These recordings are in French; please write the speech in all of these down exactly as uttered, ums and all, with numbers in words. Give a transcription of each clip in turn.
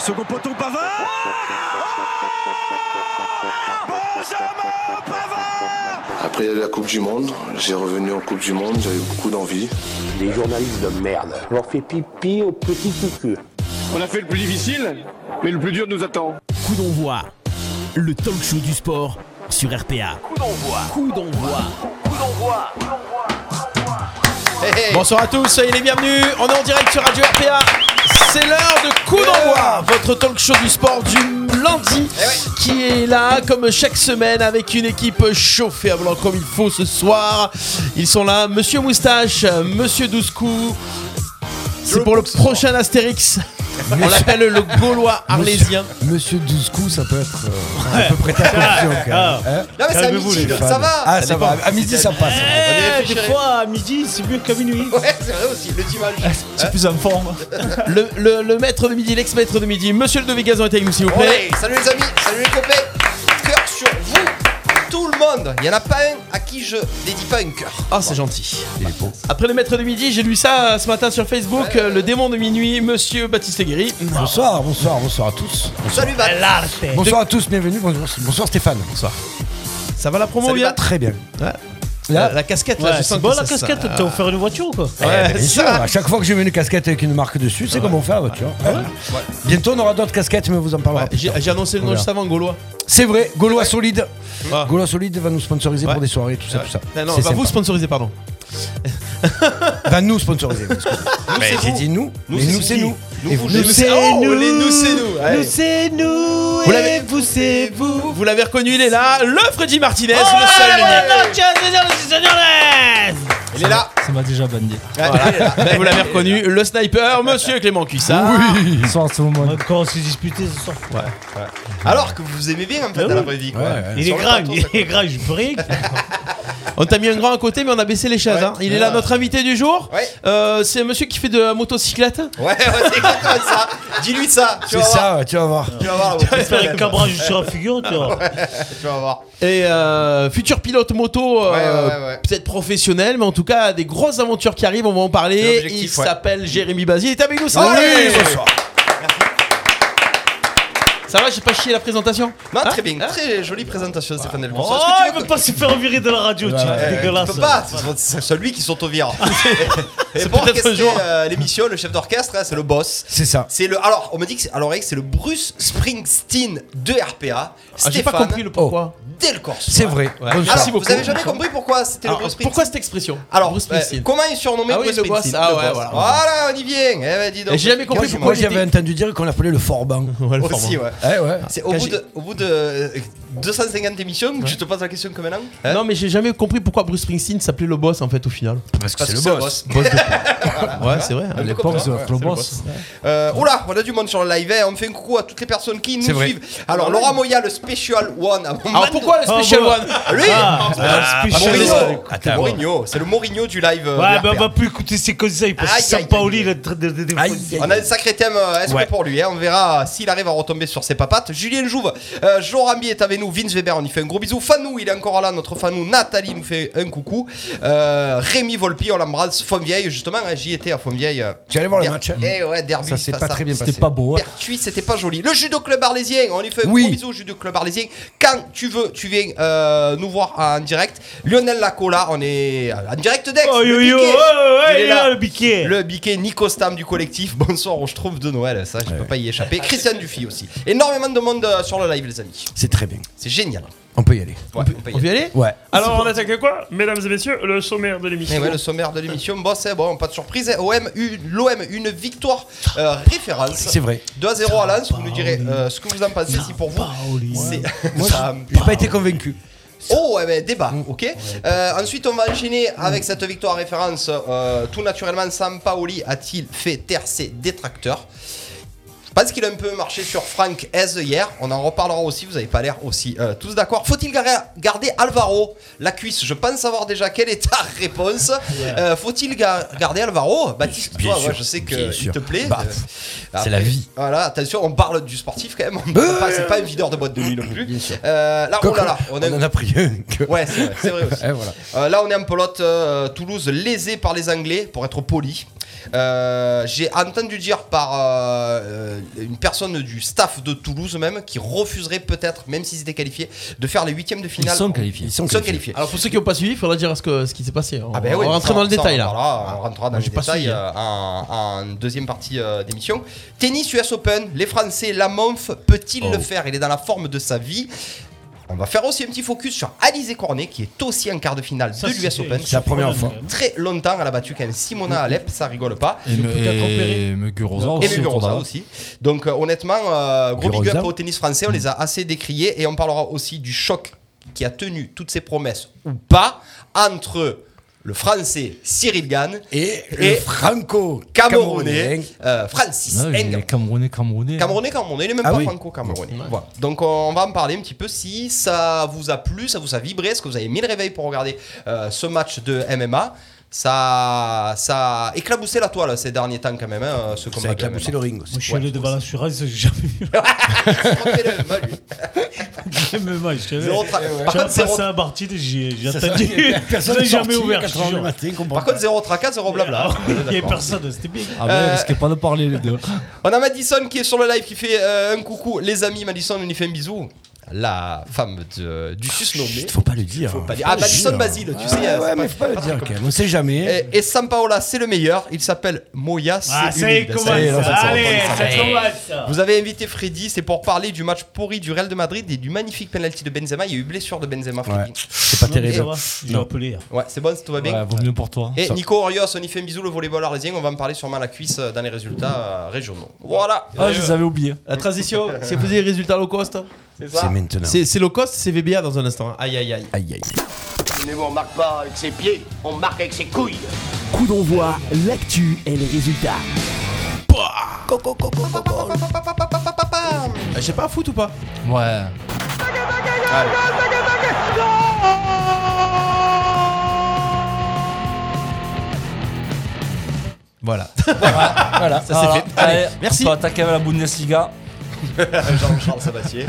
Second poteau, Pavard. Benjamin Pavard. Après la Coupe du Monde, j'ai revenu en Coupe du Monde, j'avais beaucoup d'envie. Les journalistes de merde. On leur fait pipi au petit cul. On a fait le plus difficile, mais le plus dur nous attend. Coup d'envoi, le talk show du sport sur R P A. Coup d'envoi. Coup d'envoi. Coup d'envoi. Hey, hey. Bonsoir à tous, soyez les bienvenus. On est en direct sur Radio R P A. C'est l'heure de Coup d'envoi, votre talk show du sport du lundi, Eh ouais. qui est là comme chaque semaine avec une équipe chauffée à blanc comme il faut ce soir. Ils sont là, Monsieur Moustache, Monsieur Douze-Coups. C'est pour le prochain Astérix. On l'appelle le Gaulois arlésien. Monsieur Douze-Coups, ça peut être euh, un peu prêté à confusion quand même. Hein Non, mais c'est à midi, donc ça va. Ah, ça, ça va. À midi, ça passe. Eh, des fois, à midi, c'est mieux qu'à minuit. Ouais, c'est vrai aussi, le dimanche. C'est plus en forme. Le, le, le maître de midi, l'ex-maître de midi, Monsieur le Devigazon est avec nous, s'il vous plaît. Ouais, salut les amis, salut les copains. Cœur sur vous, tout le monde. Il n'y en a pas un à qui je dédie pas un cœur. Ah, c'est gentil. Après le maître de midi, j'ai lu ça ce matin sur Facebook. Ouais. euh, Le démon de minuit, Monsieur Baptiste Guéry. Bonsoir, bonsoir, bonsoir à tous. Salut Bat. Bonsoir à tous, bienvenue. Bonjour, bonsoir Stéphane. Bonsoir. Ça va la promo Salut, bien? Bat. Très bien. Ouais. Là, La, la casquette là, Ouais, je c'est sens bon que la ça- casquette, ça- t'as offert une voiture quoi. Ouais, bien c'est sûr, ça. à chaque fois que je mets une casquette avec une marque dessus, c'est comme on fait la voiture. Bientôt, on aura d'autres casquettes, mais on vous en parlera. Ouais, plus j'ai, tard. j'ai annoncé le On nom verra. juste avant, Gaulois. C'est vrai, Gaulois Solide. Ah. Gaulois Solide va nous sponsoriser Ouais. pour des soirées, tout ça, tout ça. Non, non, C'est va vous sympa. sponsoriser, pardon. Va nous sponsoriser. Mais c'est j'ai vous. dit nous, Nous, mais c'est nous qui c'est nous. Nous, Et vous, vous, les nous, nous, c'est Oh, nous. les nous, c'est nous. Allez. Nous c'est nous. Vous l'avez- Et vous c'est vous. Vous l'avez reconnu, il est là. Le Freddy Martinez, Oh, le seul la unique. bonne noche, señores. Il est là. Ça m'a déjà bandé. Ouais, il est là. Vous l'avez reconnu, le sniper, Monsieur Clément Cuissard. Bonsoir tout le monde. Encore on s'est disputé ce soir. Alors que vous aimez bien en fait Ah dans la oui. vraie vie quoi. Ouais, ouais. Il est Sur le grand, plateau, il ça est grand, je peux rien. On t'a mis un grand à côté, mais on a baissé les chaises. Ouais. hein. Il est là, notre invité du jour. Ouais. Euh, c'est un monsieur qui fait de la motocyclette. Ouais, ouais, c'est exactement ça. Dis-lui ça. Tu C'est vas voir. ça, ouais, tu vas voir. Tu vas voir. Tu vas faire un cabrage sur la figure, tu vois. Tu vas voir. Et euh, futur pilote moto, euh, Ouais, ouais, ouais. peut-être professionnel, mais en tout cas, des grosses aventures qui arrivent, on va en C'est parler. l'objectif, Il ouais. s'appelle Jérémy Bazy, il est avec nous. Ça Ah va, oui, Jérémy bonsoir. Ça va, j'ai pas chié la présentation. Non, Hein très bien. Hein Très jolie présentation, Stéphane Delcourt. Oh, Est-ce que il tu veux veut pas se faire virer de la radio, tu Eh, c'est dégueulasse. Tu peux pas, c'est- c'est celui qui s'auto-vire. Et C'est pour peut-être un orchestrer jour. euh, l'émission, le chef d'orchestre, hein, c'est le boss. C'est ça. C'est le. Alors, on me dit que c'est, à l'oreille, c'est le Bruce Springsteen de R P A. Ah, j'ai pas Stéphane compris le pourquoi. Delcourt. C'est vrai. Ouais. Bonsoir. Merci Alors, beaucoup. vous avez jamais compris pourquoi c'était Alors, le Bruce Springsteen? pourquoi cette expression Alors, Bruce euh, Springsteen. comment il est surnommé Ah oui, Bruce le boss. Springsteen Ah le ouais, boss. voilà. Voilà, on y vient. Eh ben, dis donc. Et j'ai jamais compris Quasiment. pourquoi Moi, j'avais entendu dire qu'on l'appelait le Forban. Ouais, le Aussi, format. ouais. Ouais, ouais. C'est au Quand bout, j'ai- de, au bout de euh, deux cent cinquante émissions que tu te poses la question comme maintenant. Hein Non, mais j'ai jamais compris pourquoi Bruce Springsteen s'appelait le boss en fait au final. Parce que Parce c'est que le boss. Boss de... Ouais, c'est vrai. Un peu l'époque, comme ça. c'est Ouais, le c'est boss. Euh, oula, on a du monde sur le live, hein. On fait un coucou à toutes les personnes qui nous C'est vrai. suivent. Alors, Laura Moya, le Special One. Alors pourquoi le Special Ah, bon. One Lui Ah, Ah, spécial. Mourinho. Attends, C'est Mourinho, c'est le Mourinho du live. euh, Ouais, de bah R on P A. va plus écouter ses conseils parce que Aïe, aïe, Sampaoli, aïe. il est en train de- de- de- Aïe, de- aïe. On a un sacré thème euh, esprit Ouais. pour lui, hein. On verra s'il arrive à retomber sur ses papates. Julien Jouve, euh, Jorambi est avec nous, Vince Weber, on y fait un gros bisou. Fanou, il est encore là, notre Fanou. Nathalie nous fait un coucou. Euh, Rémi Volpi, on l'embrasse. Fontvieille, justement, hein, j'y étais à Fontvieille. euh, Tu allais voir le der- match, hein Eh ouais, derby. Ça s'est face pas à très bien C'était passé. pas beau. hein. Pertuis, c'était pas joli. Le judo club arlésien, on lui fait un Oui. gros bisou au judo club arlésien. Quand tu veux, tu viens euh, nous voir en direct. Lionel Lacola, on est en direct d'Aix. Oh le yo yo, Biquet. ouais, ouais, Il est il est là là. le biquet. Le biquet Nico Stam du collectif. Bonsoir, on se trouve de Noël, ça, je peux pas y échapper. Christian Dufy aussi. Énormément de monde euh, sur le live, les amis. C'est très bien. C'est génial. On peut y aller. Ouais, on peut y On aller. veut y aller Ouais. Alors on attaque quoi, mesdames et messieurs, le sommaire de l'émission. Et ouais, le sommaire de l'émission, bon, c'est bon, pas de surprise. O M, une- l'O M, une victoire euh, référence. C'est vrai. deux à zéro à Lens, vous nous direz euh, ce que vous en pensez, si pour vous. C'est. Moi, Ça- j'ai pas été convaincu. Oh, ouais, ben, débat, ok. Euh, ensuite, on va enchaîner avec cette victoire référence. Euh, tout naturellement, Sampaoli a-t-il fait taire ses détracteurs? Je pense qu'il a un peu marché sur Franck Hez hier. On en reparlera aussi. Vous n'avez pas l'air aussi euh, tous d'accord. Faut-il gar- garder Alvaro la cuisse? Je pense savoir déjà quelle est ta réponse. Euh, faut-il gar- garder Alvaro? Baptiste, Bien toi, sûr, ouais, je sais bien qu'il sûr. te plaît. Bah, Euh, c'est après, la vie. Voilà, attention, on parle du sportif quand même. On parle pas- c'est pas un videur de boîte de nuit non plus. Bien sûr. Euh, là, oh là là, on, a- On en a pris un. que- Ouais, c'est vrai, c'est vrai aussi. Et voilà. Euh, là, on est en pelote. euh, Toulouse lésé par les Anglais, pour être poli. Euh, J'ai entendu dire par euh, euh, une personne du staff de Toulouse même qui refuserait peut-être, même s'ils étaient qualifiés, de faire les huitièmes de finale. Ils sont qualifiés. Ils sont qualifiés. Alors pour ceux qui n'ont pas suivi, il faudra dire ce, que, ce qui s'est passé. On, Ah ben on oui, va rentrer ça, dans le ça, détail on là. parlera, on rentrera dans Ah, le j'ai pas détail suivi, euh, en, en deuxième partie euh, d'émission. Tennis U S Open, les Français, Lamonf, peut-il Oh. le faire? Il est dans la forme de sa vie. On va faire aussi un petit focus sur Alizé Cornet qui est aussi en quart de finale Ça, de l'U S c'est- Open. C'est la première fois. Très longtemps, elle a battu quand même Simona Alep, ça rigole pas. Et, me, peut-être opérer. et Muguruza Et aussi. Muguruza autour d'elle. aussi. Donc euh, honnêtement, euh, gros big Muguruza. up au tennis français, on les a assez décriés et on parlera aussi du choc qui a tenu toutes ses promesses ou pas entre le français Cyril Gane Et, Et le franco Camerounais euh, Francis Ouais, il Ngannou. est Camerounais, Camerounais. Camerounais, Camerounais, il est même Ah pas oui. franco-camerounais. Voilà. Donc on va en parler un petit peu si ça vous a plu, ça vous a vibré, est-ce que vous avez mis le réveil pour regarder euh, ce match de M M A. Ça, ça a éclaboussé la toile ces derniers temps quand même, hein, ce Ça combat. a éclaboussé le ring aussi. Moi, je suis allé devant l'assurance, j'ai jamais vu. Même moi, je suis allé. Zéro tra- J'ai Par contre, passé zéro- à Martine et j'ai j'ai Ça, attendu. ça, personne J'ai n'est jamais sorti, ouvert. quatre je heures te du jure. matin, on comprend Par pas. contre, zéro tracas, zéro blabla. Il n'y avait personne, c'était bien. Ah, mais Euh, elle risquait pas de parler les deux. On a Madison qui est sur le live qui fait euh, un coucou. Les amis, Madison, on lui fait un bisou. La femme de, du susnommé. Faut pas le dire. Faut pas dire. Faut Ah, le Madison dire. Basile, tu Ouais, sais. ouais, euh, c'est mais pas- faut pas le pas dire très quand même. On sait jamais. Et, et Sampaola, c'est le meilleur. Il s'appelle Moya. Ah, c'est ça y est, humide. commence. Ça y est, là, ça Allez, commence. ça commence. ça. Vous avez invité Freddy, c'est pour parler du match pourri du Real de Madrid et du magnifique penalty de Benzema. Il y a eu blessure de Benzema, Freddy. Ouais. C'est pas Non, mais terrible. ça va, J'ai appelé. Ouais, c'est bon, tout va bien. Ouais, vaut mieux pour toi. Et Ça- Nico Orios, on y fait un bisou, le volleyball arlésien. On va en parler sûrement à la cuisse euh, dans les résultats euh, régionaux. Voilà. Ah, je les avais oubliés. La transition, c'est faisait les résultats low cost. C'est C'est ça. maintenant. C'est c'est low cost, c'est V B A dans un instant. Aïe aïe aïe. Aïe aïe. Mais on marque pas avec ses pieds, on marque avec ses couilles. Coup d'envoi, l'actu et les résultats. Je sais pas, foot ou pas? Ouais. Voilà. Voilà, Ça c'est fait. Allez, merci. On peut attaquer avec la Bundesliga. Jean-Charles Sabatier.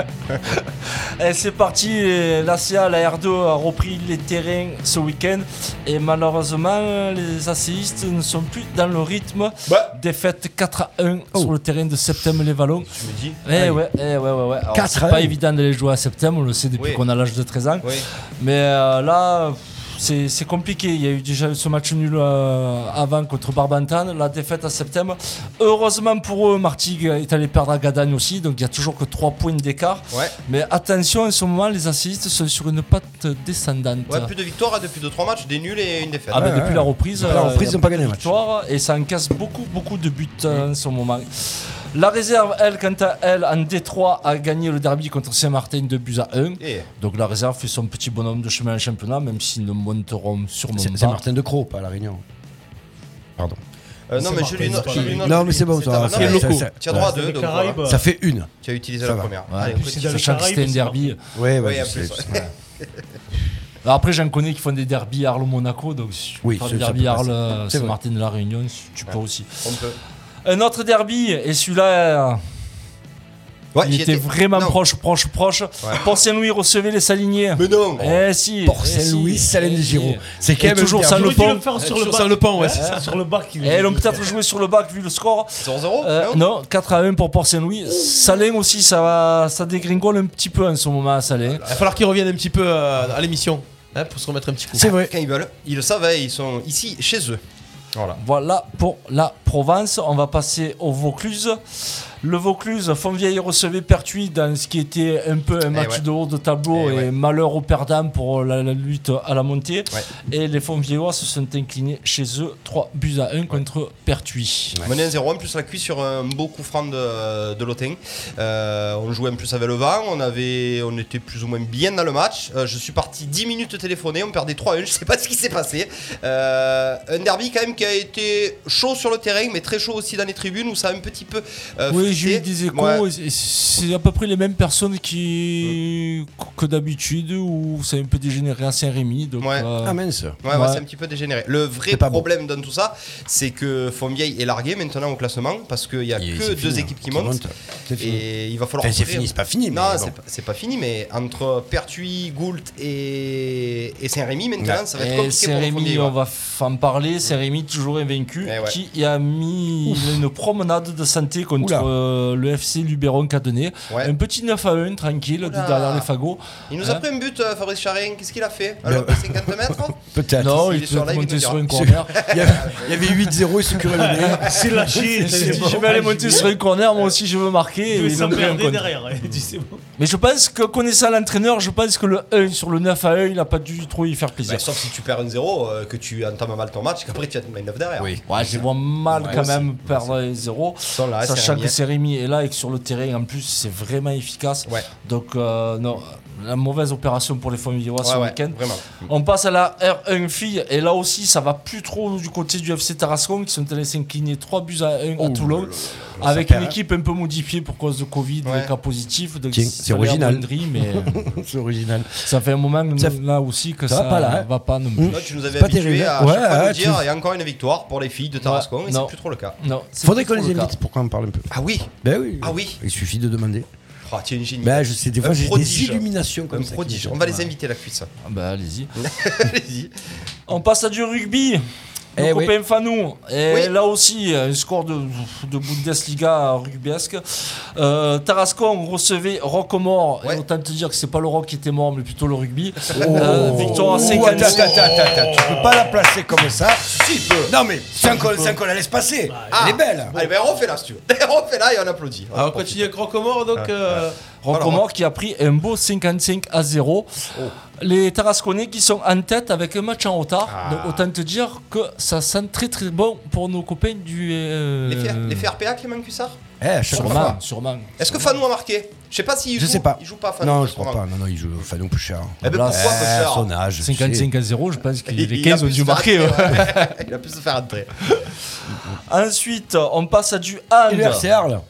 Et c'est parti, et l'A C A, la R deux a repris les terrains ce week-end et malheureusement les asséistes ne sont plus dans le rythme. Bah. Défaite quatre à un sur le terrain de Septem-les-Vallons. Tu me dis. Eh ouais, eh ouais, ouais, ouais. Alors, quatre c'est à pas un. évident d'aller jouer à Septem, on le sait depuis Oui. qu'on a l'âge de treize ans. Oui. Mais euh, là, c'est c'est compliqué. Il y a eu déjà ce match nul euh, avant contre Barbantane, la défaite à Septem. Heureusement pour eux, Martigues est allé perdre à Gadagne aussi, donc il y a toujours que trois points d'écart. Ouais. Mais attention, en ce moment, les assistes sont sur une patte descendante. Ouais, plus de victoires depuis deux trois matchs, des nuls et une défaite. Ah ben Ouais, depuis ouais. la reprise, Depuis la euh, reprise, il y a ils ont pas beaucoup gagné de le match. victoires et ça encaisse beaucoup beaucoup de buts euh, en ce moment. La réserve, elle, quant à elle, en D trois, a gagné le derby contre Saint-Martin de buts à un. Et Donc la réserve fait son petit bonhomme de chemin en championnat, même s'ils ne monteront sûrement C'est pas. c'est Martin de Croix, pas à La Réunion. Pardon. Euh, non, C'est mais Martin, je lui c'est note. pas je lui grave. note- Non, mais c'est bon, c'est ça ta- va, non, c'est mais locaux. Tu as droit à C'est deux, les donc Caraïbes. voilà. Ça fait une. Tu as utilisé Ça la va. première. Ouais, Allez, et puis petit. dans les sachant que c'était un Caraïbes, derby. Ouais, Oui, ouais, en je plus, sais. ouais. Ouais. Alors après, j'en connais qui font des derbies Arles-Monaco, donc si tu Oui, peux faire ça- des ça derbies peut passer. Arles, euh, C'est vrai. Saint-Martin de la Réunion, tu peux aussi. On peut. Un autre derby, et celui-là, Ouais, il j'y était étais. vraiment Non. proche, proche, proche. Port Saint-Louis recevait les Salignés. Mais non. Eh si. Port eh Saint-Louis, si, Salem eh de si. Giraud. C'est quand Et même toujours un sans derby. le J'aurais dû pont. le faire sur le Toujours bac. sans le pont, ouais, c'est ça. Sur le bac. il- Et ils ont peut-être joué sur le bac vu le score. zéro zéro Euh, non, quatre à un pour Port Saint-Louis. Salin aussi, ça, va, ça dégringole un petit peu en ce moment à Salin. Il va falloir qu'ils reviennent un petit peu euh, à l'émission hein, pour se remettre un petit coup. C'est vrai. Quand ils veulent. Ils le savaient, ils sont ici, chez eux. Voilà. Voilà pour la Provence. On va passer au Vaucluse. Le Vaucluse, Fontvieille recevait Pertuis dans ce qui était un peu un match ouais. de haut de tableau Eh et ouais. malheur aux perdants pour la, la lutte à la montée. Ouais. Et les Fontvieillois se sont inclinés chez eux trois buts à un contre Pertuis. On menait un zéro en plus la cuisse sur un beau coup franc de, de Lotin. Euh, on jouait en plus avec le vent, on, avait, on était plus ou moins bien dans le match. Euh, je suis parti dix minutes téléphoné, on perdait trois à un, je sais pas ce qui s'est passé. Euh, un derby quand même qui a été chaud sur le terrain, mais très chaud aussi dans les tribunes où ça a un petit peu. Euh, Oui, frité. j'ai eu des échos. Ouais. et c'est à peu près les mêmes personnes qui que d'habitude où ça a un peu dégénéré à Saint-Rémy. Donc, Ouais. euh, Ah mince. Ouais, ouais, Ouais. c'est un petit peu dégénéré. Le vrai C'est pas bon. problème dans tout ça, c'est que Fontvieille est largué maintenant au classement parce qu'il y a Il- que c'est deux fini, équipes qui ça montent. monte. C'est fini. Et il va falloir. Enfin, c'est ouvrir. fini, c'est pas fini, mais Non, bon. c'est pas, c'est pas fini, mais entre Pertuis, Goult et, et Saint-Rémy, maintenant, Ouais. ça va être Et compliqué pour Saint-Rémy, Fontvieille. on va f- en parler. Saint-Rémy toujours invaincu, Eh ouais. qui a mis une promenade de santé contre Oula. euh, le F C Luberon Cadenet. Ouais. Un petit neuf à un, tranquille, Oula. derrière les fagots. Il nous a Hein pris un but, euh, Fabrice Charin. Qu'est-ce qu'il a fait Alors, de cinquante mètres Peut-être. Non, il il est sur était la ligne, monté il sur dira. un corner. Il y avait, il y avait huit zéro, il se curait le nez. C'est lâché. Si je vais aller monter sur un corner, moi aussi je veux marquer. Il Et ils ont pris un contre. derrière. Il dit c'est bon. Mais je pense que connaissant l'entraîneur, je pense que le un sur le neuf à un, il a pas dû trop y faire plaisir. Bah, sauf si tu perds un zéro, euh, que tu entames mal ton match, qu'après tu as une neuf derrière. Oui. Ouais, je vois mal Ouais, quand aussi. même perdre les zéros. Sont là, Sachant c'est que Rémi. Sérémy est là et que sur le terrain en plus c'est vraiment efficace. Ouais. Donc euh, non, la mauvaise opération pour les Fourmillois ce Ouais, ouais, week-end. vraiment. On passe à la R un filles et là aussi ça va plus trop du côté du F C Tarascon qui sont allés s'incliner trois buts à un à Toulon avec perd, une hein. équipe un peu modifiée pour cause de Covid, Ouais. des cas positifs. Donc Tiens, ça c'est a l'air original. bonnerie, mais C'est original. ça fait un moment Ça- là aussi que ça ça, va pas, là, hein. va pas non plus. Là, tu nous avais C'est pas habitué terrible. à Ouais, chaque fois ouais, nous dire tu- il y a encore une victoire pour les filles de Tarascon et non. c'est plus trop le cas. Non, c'est Faudrait plus qu'on trop les le cas. invite pour qu'on en parle un peu. Ah oui. Ben oui. Ah oui. Il suffit de demander. Oh, tu es une génie. Ben je sais, des fois Un j'ai des prodige. illuminations comme Un ça. qui prodige. me- On va les inviter la cuisse. Ah bah allez-y. Allez-y. On passe à du rugby. Eh Nos oui. copains Fanou. Et Oui. là aussi, un score de, de Bundesliga rugbyesque. Euh, Tarascon recevait Roquemort. Ouais. Et autant te dire que c'est pas le rock qui était mort, mais plutôt le rugby. Oh. Euh, victoire à Ouh, cinquante. attends, attends, attends, attends, tu peux pas la placer comme ça. Si, peut. Non mais sans qu'on sans qu'on la laisse passer. Elle est belle. Allez, ben refais-la si tu veux. Refais-la et on applaudit. Alors, on continue avec Rocomore, donc. euh, Roquemort qui a pris un beau cinquante-cinq à zéro. Oh. Les Tarasconnais qui sont en tête avec un match en retard. Ah. Donc autant te dire que ça sent très très bon pour nos copains du. euh, Les faits les faits R P A, Clément Cussard Eh, à chaque fois. Sûrement, sûrement. Est-ce que Fanou a marqué Je sais pas s'il Je joue. sais pas. Il joue pas Fanou. Non, je crois pas. Non, non, il joue Fanou plus cher. Eh ben Là, pourquoi Eh, peu cher son âge. cinquante-cinq à zéro, je pense que Il- les il a quinze ont pu dû se faire marquer. entrer, ouais. ouais. Il a pu se faire entrer. Ensuite, on passe à du hand. Et le R C R là.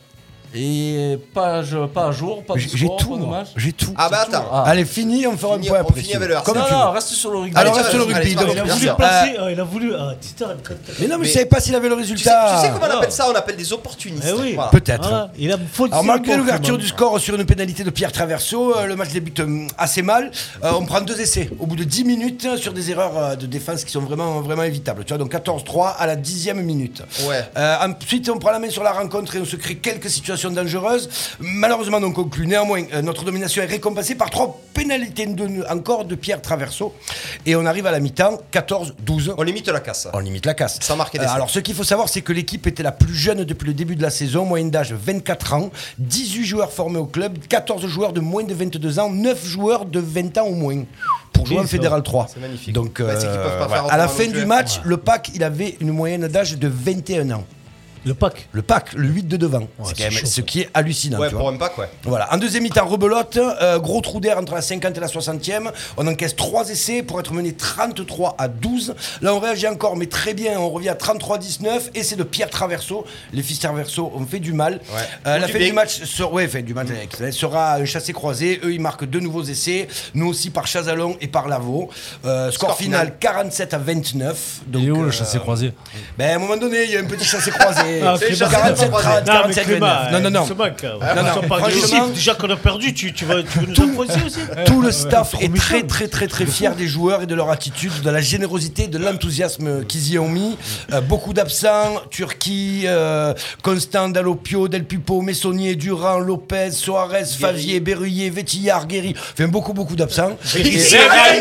Et pas, je- pas à jour, pas de J'ai j'ai score, tout. pas de moi. match. J'ai tout. Ah bah attends. Ah. Allez, fini, on fera Fini- un point on après. finit si avec tu le veux. Comme non, tu non, veux. reste sur le rugby. Alors, Allez, reste sur le allez, rugby. allez, donc. allez, Il a Bien voulu sûr. placer. Euh, ah, il a voulu. Ah, Titan. Mais non, mais Mais- je savais pas s'il avait le Tu sais, résultat. tu sais comment on Ah. appelle ça On appelle des opportunistes. Eh oui. Voilà. Peut-être. Voilà, il a foncé Alors malgré le l'ouverture Pokémon. du score sur une pénalité de Pierre Traverso, euh, le match débute euh, assez mal. Euh, on prend deux essais au bout de dix minutes euh, sur des erreurs euh, de défense qui sont vraiment, vraiment évitables. Tu vois, donc quatorze trois à la dixième minute. Ouais. Euh, ensuite, on prend la main sur la rencontre et on se crée quelques situations dangereuses. Malheureusement, on conclut. Néanmoins, euh, notre domination est récompensée par trois pénalités de- encore de Pierre Traverso. Et on arrive à la mi-temps, quatorze douze. On limite la casse. On limite la casse. Sans marquer Euh, d'essai. alors, ce qu'il faut savoir, c'est que l'équipe était la plus jeune depuis le début de la saison, moyenne d'âge vingt-quatre ans, dix-huit joueurs formés au club, quatorze joueurs de moins de vingt-deux ans, neuf joueurs de vingt ans au moins. Pour jouer Oui, en ça Fédéral trois. C'est magnifique. Donc, Bah, c'est qu'ils peuvent pas euh, faire voilà. à la autrement fin non du plus. match, le pack, il avait une moyenne d'âge de vingt et un ans. Le pack. Le pack, le huit de devant. c'est c'est quand même chaud, ce ça. qui est hallucinant. Ouais, tu pour vois. un pack, ouais. Voilà. En deuxième mi-temps, rebelote, euh, gros trou d'air entre la cinquante et la soixantième. On encaisse trois essais pour être mené trente-trois à douze. Là, on réagit encore, mais très bien. On revient à trente-trois dix-neuf. Et c'est de Pierre Traverso. Les fils Traverso ont fait du mal. Ouais. Euh, Ou la du fin bien. du match sera, ouais, fin du match avec- sera un chassé croisé. Eux, ils marquent deux nouveaux essais. Nous aussi par Chazalon et par Lavaux. Euh, score, Score final, final. quarante-sept à vingt-neuf. Donc, Il est où le euh, chassé croisé ben, à un moment donné, il y a un petit chassé croisé. Ah, C'est Clément. quarante-sept quarante-sept trente, Non, mais quarante-sept Clément, vingt-neuf. Non, non, non. doucement, quand même. non, Ils sont pas franchement- agressifs. Déjà qu'on a perdu, tu, tu, vas, tu veux nous enfoncer aussi Tout le staff trop est méchant. très très très très fier des joueurs et de leur attitude, de la générosité, de l'enthousiasme qu'ils y ont mis. Euh, beaucoup d'absents, Turquie, euh, Constant, Dalopio, Del Pupo, Messonnier, Durand, Lopez, Soares, Favier, Berruyer, Vétillard, Guéry. Enfin beaucoup beaucoup d'absents. Et- C'est vrai,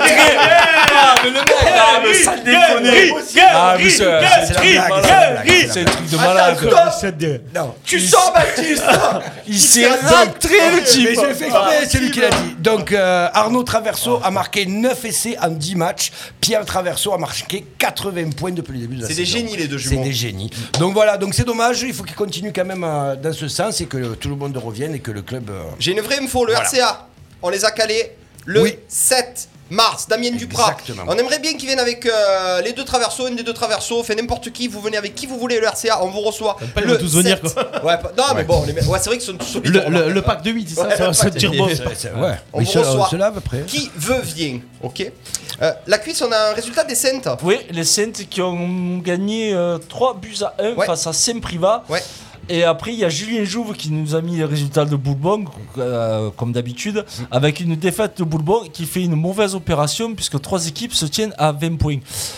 ah, mais le mec, ah, mais ça déconne. Ah, mais c'est c'est la blague, c'est la blague, c'est un truc de malade. C'est de- Non. Tu sors, Baptiste Il s'est rentré le Mais type. je l'ai fait exprès, c'est lui qui l'a dit. Donc euh, Arnaud Traverso a marqué neuf essais en dix matchs. Pierre Traverso a marqué quatre-vingts points depuis le début de la C'est saison. des génies, les deux C'est jumeaux. des génies. Donc voilà, donc c'est dommage, il faut qu'il continue quand même euh, dans ce sens et que tout le monde revienne et que le club... euh, J'ai une vraie info, le Voilà. R C A, on les a calés le Oui. sept mars. Damien Duprat. Exactement. On aimerait bien qu'ils viennent avec euh, les deux traversos, une des deux traversos, fait n'importe qui, vous venez avec qui vous voulez le R C A, on vous reçoit. Pas ils le vont tous venir, sept. quoi. Ouais, pas- non, mais bon, les mecs- ouais, c'est vrai qu'ils sont tous Le, le, le pack de huit, c'est ça Ouais. Ça va se dire bon. c'est- c'est- ouais, On Mais vous se- reçoit. se lave après. Qui veut vient, ok. Euh, la cuisse, on a un résultat décent. Oui, les Saints qui ont gagné euh, trois buts à un Ouais. face à Saint-Privat. Ouais. Et après, il y a Julien Jouve qui nous a mis les résultats de Boulbon, euh, comme d'habitude, avec une défaite de Boulbon qui fait une mauvaise opération puisque trois équipes se tiennent à vingt points.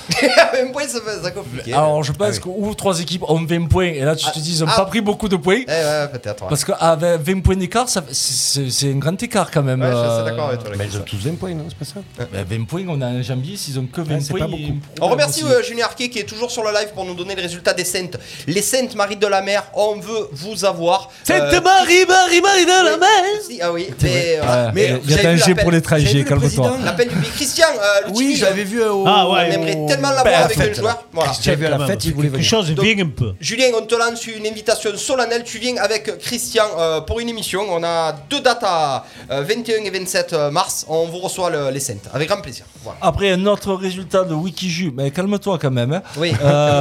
À vingt points, ça fait ça compliqué. Alors, je pense Ah que où trois équipes ont vingt points, et là, tu te dis, ils n'ont ah. pas pris beaucoup de points. Eh ouais, peut-être. Ouais. Parce qu'à vingt points d'écart, ça- c'est c'est un grand écart quand même. Ouais, je suis assez euh, d'accord avec toi. Mais ils ont tous vingt points, non? C'est pas ça? ben, vingt points, on a un jambier, s'ils ont que vingt c'est points. pas beaucoup. ils- On remercie aussi. euh, Julien Arquet qui est toujours sur le live pour nous donner les résultats des Saintes. Les Saintes Marie de la Mer, on veut vous avoir. Sainte Euh, Marie, Marie, Marie de la oui, mer. si, ah oui, mais, euh, Ouais, mais il y a vous avez vu danger l'appel- pour les Vous avez trajets, vu le calme-toi. président L'appel du Christian, euh, le Oui, Tibi, j'avais vu au. Ah ouais. on aimerait tellement l'avoir Ben, avec fête, le joueur. Voilà. J'avais vu à la Quand même, fête, il voulait quelque venir. chose Donc- viens un peu. Julien, on te lance une invitation solennelle. Tu viens avec Christian euh, pour une émission. On a deux dates à euh, vingt et un et vingt-sept mars. On vous reçoit le- les Saintes avec grand plaisir. Voilà. Après, un autre résultat de Wikiju, mais calme-toi quand même. Hein. Oui. Euh,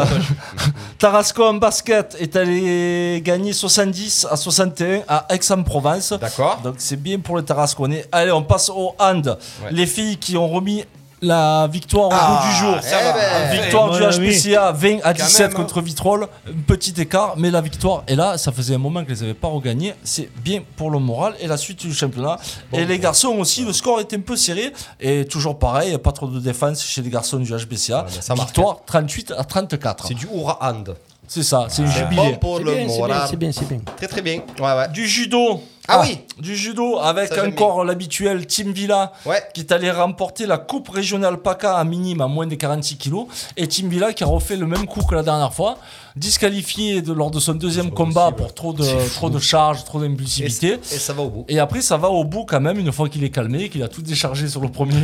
Tarasco en basket est allé gagner soixante-dix à soixante et un à Aix-en-Provence. D'accord. Donc c'est bien pour les Tarasconnais. Allez, on passe au hand. Ouais. Les filles qui ont remis la victoire au Ah, bout du jour. ça va. Eh ben, Victoire Ouais, du H P C A vingt à dix-sept même, hein. contre Vitrolles. Un petit écart, mais la victoire est là. Ça faisait un moment qu'ils n'avaient pas regagné. C'est bien pour le moral et la suite du championnat. Et les garçons aussi, le score était un peu serré. Et toujours pareil, il n'y a pas trop de défense chez les garçons du H B C A. Ouais, mais ça marque. Victoire trente-huit à trente-quatre. C'est du Oura Hand. C'est ça, c'est un C'est jubilé. bon pour C'est le bien, c'est bien, moral. c'est bien, c'est bien. Très très bien. Ouais, ouais. Du judo. Ah oui. Du judo avec Ça, j'aime encore l'habituel Team Villa Ouais. qui est allé remporter la coupe régionale PACA à minime à moins de quarante-six kilos et Team Villa qui a refait le même coup que la dernière fois, disqualifié de, lors de son deuxième combat pour trop de, trop de charges, trop Et, d'impulsivité. et ça va au bout. Et après ça va au bout quand même une fois qu'il est calmé, qu'il a tout déchargé sur le premier.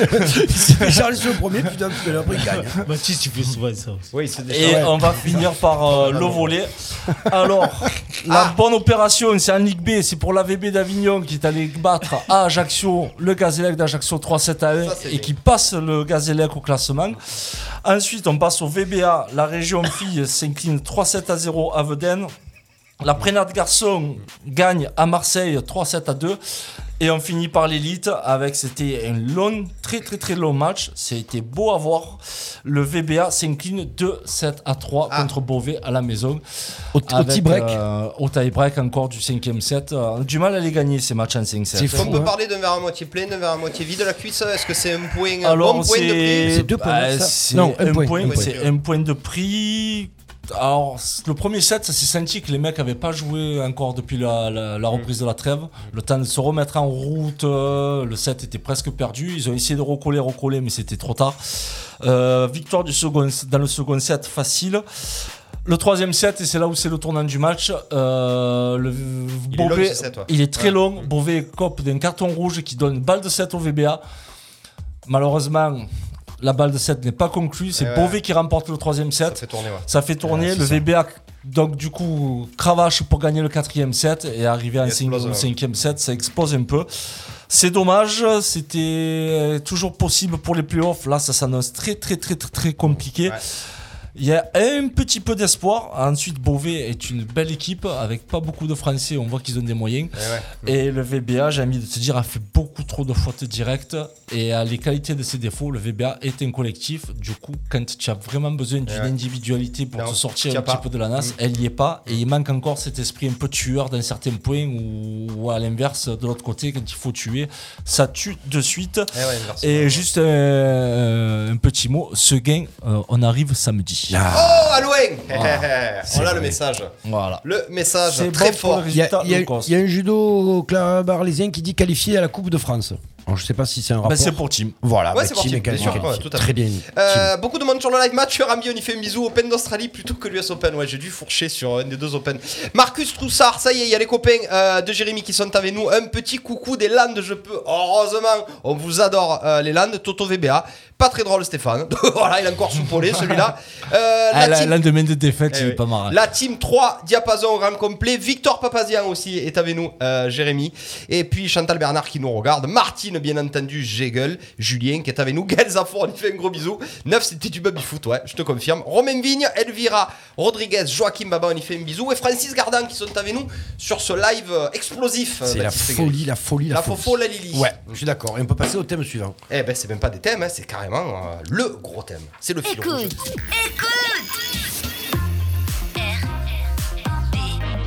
Il s'est fait charger sur le premier, putain, parce que là, après, il gagne. Baptiste, tu fais souvent ça aussi. Oui, c'est Et on va finir par euh, le volet. Alors, la bonne opération, c'est en Ligue B, c'est pour l'A V B d'Avignon qui est allé battre à Ajaccio, le Gazélec d'Ajaccio trois sept à un Ça, c'est et bien. qui passe le Gazélec au classement. Ensuite, on passe au V B A, la région Filles s'incline trois sept à zéro à Vedène. La Prénat Garçon gagne à Marseille trois sept à deux. Et on finit par l'élite avec, c'était un long, très très très long match. C'était beau à voir. Le V B A s'incline deux sept à trois Ah. contre Beauvais à la maison. Au, au Avec, tie-break. euh, au tie-break encore du cinquième set. Euh, on a du mal à les gagner ces matchs en cinq sept. C'est Est-ce qu'on fou, peut hein. parler d'un verre à moitié plein, d'un verre à moitié vide la cuisse? Est-ce que c'est un point, un Alors bon point de prix? c'est C'est deux points, bah, ça c'est Non, un un point, point, un point. c'est un point de prix. Alors, le premier set, ça s'est senti que les mecs n'avaient pas joué encore depuis la, la- la reprise de la trêve. Le temps de se remettre en route, euh, le set était presque perdu. Ils ont essayé de recoller, recoller, mais c'était trop tard. Euh, victoire du second, dans le second set, facile. Le troisième set, et c'est là où c'est le tournant du match, euh, le Il est long, Beauvais, ce set, ouais. il est très Ouais. long. Beauvais cope d'un carton rouge qui donne balle de set au V B A. Malheureusement, la balle de set n'est pas conclue. C'est Eh ouais. Beauvais qui remporte le troisième Ça set. fait tourner, ouais. Ça fait tourner. Ouais, c'est le ça. V B A, donc du coup, cravache pour gagner le quatrième set et arriver en Il cinq- explose, au ouais. cinquième set, ça explose un peu. C'est dommage, c'était toujours possible pour les playoffs. Là, ça s'annonce très, très, très, très, très compliqué. Ouais. Il y a un petit peu d'espoir. Ensuite, Beauvais est une belle équipe avec pas beaucoup de Français. On voit qu'ils ont des moyens. Eh ouais. Et le V B A, j'ai envie de te dire, a fait beaucoup trop de fautes directes. Et à les qualités de ses défauts, le V B A est un collectif. Du coup, quand tu as vraiment besoin d'une Eh ouais. individualité pour Non, te sortir t'y as un petit pas. peu de la nasse, Mm. elle n'y est pas. Et il manque encore cet esprit un peu tueur d'un certain point ou, ou à l'inverse, de l'autre côté, quand il faut tuer, ça tue de suite. Eh ouais, inversement. Et juste euh, un petit mot, ce gain, euh, on arrive samedi. Oh, à loin. Voilà. On a le message. Voilà. Le message C'est très bon pour fort. le Il y, a, résultat il y a- de Corse. il y a un judo club arlésien qui dit qualifié à la Coupe de France. Alors, je sais pas si c'est un rapport. Ben, c'est pour Team. Voilà, Ouais, bah, c'est pour Team Team, est qualifié, bien sûr, qualifié. ouais, tout à fait. Très bien. Euh, Team. beaucoup de monde sur le live. Mathieu Rami, on y fait un bisou. Open d'Australie plutôt que l'U S Open. Ouais, j'ai dû fourcher sur un des deux Open. Marcus Troussard, ça y est, il y a les copains euh, de Jérémy qui sont avec nous. Un petit coucou des Landes, je peux. Heureusement, on vous adore euh, les Landes. Toto V B A. Pas très drôle, Stéphane. Voilà, il a encore soupolé celui-là. Euh, Ah, la la- team- Lendemain de défaite, Eh il oui. est pas marrant. La team trois, diapason au rang complet. Victor Papazian aussi est avec nous, euh, Jérémy. Et puis Chantal Bernard qui nous regarde. Martine, bien entendu, Jégel. Julien qui est avec nous. Gaël Zafo, on lui fait un gros bisou. neuf, c'était du baby foot, ouais, je te confirme. Romain Vigne, Elvira, Rodriguez, Joachim Baba, on y fait un bisou. Et Francis Gardan qui sont avec nous sur ce live euh, explosif. euh, C'est la Baptiste folie, Gay. la folie, la, La folie. fofo, la Lily. Ouais, je suis d'accord. Et on peut passer au thème suivant. Eh ben, c'est même pas des thèmes, hein, c'est carrément euh, le gros thème. C'est le fil rouge. Écoute, écoute. R, B,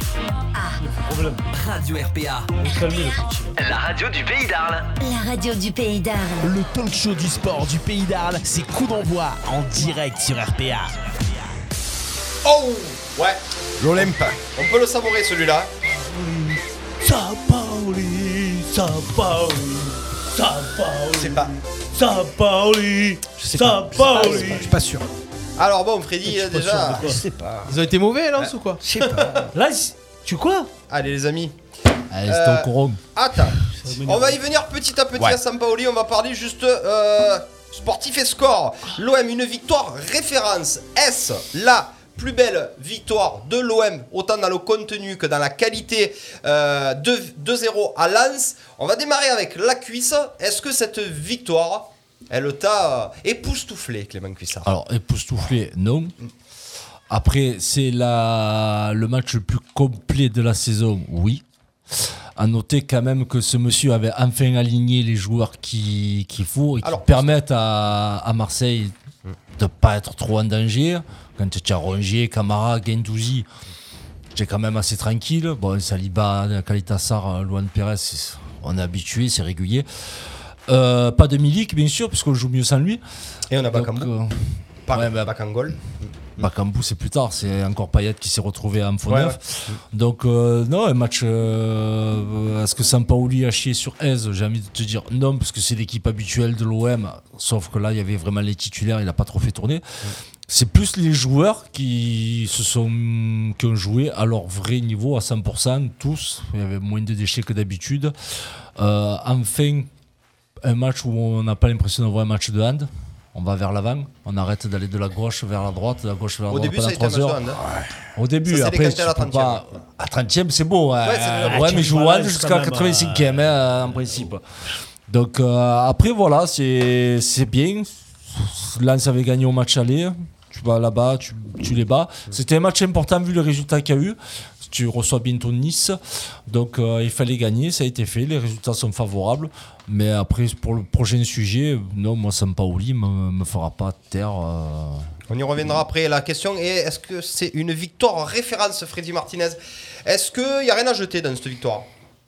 problème. Radio R P A. La radio du Pays d'Arles. La radio du Pays d'Arles. Le talk show du sport du Pays d'Arles, c'est coup d'envoi en direct sur R P A. Oh ouais. L'Olympe. On peut le savourer celui-là. Sao Paoli, Sao Paoli, Sao Paoli. C'est pas. Sao Paoli, Sao Paoli. Je suis pas sûr. Alors bon, Freddy, euh, déjà. Je sais pas. Ils ont été mauvais, Lens, ou quoi? Je sais pas. Là, tu quoi? Allez, les amis. Allez, c'était Euh, au courant. Attends. On va y venir petit à petit Ouais. à Sampaoli. On va parler juste euh, sportif et score. L'O M, une victoire référence. Est-ce la plus belle victoire de l'O M, autant dans le contenu que dans la qualité? euh, deux zéro à Lens. On va démarrer avec la cuisse. Est-ce que cette victoire, elle t'a euh, époustouflé, Clément Cuissard? Alors, époustouflé, non. Après, c'est la... le match le plus complet de la saison, oui. À noter quand même que ce monsieur avait enfin aligné les joueurs qu'il qu'il faut et qui Alors, permettent à, à Marseille de ne pas être trop en danger. Quand tu as Rongier, Camara, Guendouzi, tu es quand même assez tranquille. Bon, Saliba, Kalitassar, Luan Pérez, c'est- on est habitué, c'est régulier. Euh, pas de Milik, bien sûr, parce qu'on joue mieux sans lui. Et on a Donc, Bakambu. euh, Pas ouais, bah, Bakangol. Bakambu, c'est plus tard. C'est encore Payet qui s'est retrouvé en faux Ouais, neuf. Donc, euh, non, un match. Euh, Est-ce que Sampaoli a chié sur Aise? J'ai envie de te dire non, parce que c'est l'équipe habituelle de l'O M. Sauf que là, il y avait vraiment les titulaires, il n'a pas trop fait tourner. C'est plus les joueurs qui se sont qui ont joué à leur vrai niveau à cent pour cent, tous. Il y avait moins de déchets que d'habitude. Euh, enfin, un match où on n'a pas l'impression d'avoir un match de hand. On va vers l'avant, on arrête d'aller de la gauche vers la droite, de la gauche vers la Au droite début, ça a pendant été un trois match de heures. hand. hein. Au début, Ça s'est après, décanté tu à la peux trentième. pas... À trentième, c'est beau. hein. Ouais, c'est- Ouais, mais je joue hand balance, jusqu'à quand même, quatre-vingt-cinquième, hein, en principe. Donc, euh, après, voilà, c'est c'est bien. Lens avait gagné au match aller. Tu vas là-bas, tu, tu les bats. C'était un match important vu le résultat qu'il y a eu. Tu reçois bientôt Nice. Donc, euh, il fallait gagner. Ça a été fait. Les résultats sont favorables. Mais après, pour le prochain sujet, non, moi, Sampaoli ne me, me fera pas taire. euh, On y reviendra après. La question est, est-ce que c'est une victoire référence, Freddy Martinez? Est-ce qu'il n'y a rien à jeter dans cette victoire?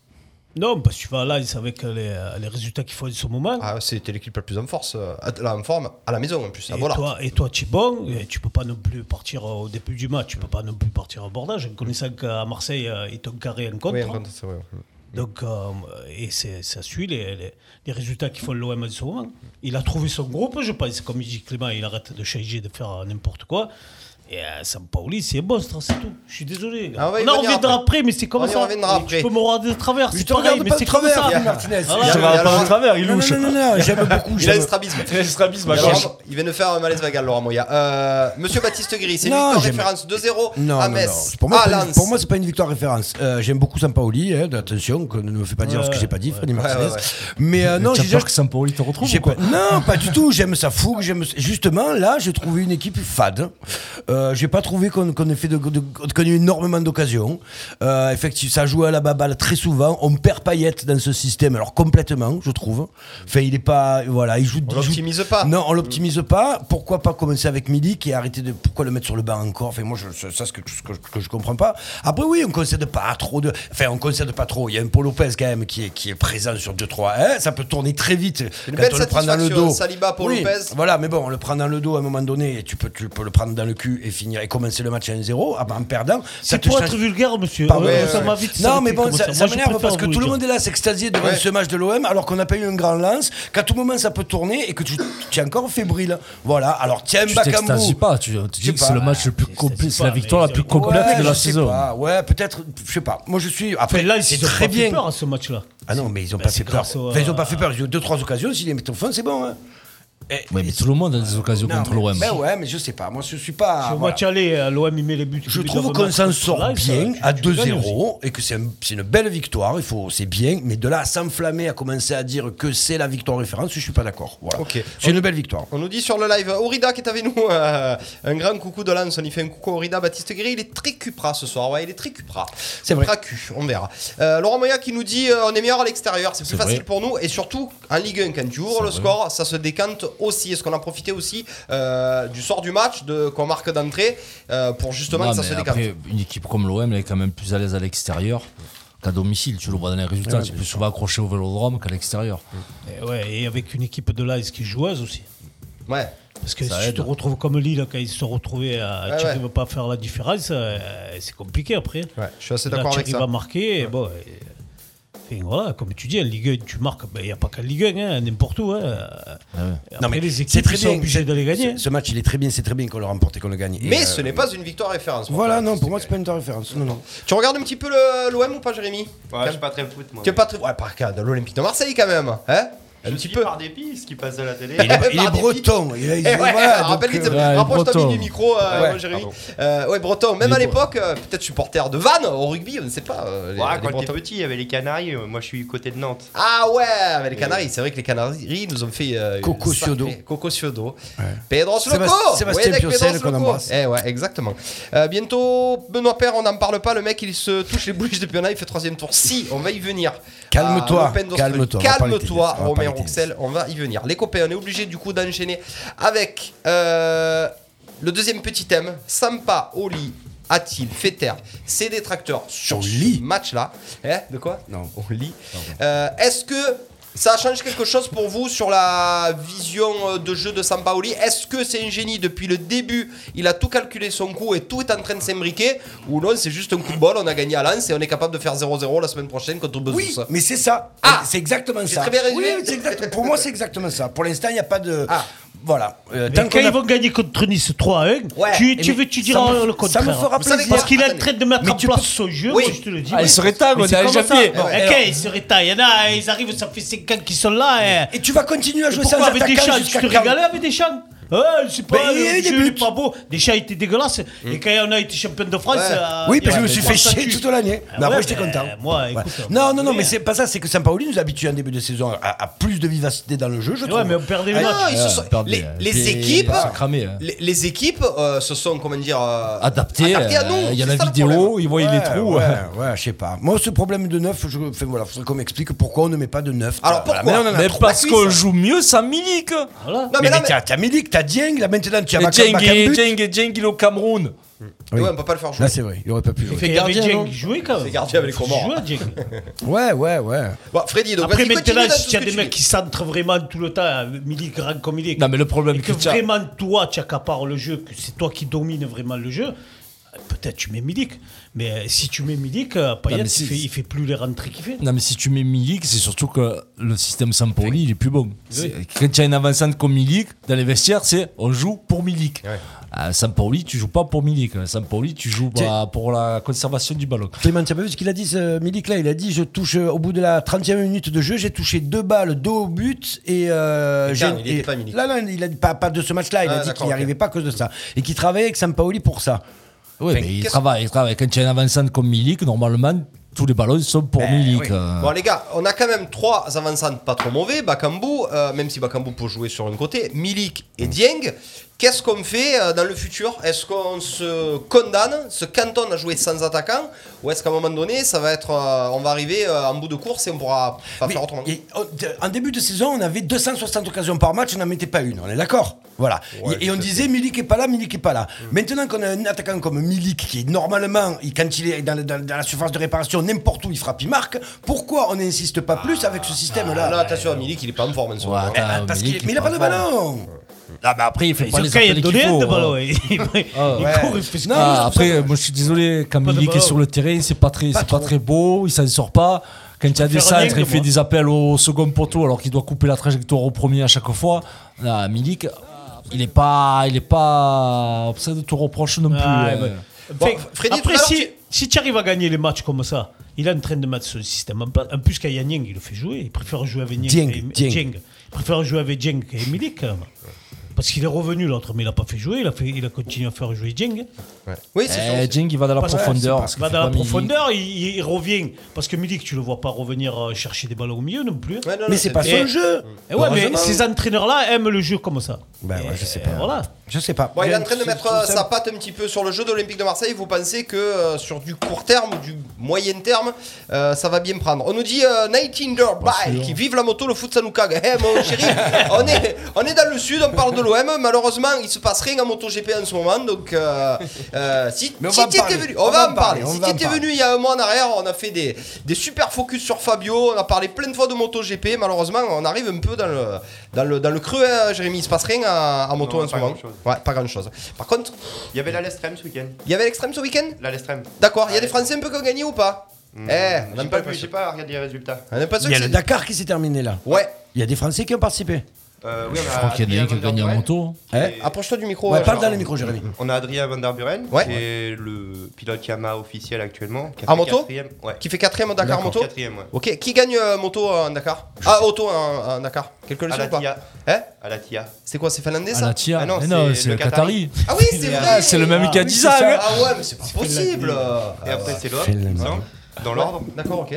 Non, parce que tu vas là, avec les, les résultats qu'il faut en ce moment. Ah, c'était l'équipe la plus en force, euh, là, en forme, à la maison en plus. Et à Bollard. toi, et toi, tu es bon, et tu peux pas non plus partir au début du match, tu peux pas non plus partir au bordage, en connaissant qu'à Marseille, euh, ils t'ont carré un contre. Oui, un contre, c'est vrai. Donc, euh, et c'est, ça suit les, les, les résultats qu'il faut l'O M en ce moment. Il a trouvé son groupe, je pense. Comme il dit Clément, il arrête de changer, de faire n'importe quoi. Et euh, Sampaoli, c'est un monstre, c'est tout. Je suis désolé. Gars. Ah, on va y on en revenir reviendra après. après, mais c'est comme On y ça. reviendra Et après. Tu peux me regarder de travers, Je c'est te pareil, regarde mais pas c'est de comme travers, ça. Philippe Martinez. Voilà. Je J'aime- regarde pas de travers, il Non, louche. non, non, non, j'aime beaucoup. Il a j'aime- un strabisme. strabisme, Il, vient- il vient de faire un malaise vagal, Laurent Moya. Euh, Monsieur Baptiste Gris, c'est une Non, victoire j'aime- référence deux zéro Non, à non, Metz. non. Pour moi, à c'est pas une- Lens. pour moi, c'est pas une victoire référence. Euh, J'aime beaucoup Sampaoli, hein, attention, que ne me fais pas dire Ouais, ce que j'ai pas dit, ouais. Freddy Ouais, Martinez. ouais, ouais. Mais euh, non, tu as j'ai peur déjà- que Sampaoli te retrouve j'ai ou quoi? pas- Non, pas du tout. J'aime sa fougue. J'aime justement là, j'ai trouvé une équipe fade. Euh, j'ai pas trouvé qu'on qu'on ait fait de, de- qu'on ait eu énormément d'occasions. Euh, effectivement, ça joue à la baballe très souvent. On perd Payet dans ce système, alors complètement, je trouve. Enfin, il est pas, voilà, il joue. On il joue- l'optimise pas. Non, on l'optimise pas. Pourquoi pas commencer avec Milik et arrêter de, pourquoi le mettre sur le banc encore? Enfin, moi, je, ça, c'est ce que, ce que, que je comprends pas. Après, oui, on concède pas trop de, enfin, on concède pas trop. Il y a un Paul Lopez quand même qui est, qui est présent sur deux trois. Hein, ça peut tourner très vite. Une quand belle on le prend dans le satisfaction, dos. Saliba, Paul Oui, Lopez. Voilà, mais bon, on le prend dans le dos à un moment donné et tu peux, tu peux le prendre dans le cul et finir et commencer le match à un zéro en perdant. Ça C'est te pour change- être vulgaire, monsieur. Pardon, Euh, ouais, ça ouais. m'a vite Non, s'arrêter mais bon, comme ça, Moi, ça je m'énerve préfère parce que vous tout le dire. monde est là s'extasier devant Ouais. ce match de l'O M alors qu'on n'a pas eu un grand lance, qu'à tout moment ça peut tourner et que tu, tu es encore fébrile. Voilà, alors tiens, Tu Bakambu. t'extasies pas, tu, tu Je dis sais que c'est pas. le match le plus complet, c'est la pas, victoire mais la plus c'est- complète Ouais, de la je sais saison. pas. Ouais, peut-être, je sais pas. Moi je suis. Après, Après, là, c'est ils ont très pas bien. fait peur à ce match-là. Ah non, mais ils ont Ben, pas c'est fait peur. grâce au- Enfin, ils ont pas fait peur. Ils ont eu deux, trois occasions. S'ils les mettent au fond, c'est bon. Hein. Et- Ouais, mais tout le monde a des occasions Non, contre mais- l'O M. Ben ouais, mais je sais pas. Moi, je suis pas. Sur le voilà. match aller, euh, l'O M il met les buts. Je les buts trouve d'avant qu'on s'en match. sort Là, ça, bien tu- à tu gagnes aussi. deux zéro et que c'est un- c'est une belle victoire. Il faut, c'est bien, mais de là à s'enflammer, à commencer à dire que c'est la victoire référence, je suis pas d'accord. Voilà. Ok. C'est une belle victoire. On nous dit sur le live, Aurida qui est avec nous, euh, un grand coucou de Lens, on y fait un coucou à Aurida. Baptiste Gris, il est très cupra ce soir, ouais, il est très cupra. C'est vrai. Tracu, on verra. Euh, Laurent Moya qui nous dit, euh, on est meilleur à l'extérieur, c'est plus C'est facile vrai. pour nous, et surtout en Ligue un, quand tu ouvres C'est le vrai. score, ça se décante aussi. Est-ce qu'on a profité aussi euh, du sort du match, de, qu'on marque d'entrée, euh, pour justement Non, que ça mais se décante? après, une équipe comme l'O M, elle est quand même plus à l'aise à l'extérieur. qu'à domicile. Tu le vois dans les résultats, Ouais, c'est plus souvent accroché au Vélodrome qu'à l'extérieur. Et, ouais, et avec une équipe de l'A S qui est joueuse aussi. Ouais. Parce que Ça si aide. tu te retrouves comme Lille, quand ils se sont retrouvés, à, Ouais, tu ouais. n'arrives pas à faire la différence, euh, c'est compliqué après. Ouais, je suis assez Là, d'accord tu avec arrives ça. à marquer, et bon, et- enfin, voilà, comme tu dis, en Ligue un, tu marques, il n'y a pas qu'en Ligue un, hein, n'importe où. Hein. Et après, les c'est équipes très ils sont bien. obligées c'est- d'aller gagner. Ce, ce match, il est très bien, c'est très bien qu'on le remporte et qu'on le gagne. Et, Mais euh, ce n'est pas une victoire référence. Voilà, non, pour moi, c'est pas une référence. Non, non. Tu regardes un petit peu le- l'O M ou pas, Jérémy? Ouais, je suis pas très foot, moi. Tu es pas très. Ouais, par cas, de l'Olympique de Marseille quand même. Hein? Un Je petit suis peu. par dépit ce qui passe à la télé. Il est, il est Par breton. Il a, il- Eh ouais, voilà, donc, rappelle-lui, euh, rapproche-toi breton. bien du micro, euh, Ouais, Jérémy. pardon. Euh, ouais, breton. Même Il à est l'époque, euh, peut-être supporter de Vannes au rugby, on ne sait pas. euh, les- Ouais, les quand j'étais Bretons. petit, il y avait les Canaries. euh, Moi, je suis côté de Nantes. Ah ouais, avec les Canaries. C'est vrai que les Canaries nous ont fait. Euh, Coco une sacrée- Ciodo. Coco Ciodo. Pedro Sloco. Sébastien- Sébastien avec Piocel Pedro qu'on Sloco. embrasse. Eh ouais, exactement. Euh, bientôt, Benoît Père, on n'en parle pas. Le mec, il se touche les bouches depuis un an, il fait troisième tour. Si, on va y venir. Calme-toi, À l'Open d'Australie. calme-toi, on va parler Calme-toi, tennis, on va Romain parler Rouxel, on va y venir. Les copains, on est obligé du coup d'enchaîner avec euh, le deuxième petit thème. Sampa, Oli, a-t-il fait taire ses détracteurs sur ce match-là? Hein, de quoi? Non. Oli. Euh, Est-ce que ça change quelque chose pour vous sur la vision de jeu de Sampaoli? Est-ce que c'est un génie depuis le début? Il a tout calculé son coup et tout est en train de s'imbriquer? Ou non, c'est juste un coup de bol, on a gagné à Lens et on est capable de faire zéro zéro la semaine prochaine contre Bezos? Oui, mais c'est ça. Ah, c'est exactement j'ai ça. très bien résumé. Oui, c'est exact- Pour moi, c'est exactement ça. Pour l'instant, il n'y a pas de. Ah. Voilà. Euh, Mais tant quand qu'on a- ils vont gagner contre Nice trois à un, Ouais. tu, tu, Mais veux, tu ça diras me- le ça contraire. me fera Vous savez plaisir. quoi? Parce qu'il est en Attendez. train de mettre Mais en tu place peux- son jeu, Oui. moi, je te le dis. Ah, oui. il serait temps, Mais on c'est a comme jamais. ça. Bon, Et alors- quand ils se rétaillent, il y en a, ils arrivent, ça fait cinq ans qu'ils sont là. Et, Et tu vas continuer à et jouer sans pourquoi avec des attaquant chants? Tu jusqu'à te quand? régalais avec des chants? Ouais, c'est pas, Mais il y a le eu des jeu buts. est pas beau. Des chants étaient dégueulasses. Et quand on a été champion de France. Ouais. euh, Oui, il y parce que je a- me suis il y fait a chier statut. toute l'année. Ah Mais après, ouais, j'étais mais content. moi, Ouais. écoute, Non, non, non, mais- mais c'est pas ça. C'est que Sampaoli nous habitue en début de saison à, à plus de vivacité dans le jeu, je Ouais, trouve. mais on perdait le Ah match. non, ils se Ouais, sont- perdez, les, hein. les Puis, équipes, ça a cramé, hein. les, les équipes euh, se sont, comment dire, euh, Adapté, adaptées à nous. euh, il y a c'est la ça le vidéo, problème. ils voient Ouais, les trous. Ouais, ouais, je sais pas. Moi, ce problème de neuf, je, enfin, voilà, faudrait qu'on m'explique pourquoi on ne met pas de neuf. Alors, Voilà, pourquoi mais on en a Mais trop. parce la qu'on cuisse. joue mieux sans Milik. Voilà. Non, Mais, mais là, mais t'as t'as Milik, t'as Dieng, là maintenant tu as Mais Macam- Djeng, Macambut. Djeng, Djeng, il est au Cameroun. mais ouais, on peut pas le faire jouer. Là, c'est vrai, il aurait pas pu jouer. Il y avait Dieng qui jouait quand même. C'est gardien avec les Il Comores. jouait, Dieng. Ouais, ouais, ouais. Bon, Freddy, donc Après, vas-y, continue maintenant, dans si tout tu as ce des que mecs tu qui centrent vraiment tout le temps, Milik grand comme il est, Non, mais le problème et que que tu as. vraiment toi tu accapares le jeu, que c'est toi qui domines vraiment le jeu, peut-être tu mets Milik. Mais euh, si tu mets Milik, euh, Payet, mais il, si- fait, il fait plus les rentrées qu'il fait. Non, mais si tu mets Milik, c'est surtout que le système Sampaoli, il est plus bon. C'est- Quand tu as une avançante comme Milik, dans les vestiaires, c'est on joue pour Milik. Ouais. À Sampaoli, tu joues pas pour Milik. À Sampaoli, tu joues bah, pour la conservation du ballon. Clément, tu as pas vu ce qu'il a dit, ce Milik là? Il a dit je touche euh, au bout de la trentième minute de jeu, j'ai touché deux balles, deux au but et. Euh, Et j'ai- quand, il était pas Milik. Là, là, il a dit pas, pas de ce match-là, il Ah, a dit d'accord, qu'il n'y ok. arrivait pas à cause de ça. Et qu'il travaillait avec Sampaoli pour ça. Oui, Enfin, mais il qu'est-ce- travaille, il travaille. Quand tu as une avançante comme Milik, normalement, tous les ballons sont pour Milik. oui. euh. Bon les gars, on a quand même trois avançantes pas trop mauvais, Bakambu, euh, même si Bakambu peut jouer sur un côté, Milik et Dieng. Qu'est-ce qu'on fait euh, dans le futur? Est-ce qu'on se condamne, se cantonne à jouer sans attaquant, ou est-ce qu'à un moment donné, ça va être, euh, on va arriver euh, en bout de course et on pourra pas Mais faire autrement? il- oh, de- en début de saison, on avait deux cent soixante occasions par match, on n'en mettait pas une, on est d'accord? Voilà. Ouais, et, et on disait Milik est pas là, Milik est pas là. Maintenant qu'on a un attaquant comme Milik, qui est normalement, il- quand il est dans, le- dans- dans la surface de réparation, n'importe où il frappe, il marque, pourquoi on n'insiste pas plus avec ce système-là? Ah, non, attention, Milik, il est pas en forme en ce Ouais, moment. attends, Ah, parce Milik, qu'il- mais il n'a pas de ballon. Ah, mais après, il fait Ils pas ont les quand même appels qu'il donné un faut. de ballon. hein. Il il Ah, ouais. court, il fait ce qu'il Non, veut. Ah, après, moi je suis désolé, quand Pas de Milik est ballon. sur le terrain, c'est pas très, Pas c'est pas trop. très beau, il s'en sort pas. Quand il y a des préfère centres, Dieng, il fait moi. des appels au second poteau alors qu'il doit couper la trajectoire au premier à chaque fois. Là, Milik, il est pas, il est pas, ça de tout reproche non plus. Ah, euh. ouais. Bon, Enfin, Freddy, après, tout à l'heure, si, tu- si tu arrives à gagner les matchs comme ça, il est en train de mettre ce système en place. En plus, quand il y a Niang, il le fait jouer. Il préfère jouer avec Niang. Dieng, et- Dieng. Dieng. Il préfère jouer avec Dieng et Milik quand même. Parce qu'il est revenu l'autre, mais il n'a pas fait jouer. Il a, fait, il a continué à faire jouer Dieng. Oui, c'est Eh, sûr. Dieng, il va dans la Parce que- profondeur. parce qu'il va Il dans fait la pas Milik. profondeur, il, il revient. Parce que Milik, tu le vois pas revenir euh, chercher des ballons au milieu non plus. Ouais, non, non, Mais c'est pas Et- son jeu. Et ouais, mais Heureusement. ces entraîneurs-là aiment le jeu comme ça. Ben ouais, je sais Et pas. Voilà. Je sais pas. Bon, il est en Je- train de je- mettre je- euh, ça- sa patte un petit peu sur le jeu de l'Olympique de Marseille. Vous pensez que euh, sur du court terme ou du moyen terme, euh, ça va bien prendre? On nous dit euh, nineteen Dirt Bike, qui vive la moto, le foot ça nous cague. Eh mon chéri, on est, on est dans le sud, on parle de l'O M. Malheureusement, il se passe rien en MotoGP en ce moment. Donc, euh, euh, si, Mais on si va en tu étais parler. venu, on, va en parler. on Si va tu en étais parler. venu il y a un mois en arrière, on a fait des, des super focus sur Fabio. On a parlé plein de fois de MotoGP. Malheureusement, on arrive un peu dans le, dans le, dans le creux, hein, Jérémy. Il se passe rien à, à moto Non, en ce pas moment. grand-chose. Ouais, pas grand chose. Par contre, Il y avait la Lestrem ce week-end. il y avait l'extrême ce week-end. La Lestrem. D'accord, il y a des Français un peu qui ont gagné ou pas? Hmm. Eh, on J'ai n'aime pas pas vu, j'ai pas regardé les résultats. On n'aime pas ceux Il y a qui- le Dakar qui s'est terminé là. Ouais. Il y a des Français qui ont participé. Euh, oui, on Je a crois qu'il y en a un qui a Adrien gagné en Van Der moto. Buren, Hein qui est- Approche-toi du micro. Ouais, euh, parle genre. dans le micro, Jérémy. On a Adrien Van Der Buren, Ouais. qui est le pilote Yamaha officiel actuellement. Qui a En fait moto quatrième. Ouais. Qui fait quatrième en Dakar D'accord, moto. Quatrième, ouais. Ok, qui gagne euh, moto en Dakar? Ah, auto en, en Dakar. Quelqu'un le À sait la ou pas? Tia. Hein? À la Tia. C'est quoi, c'est finlandais Ah, ça? la Tia. Ah non, Mais non, c'est c'est le le Qatari. Ah oui, c'est vrai. Ah, c'est le même Ah, qui a oui, dix c'est ans. ça. hein. Ah ouais, mais c'est pas possible. Et après, c'est l'autre, Finlande. il me semble, dans l'ordre. D'accord, ok.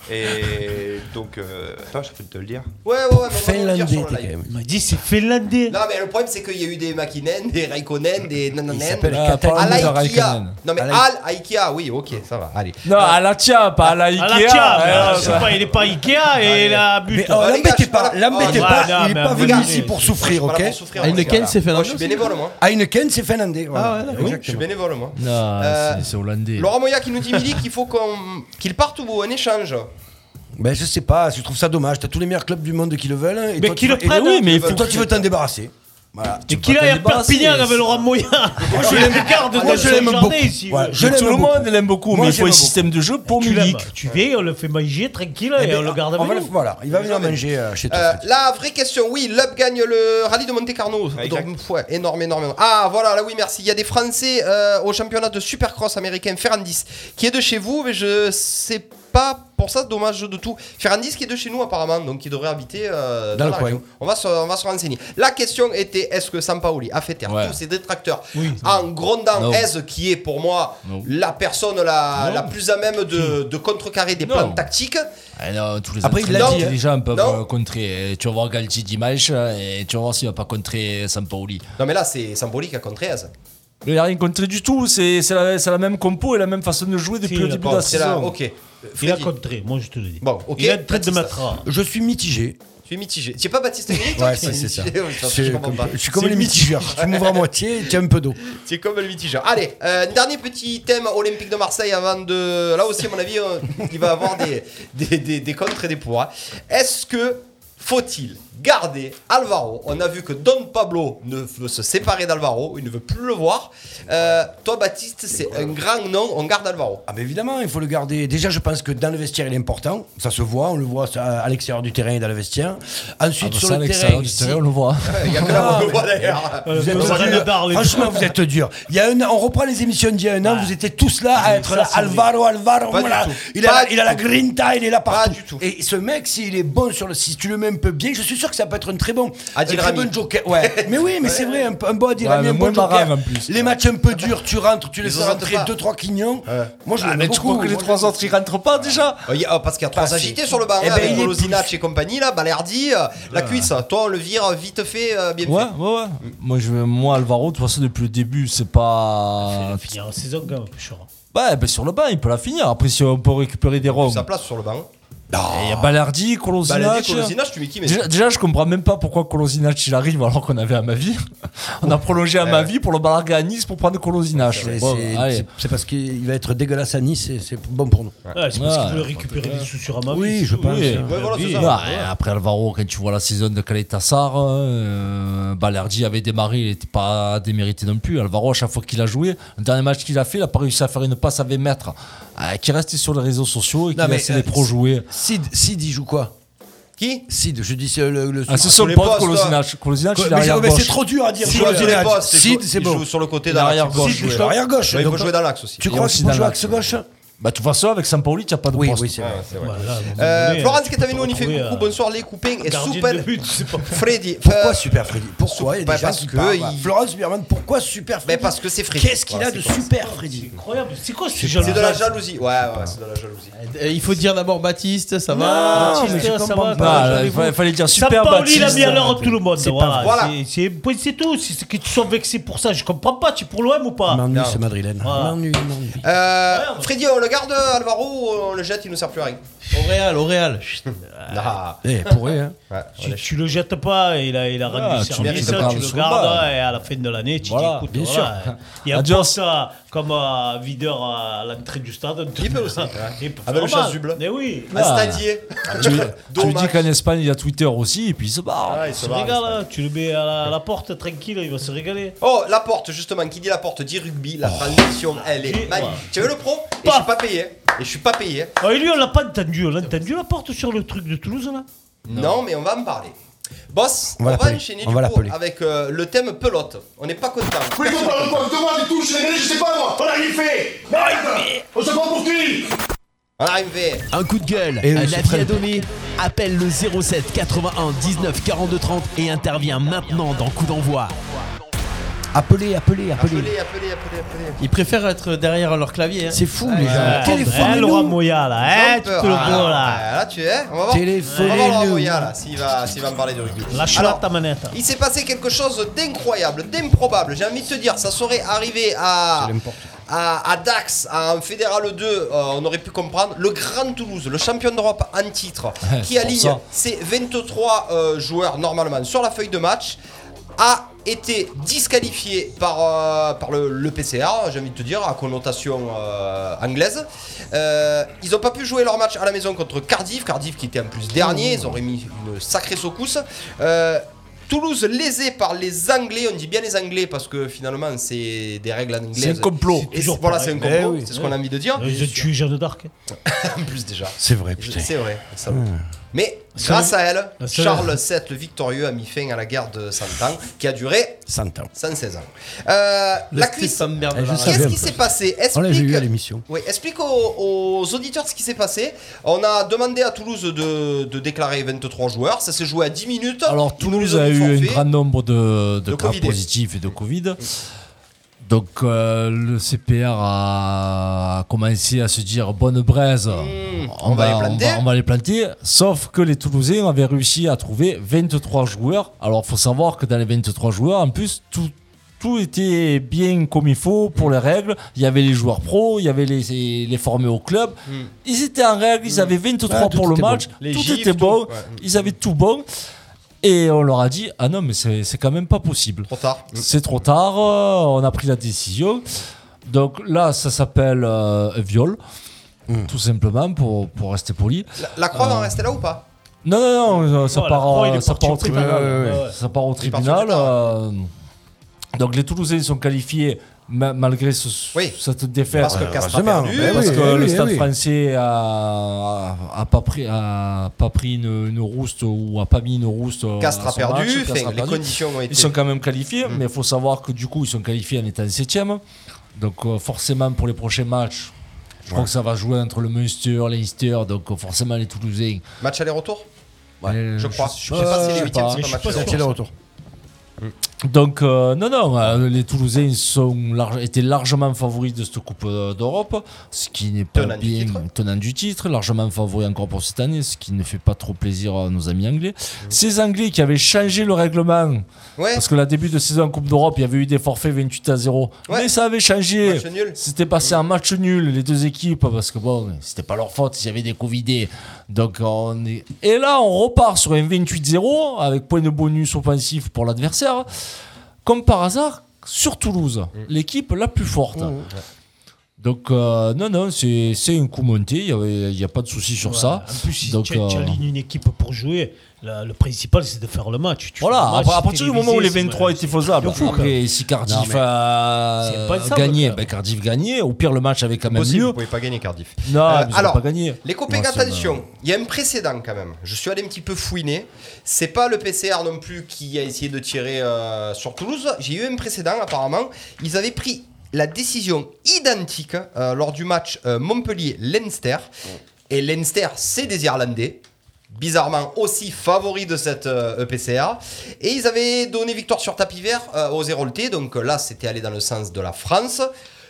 Et donc, euh, attends, j'ai fait de te le dire. Ouais, ouais, ouais, mais on va le dire Finlandais, sur le t'es quand live. même. Il m'a dit c'est finlandais. Non, mais le problème, c'est qu'il y a eu des Makinen, des Raikkonen, des Nananen. s'appelle Ah, Qatari. parle-nous de Al Ikea. Raikkonen. Non, mais Al- Al Ikea, oui, ok, ça va, allez. Non, à la Tia, pas à la Ikea. À la Tia, mais, Ouais, euh, ouais, c'est ouais. pas, il est pas Ikea et il a but. Mais oh, les gars, je l'embêtez suis pas pas, là- l'embêtez Oh, pas, voilà, il est mais pas venu regardez, ici pour Je souffrir, suis pas là ok pour souffrir, moi, Heineken, les c'est gars. Moi, finlandais je suis aussi bénévole, moi. Heineken, c'est finlandais. voilà. Ah ouais, d'accord. Oui, je suis bénévole, moi. Non, Euh, c'est- c'est hollandais. Laurent Moya qui nous dit, Milik, qu'il faut qu'on- qu'il parte ou un échange. Ben je sais pas, je trouve ça dommage. T'as tous les meilleurs clubs du monde qui le veulent. Et Mais toi, qui tu le vas- et- prennent, oui, hein. mais il Ils faut veulent toi tu veux t'en débarrasser. Voilà. Et qu'il aille à Perpignan avec Laurent Moya. Moi je l'aime garde Moi, je l'aime beaucoup. ici. Ouais, je Mais tout l'aime le beaucoup. monde l'aime beaucoup, Moi, mais il faut j'aime un beaucoup. système de jeu pour Tu l'aimes. Milik. Tu viens, on le fait manger tranquille Eh et ben, on le garde on avec va nous. le- Voilà, il va venir manger euh, chez toi. Euh, la vraie question, oui, Lub gagne le rallye de Monte Carlo. exact. Donc, ouais, énorme, énormément. Ah, voilà, là, oui, merci. Il y a des Français euh, au championnat de Supercross américain, Ferrandis, qui est de chez vous, mais je sais pas. Pour ça, dommage de tout. Ferrandis qui est de chez nous apparemment, donc il devrait habiter euh, dans, Dans la le région. coin. On va, se, on va se renseigner. La question était, est-ce que Sampaoli a fait taire Ouais. tous ses détracteurs Oui. en grondant Non. Hez, qui est pour moi Non. la personne la, Non. la plus à même de, de contrecarrer des Non. plans tactiques? Ah non, tous les Après, il l'a entraîneurs dit, hein. intelligents peuvent Non. euh, contrer. Et tu vas voir Galtier dimanche et tu vas voir s'il va pas contrer Sampaoli. Non, mais là, c'est Sampaoli qui a contré Hez. Il n'a rien contré du tout. C'est c'est la, c'est la même compo et la même façon de jouer depuis Si, le il a début pas- de la C'est là, saison. ok. Il a Freddy. contré, moi je te le dis. Bon, ok. Il est en train de Baptiste. mettre à- Je suis mitigé. Tu es mitigé. Tu es pas Baptiste Milik, toi Ouais, qui ça es c'est ça. mitigé. Oui, ça, C'est je comprends comme- pas. Je suis comme C'est les mitigeurs. Tu m'ouvres à moitié, tu as un peu d'eau. C'est comme le mitigeur. Allez, euh, dernier petit thème olympique de Marseille avant de. Là aussi, à mon avis, euh, il va avoir des, des, des, des contre et des pour. hein. Est-ce que faut-il garder Alvaro? On a vu que Don Pablo ne veut se séparer d'Alvaro, il ne veut plus le voir. Euh, toi, Baptiste, c'est un grand nom, on garde Alvaro. Ah ben évidemment, il faut le garder. Déjà, je pense que dans le vestiaire, il est important. Ça se voit, on le voit à l'extérieur du terrain et dans le vestiaire. Ensuite, Ah bah sur ça, à le l'extérieur terrain, du si- terrain, on le voit. Il y a que là où on le voit d'ailleurs. Euh, Vous êtes on va dur. le parler. Franchement, vous êtes dur. Il y a un an, on reprend les émissions d'il y a un an, vous étiez tous là à être ça, là. c'est Alvaro, Alvaro, Pas voilà. du tout. Il a, Pas la, du il a la tout. grinta, il est là partout. du tout. Et ce mec, s'il est bon sur le, si tu le mets un peu bien, je suis sûr que ça peut être un très bon, Adil un très Rami. bon joker. Ouais. Mais oui, mais c'est vrai, un, un bon Adil Ouais, Rami, mais un moins bon joker. marrant, en plus. Les matchs un peu durs, tu rentres, tu les Ils fais en rentrent rentrer pas. deux trois quignons. Moi, je Ah, l'aime mais tu beaucoup. crois que les Moi, trois je l'aime autres ils rentrent pas déjà? Oh, il y a- oh, parce qu'il y a trois Ah, agités c'est- sur le banc, Eh hein, ben, avec il est Kolosinac et compagnie, là, Balerdi, euh, la cuisse. Toi, on le vire vite fait, euh, bien Ouais, fait. ouais, ouais. Moi, je, moi, Alvaro, de toute façon, depuis le début, c'est pas. Il va finir la saison quand même, Pécheur. Ouais, ben sur le banc, il peut la finir. Après, si on peut récupérer des ronds. Sa place sur le banc. Il y a Balerdi, Kolosinac. Balerdi, Kolosinac, tu mets qui, mais- déjà, déjà, je comprends même pas pourquoi Kolosinac il arrive alors qu'on avait à ma vie. On a prolongé à ma vie pour le balarguer à Nice pour prendre Kolosinac. C'est Bon, c'est- allez. c'est- c'est parce qu'il va être dégueulasse à Nice, et c'est bon pour nous. Ouais, c'est parce Ouais. qu'il veut récupérer des sous sur Amavi. Oui, c'est je tout. pense. Oui. hein. Ouais, voilà, c'est Oui, ça. non, Ouais. et après Alvaro, quand tu vois la saison de Caletassar, euh, Balerdi avait démarré, il n'était pas démérité non plus. Alvaro, à chaque fois qu'il a joué, le dernier match qu'il a fait, il n'a pas réussi à faire une passe à vingt mètres, euh, qui restait sur les réseaux sociaux et qui Non, mais, laissait euh, les pros jouer. Sid, Sid, il joue quoi? Qui? Sid, je dis c'est le, le Ah, c'est sur son les pote postes, Kolosinac. Kolosinac, il est Mais, arrière mais gauche. c'est trop dur à dire. Sid, joueur sur de les l'axe. postes, il Sid, joue- c'est il bon. joue sur le côté Il est d'axe. arrière gauche, Sid, ouais. il Il joue- joue arrière gauche. Ouais, il donc, peut jouer dans l'axe aussi. Tu Et crois aussi qu'il peut dans jouer l'axe, axe gauche? Bah, de toute façon, avec Sampaoli, tu n'as pas de Oui, poste. oui, c'est vrai. Ouais, c'est vrai. Voilà, à un moment Euh, donné, Florence tu qui est peux avec nous, on y fait retrouver, coucou, euh, bonsoir les coupins et gardien de Soupel but, c'est pas Freddy. Pourquoi Euh, Super Freddy? Pourquoi il y a Bah, des gens parce qui que parlent, il- Florence Superman, pourquoi Super Freddy? Mais parce que c'est Freddy. Qu'est-ce qu'il Voilà, a de c'est comme ça. Super Freddy? incroyable. C'est quoi ce C'est de la jalousie. Ouais, ouais, c'est de la jalousie. Euh, Il faut dire d'abord Baptiste, ça va. Non, Baptiste, mais je ça comprends va, pas. comment Ah, allez-vous il fallait, fallait dire super Sampaoli, il a Baptiste. mis à l'heure tout le monde. C'est pas Voilà, Voilà. c'est- c'est c'est tout. C'est que tu sois vexé pour ça. Je comprends pas. Tu es pour l'O M ou pas? M'ennuie Non. ce madrilène. Voilà. M'ennuie, m'ennuie. Euh, Freddy, on le garde, Alvaro, on le jette, il ne sert plus à rien. Au Real, au Real. Ah. Eh, pourrait, hein. Ouais, Tu, tu le jettes pas, il a, il a rendu Ah, tu service, le tu, gardes le sous gardes, le bas. et à la fin de l'année, tu Voilà, dis écoute, bien voilà, sûr. il y a Adios. pas ça comme euh, videur à l'entrée du stade. Il peut aussi. Il peut Avec faire le mal. chasuble. Mais oui. Un stadier. Tu, tu lui Dommage. dis qu'en Espagne, il y a Twitter aussi, et puis il se barre. Ah, il Il se se barre, régale, l'Espagne. hein. Tu le mets à la, à la porte tranquille, il va se régaler. Oh, la porte, justement, qui dit la porte dit rugby, la transition, elle est J'ai- magnifique. ouais. Tu veux le pro? Et je suis pas payé. Et je suis pas payé. Ah, et lui, on l'a pas entendu. On l'a entendu la porte sur le truc de Toulouse là. Non, mais on va en parler. Boss, On on va va, l'appeler. enchaîner On du va coup l'appeler. avec euh, le thème pelote. On n'est pas content. Oui, on parle quoi de moi, des touches, les gars, je sais pas moi. On a rien fait. Merde. On se prend pour qui? On arrive. Un coup de gueule, Et un le avis suprême. à donner. Appelle le zéro sept quatre-vingt-un dix-neuf quarante-deux trente et intervient maintenant dans Coup d'envoi. Appelez, appelez, appelez. Appelez, appelez, appelez, appelez. Ils préfèrent être derrière leur clavier. Hein. C'est fou, les gens. Eh, Téléphonez-nous. Laurent Moya là, hein, Ils tu ont peur. te le Ah, vois non, là. ouais, là, tu es. On va voir. Téléphonez-nous. On va voir Moya là, s'il va, s'il va me parler de rugby. Lâche-la Alors, ta manette. il s'est passé quelque chose d'incroyable, d'improbable. J'ai envie de te dire, ça serait arrivé à, à, à Dax, à un Fédéral deux, euh, on aurait pu comprendre. Le Grand Toulouse, le champion d'Europe en titre, qui c'est pour aligne ça. ses vingt-trois euh, joueurs normalement sur la feuille de match, a été disqualifié par, euh, par le, le P C R, j'ai envie de te dire, à connotation euh, anglaise. Euh, ils n'ont pas pu jouer leur match à la maison contre Cardiff, Cardiff qui était en plus dernier, ils auraient mis une sacrée secousse. Euh, Toulouse lésé par les Anglais, on dit bien les Anglais parce que finalement c'est des règles anglaises. C'est un complot. Et c'est- toujours voilà, pareil. c'est un complot, Eh oui. c'est ce qu'on a envie de dire. Ils ont tué Jeanne d'Arc. En plus déjà. C'est vrai, putain. C'est vrai. ça- Hmm. Mais Ça grâce va. à elle, La seule- Charles sept le victorieux a mis fin à la guerre de cent ans qui a duré cent ans. cent seize ans. Euh, Le la Steve cuisse. Sambert de Eh, je la savais. Qu'est-ce un qui peu. s'est passé? On l'a vu Explique, à l'émission. oui, explique aux, aux auditeurs ce qui s'est passé. On a demandé à Toulouse de, de déclarer vingt-trois joueurs. Ça s'est joué à dix minutes. Alors Ils nous Toulouse ont a mis eu un forfait. grand nombre de, de De cas Covidés. positifs et de Covid. Donc euh, le C P R a commencé à se dire bonne braise, Mmh, on va les planter. on va- on va les planter. Sauf que les Toulousains avaient réussi à trouver vingt-trois joueurs. Alors faut savoir que dans les vingt-trois joueurs, en plus tout tout était bien comme il faut pour les règles. Il y avait les joueurs pros, il y avait les, les formés au club. Mmh. Ils étaient en règle, ils avaient vingt-trois Ah, tout pour le était match. bon. Les Tout gifs, était tout. bon. Ouais. Ils avaient tout bon. Et on leur a dit ah non mais c'est c'est quand même pas possible. Trop tard. C'est trop tard, euh, on a pris la décision. Donc là, ça s'appelle euh, un viol, tout simplement, pour, pour rester poli. La, la croix va Euh, en rester là ou pas? Non, non, non, ça, Oh, la part, Croix, il euh, est ça parti part au au tribunal. tribunal. Ouais, ouais, ouais. Ça part au Il est parti tribunal. au tribunal. euh, donc les Toulousains sont qualifiés ma- malgré ce- Oui. cette défaite. Parce que Castres a heureusement. perdu. Ben Parce oui, que eh le oui, Stade eh oui. français a, a, a pas pris, a pas pris une, une rouste ou a pas mis une rouste. euh, Castres à a son perdu. match. Enfin, Castres a les perdu. conditions ont été. Ils sont quand même qualifiés, mais il faut savoir que du coup, ils sont qualifiés en étant septième. Donc euh, forcément, pour les prochains matchs, je crois que ça va jouer entre le Munster, Leinster, donc euh, forcément les Toulousains. Match aller-retour? Euh, Je crois. je- Je sais pas si je les sais huitièmes pas. c'est pas match Je suis pas aller-retour. C'est le retour. Donc euh, non, non, euh, les Toulousains ils sont large- étaient largement favoris de cette Coupe euh, d'Europe, ce qui n'est pas Tenant du bien titre. tenant du titre, largement favoris encore pour cette année, ce qui ne fait pas trop plaisir à nos amis anglais. Ces Anglais qui avaient changé le règlement, Ouais. parce que la début de saison en Coupe d'Europe, il y avait eu des forfaits vingt-huit à zéro, Ouais. mais ça avait changé. Match nul. C'était passé en match nul, les deux équipes, parce que bon, c'était pas leur faute s'il y avait des Covidés. Donc on est... Et là, on repart sur un vingt-huit zéro, avec point de bonus offensif pour l'adversaire. Comme par hasard, sur Toulouse, l'équipe la plus forte. Donc, euh, non, non, c'est c'est un coup monté, il n'y a, a pas de souci sur Ouais. ça. En plus, si Donc, tu, tu euh, alignes une équipe pour jouer, la- le principal c'est de faire le match. Tu Voilà, fais le match, à, à c'est partir du moment où les télévisé, vingt-trois c'est- étaient faisables, c'est fou, après, quoi. si Cardiff Non, mais a c'est pas ça, gagné, quoi. ben Cardiff gagnait, au pire le match avait quand même Possible, lieu. vous pouvez pas gagner Cardiff. Non, Euh, mais ils ont alors, pas gagné. les copains, Moi, ça attention, il y a un précédent quand même. Je suis allé un petit peu fouiner. C'est pas le P C R non plus qui a essayé de tirer euh, sur Toulouse. J'ai eu un précédent apparemment. Ils avaient pris la décision identique euh, lors du match euh, Montpellier-Leinster. Et Leinster, c'est des Irlandais. Bizarrement aussi favoris de cette euh, E P C R. Et ils avaient donné victoire sur tapis vert euh, aux Héroltais. Donc euh, là, c'était allé dans le sens de la France.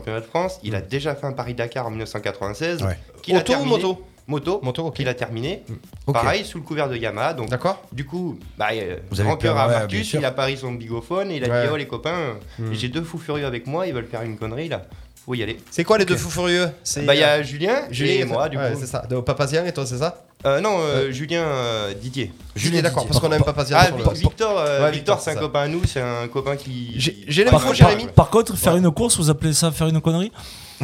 championnat de France. Il a déjà fait un Paris-Dakar en mille neuf cent quatre-vingt-seize. Ouais. qu'il a Auto ou terminé- moto Moto, moto okay. qu'il a terminé. Okay. Pareil, sous le couvert de Yamaha. Donc, d'accord. Du coup, bah, vous avez grand cœur à ouais, Marcus, il a pari son bigophone et il a ouais. dit oh les copains, mm. j'ai deux fous furieux avec moi, ils veulent faire une connerie là. Faut y aller. C'est quoi les okay. deux fous furieux? Bah il y a Julien, Julien et moi du ouais, coup. C'est ça. Donc Papazian et toi c'est ça? Euh, non, euh, ouais. Julien euh, Didier. Julien, d'accord, parce qu'on aime pas passer ah, sur le... Victor, euh, ouais, Victor, Victor c'est un ça. copain à nous, c'est un copain qui. J'ai les par, Jérémy. Par, par contre, faire ouais. une course, vous appelez ça faire une connerie? non,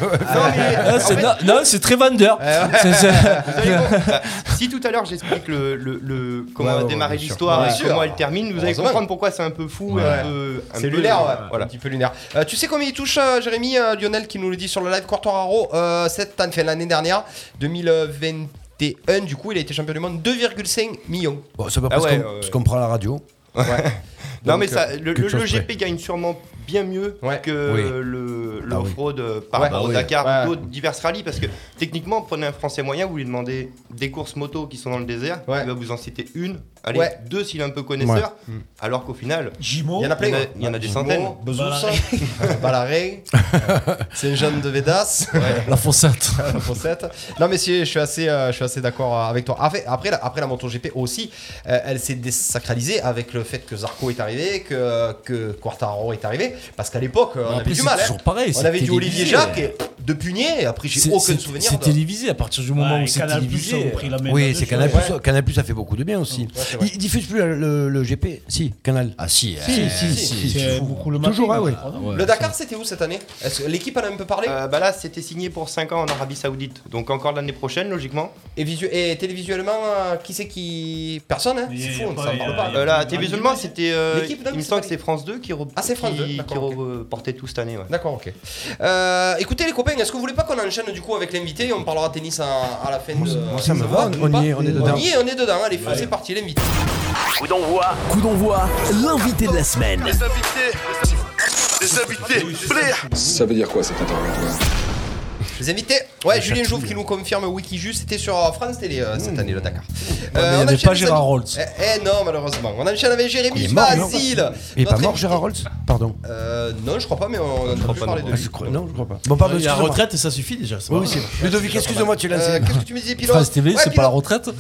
mais, ah, c'est, fait... non, non, c'est très vendeur. Euh, ouais. c'est, c'est... bah, si tout à l'heure j'explique le, le, le comment ouais, a démarré ouais, l'histoire ouais, et comment elle termine, vous allez comprendre pourquoi c'est un peu fou, ouais. un peu. Un c'est peu, lunaire, euh, ouais. Voilà. Un petit peu lunaire. Euh, tu sais combien il touche, euh, Jérémy, euh, Lionel, qui nous le dit sur le live Quartararo euh, cette année, l'année dernière, deux mille vingt et un, du coup, il a été champion du monde, deux virgule cinq millions. Bon, c'est pas parce, ah ouais, qu'on, euh... parce qu'on prend la radio. Ouais. Non, donc, mais ça, le, le, le G P gagne sûrement bien mieux ouais. que oui. le, le ah off-road oui. par ouais. rapport ah au oui. Dakar ouais. ou d'autres divers rallyes. Parce que techniquement, prenez un Français moyen, vous lui demandez des courses moto qui sont dans le désert, ouais. il va vous en citer une, allez, ouais. deux s'il est un peu connaisseur. Ouais. Alors qu'au final, Gimo, il y en a plein. Il y en a, il y en a des Gimo, centaines. Bezoussa, Balaray, Saint-Jean de Védas, ouais. la Fossette. la Fossette. Non, mais si, je suis assez, euh, je suis assez d'accord avec toi. Après, après, la, après la MotoGP aussi, euh, elle s'est désacralisée avec le fait que Zarco est arrivé, que que Quartararo est arrivé, parce qu'à l'époque on après, avait du mal. Toujours hein. pareil, on avait du Olivier Jacques et de Punier. Après j'ai c'est, aucun c'est, souvenir. C'est de... télévisé à partir du moment ouais, où c'est Canal télévisé. Plus, pris la main oui, c'est Canal Plus. Ouais. Canal Plus, ça fait beaucoup de bien aussi. Ouais, il, il diffuse plus le, le, le G P. Si, Canal. Ah si. Si, euh, si, si. si, si c'est beaucoup le matin. Toujours, ah, oui. Ouais, le Dakar, c'était où cette année? Est-ce que l'équipe en a un peu parlé? euh, Bah là, c'était signé pour cinq ans en Arabie Saoudite, donc encore l'année prochaine, logiquement. Et, visu- et télévisuellement, euh, qui c'est qui personne hein c'est fou, on ne s'en parle pas. Euh, là, télévisuellement, c'était. Euh, L'équipe, il me semble que c'est France deux qui, re- ah, c'est France deux, qui, qui okay. reportait tout cette année. Ouais. D'accord, ok. Euh, écoutez les copains, est-ce que vous voulez pas qu'on enchaîne du coup avec l'invité et on parlera tennis à, à la fin de. Moi, ça me va, on, on y est, on est dedans. On y est, on est dedans. Allez, ouais. C'est parti, l'invité. Coup d'envoi. Coup d'envoi, l'invité de la semaine. Les invités. Les invités. Ça veut dire quoi cet interrogatoire? Les invités. Ouais, Julien Jouve qui nous confirme Wikijus, c'était sur France Télé euh, cette mmh. année le Dakar. Euh, il n'y avait pas Gérard Rolls. Eh, eh non, malheureusement. On enchaîne avec Jérémy Basile. Il est pas mort, Gérard Rolls? Pardon. Euh, non, je crois pas, mais on a entendu parler de lui. Non, je crois pas. Bon, pardon, il y a la retraite et ça suffit déjà. Oui, c'est. Ludovic, excuse-moi, tu l'as lancé. Qu'est-ce que tu me disais, pilote? France T V, c'est pas la retraite?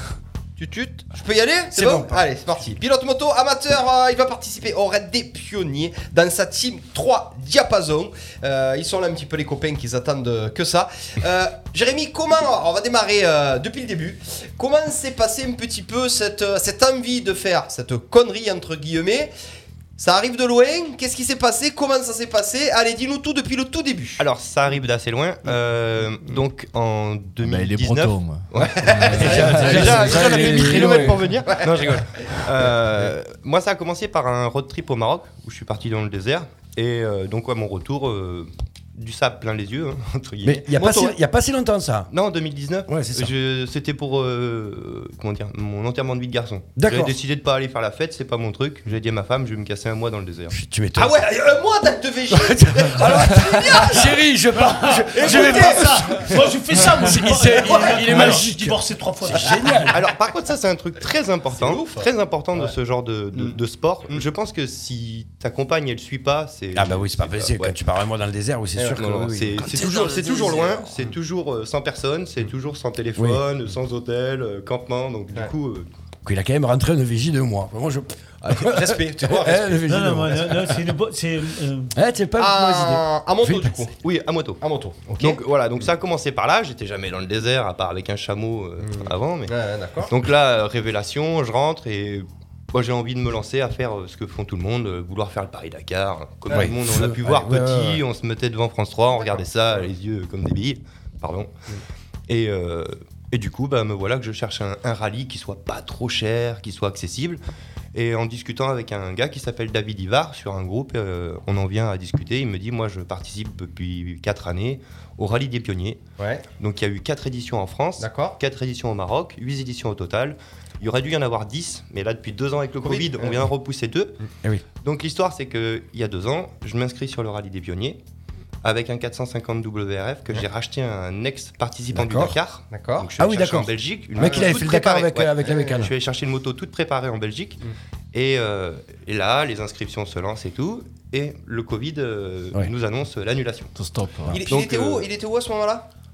Tut, je peux y aller? C'est, c'est bon, bon allez, c'est parti. Pilote moto amateur, euh, il va participer au Raid des Pionniers dans sa team trois Diapason. Euh, ils sont là un petit peu les copains qui attendent que ça. Euh, Jérémy, comment, on va démarrer euh, depuis le début, comment s'est passé un petit peu cette, cette envie de faire cette connerie entre guillemets? Ça arrive de loin, qu'est-ce qui s'est passé? Comment ça s'est passé? Allez, dis-nous tout depuis le tout début. Alors, ça arrive d'assez loin. Euh, donc, en deux mille dix-neuf... Bah, il est breton, ouais. déjà, déjà, déjà, on a fait mille kilomètres pour venir. Ouais. Non, je rigole. Euh, moi, ça a commencé par un road trip au Maroc, où je suis parti dans le désert. Et euh, donc, à mon retour... Euh, du sable plein les yeux, hein, entre guillemets. Mais il n'y a, si, a pas si longtemps ça. Non, en deux mille dix-neuf. Ouais, c'est ça. Je, c'était pour euh, comment dire, mon enterrement de vie de garçon. D'accord. J'ai décidé de pas aller faire la fête, c'est pas mon truc. J'ai dit à ma femme, je vais me casser un mois dans le désert. Tu m'étonnes. Ah ouais, un mois d'acte de végé. Alors, chérie, je pars. Je, je vais pas ça. Moi, je fais ça. Moi, il, il, il est magique. Divorcé trois fois. C'est génial. Alors, par contre, ça, c'est un truc très important, ouf, très important ouais. de ce genre de, de, de sport. Mm. Je pense que si ta compagne, elle suit pas, c'est. Ah bah oui, c'est pas possible. Ouais. Quand tu pars un mois dans le désert, oui, c'est ouais, sûr non, que. Non, oui, c'est, oui. c'est toujours, c'est toujours loin, c'est toujours euh, sans personne, c'est toujours sans téléphone, oui. sans hôtel, euh, campement, donc du ouais. coup... Euh... Il a quand même rentré une vigie de moi. Moi, je... Respect, tu vois, respect. Non, non, non, non, c'est une bonne... C'est, euh... ouais, c'est pas une à... mauvaise idée. À moto, du coup. Oui, à moto. À moto, ok. Donc voilà, donc ça a commencé par là, j'étais jamais dans le désert, à part avec un chameau euh, mmh. avant, mais... Ouais, d'accord. Donc là, révélation, je rentre et... Moi j'ai envie de me lancer à faire ce que font tout le monde, euh, vouloir faire le Paris-Dakar. Comme ouais, tout le monde, on a pu ouais, voir ouais, petit, ouais, ouais. on se mettait devant France trois, on regardait ça, les yeux comme des billes. Pardon. Mm. Et, euh, et du coup, bah, me voilà que je cherche un, un rallye qui soit pas trop cher, qui soit accessible. Et en discutant avec un gars qui s'appelle David Ivar sur un groupe, euh, on en vient à discuter. Il me dit, moi je participe depuis quatre années au Rallye des Pionniers. Ouais. Donc il y a eu quatre éditions en France, d'accord. quatre éditions au Maroc, huit éditions au total. Il y aurait dû y en avoir dix, mais là, depuis deux ans avec le Covid, Covid on vient de repousser deux. Eh oui. Donc, l'histoire, c'est qu'il y a deux ans, je m'inscris sur le Rallye des Pionniers avec un quatre cent cinquante W R F que ouais. j'ai racheté à un ex-participant d'accord. du Dakar. D'accord. Donc, je suis ah allé oui, chercher d'accord. en Belgique. Le mec, il avait fait le Dakar avec, ouais. avec la mécane. Je suis allé chercher une moto toute préparée en Belgique. Mm. Et, euh, et là, les inscriptions se lancent et tout. Et le Covid euh, ouais. nous annonce l'annulation. Stop. Il, Donc, il, était euh, où, il était où à ce moment-là?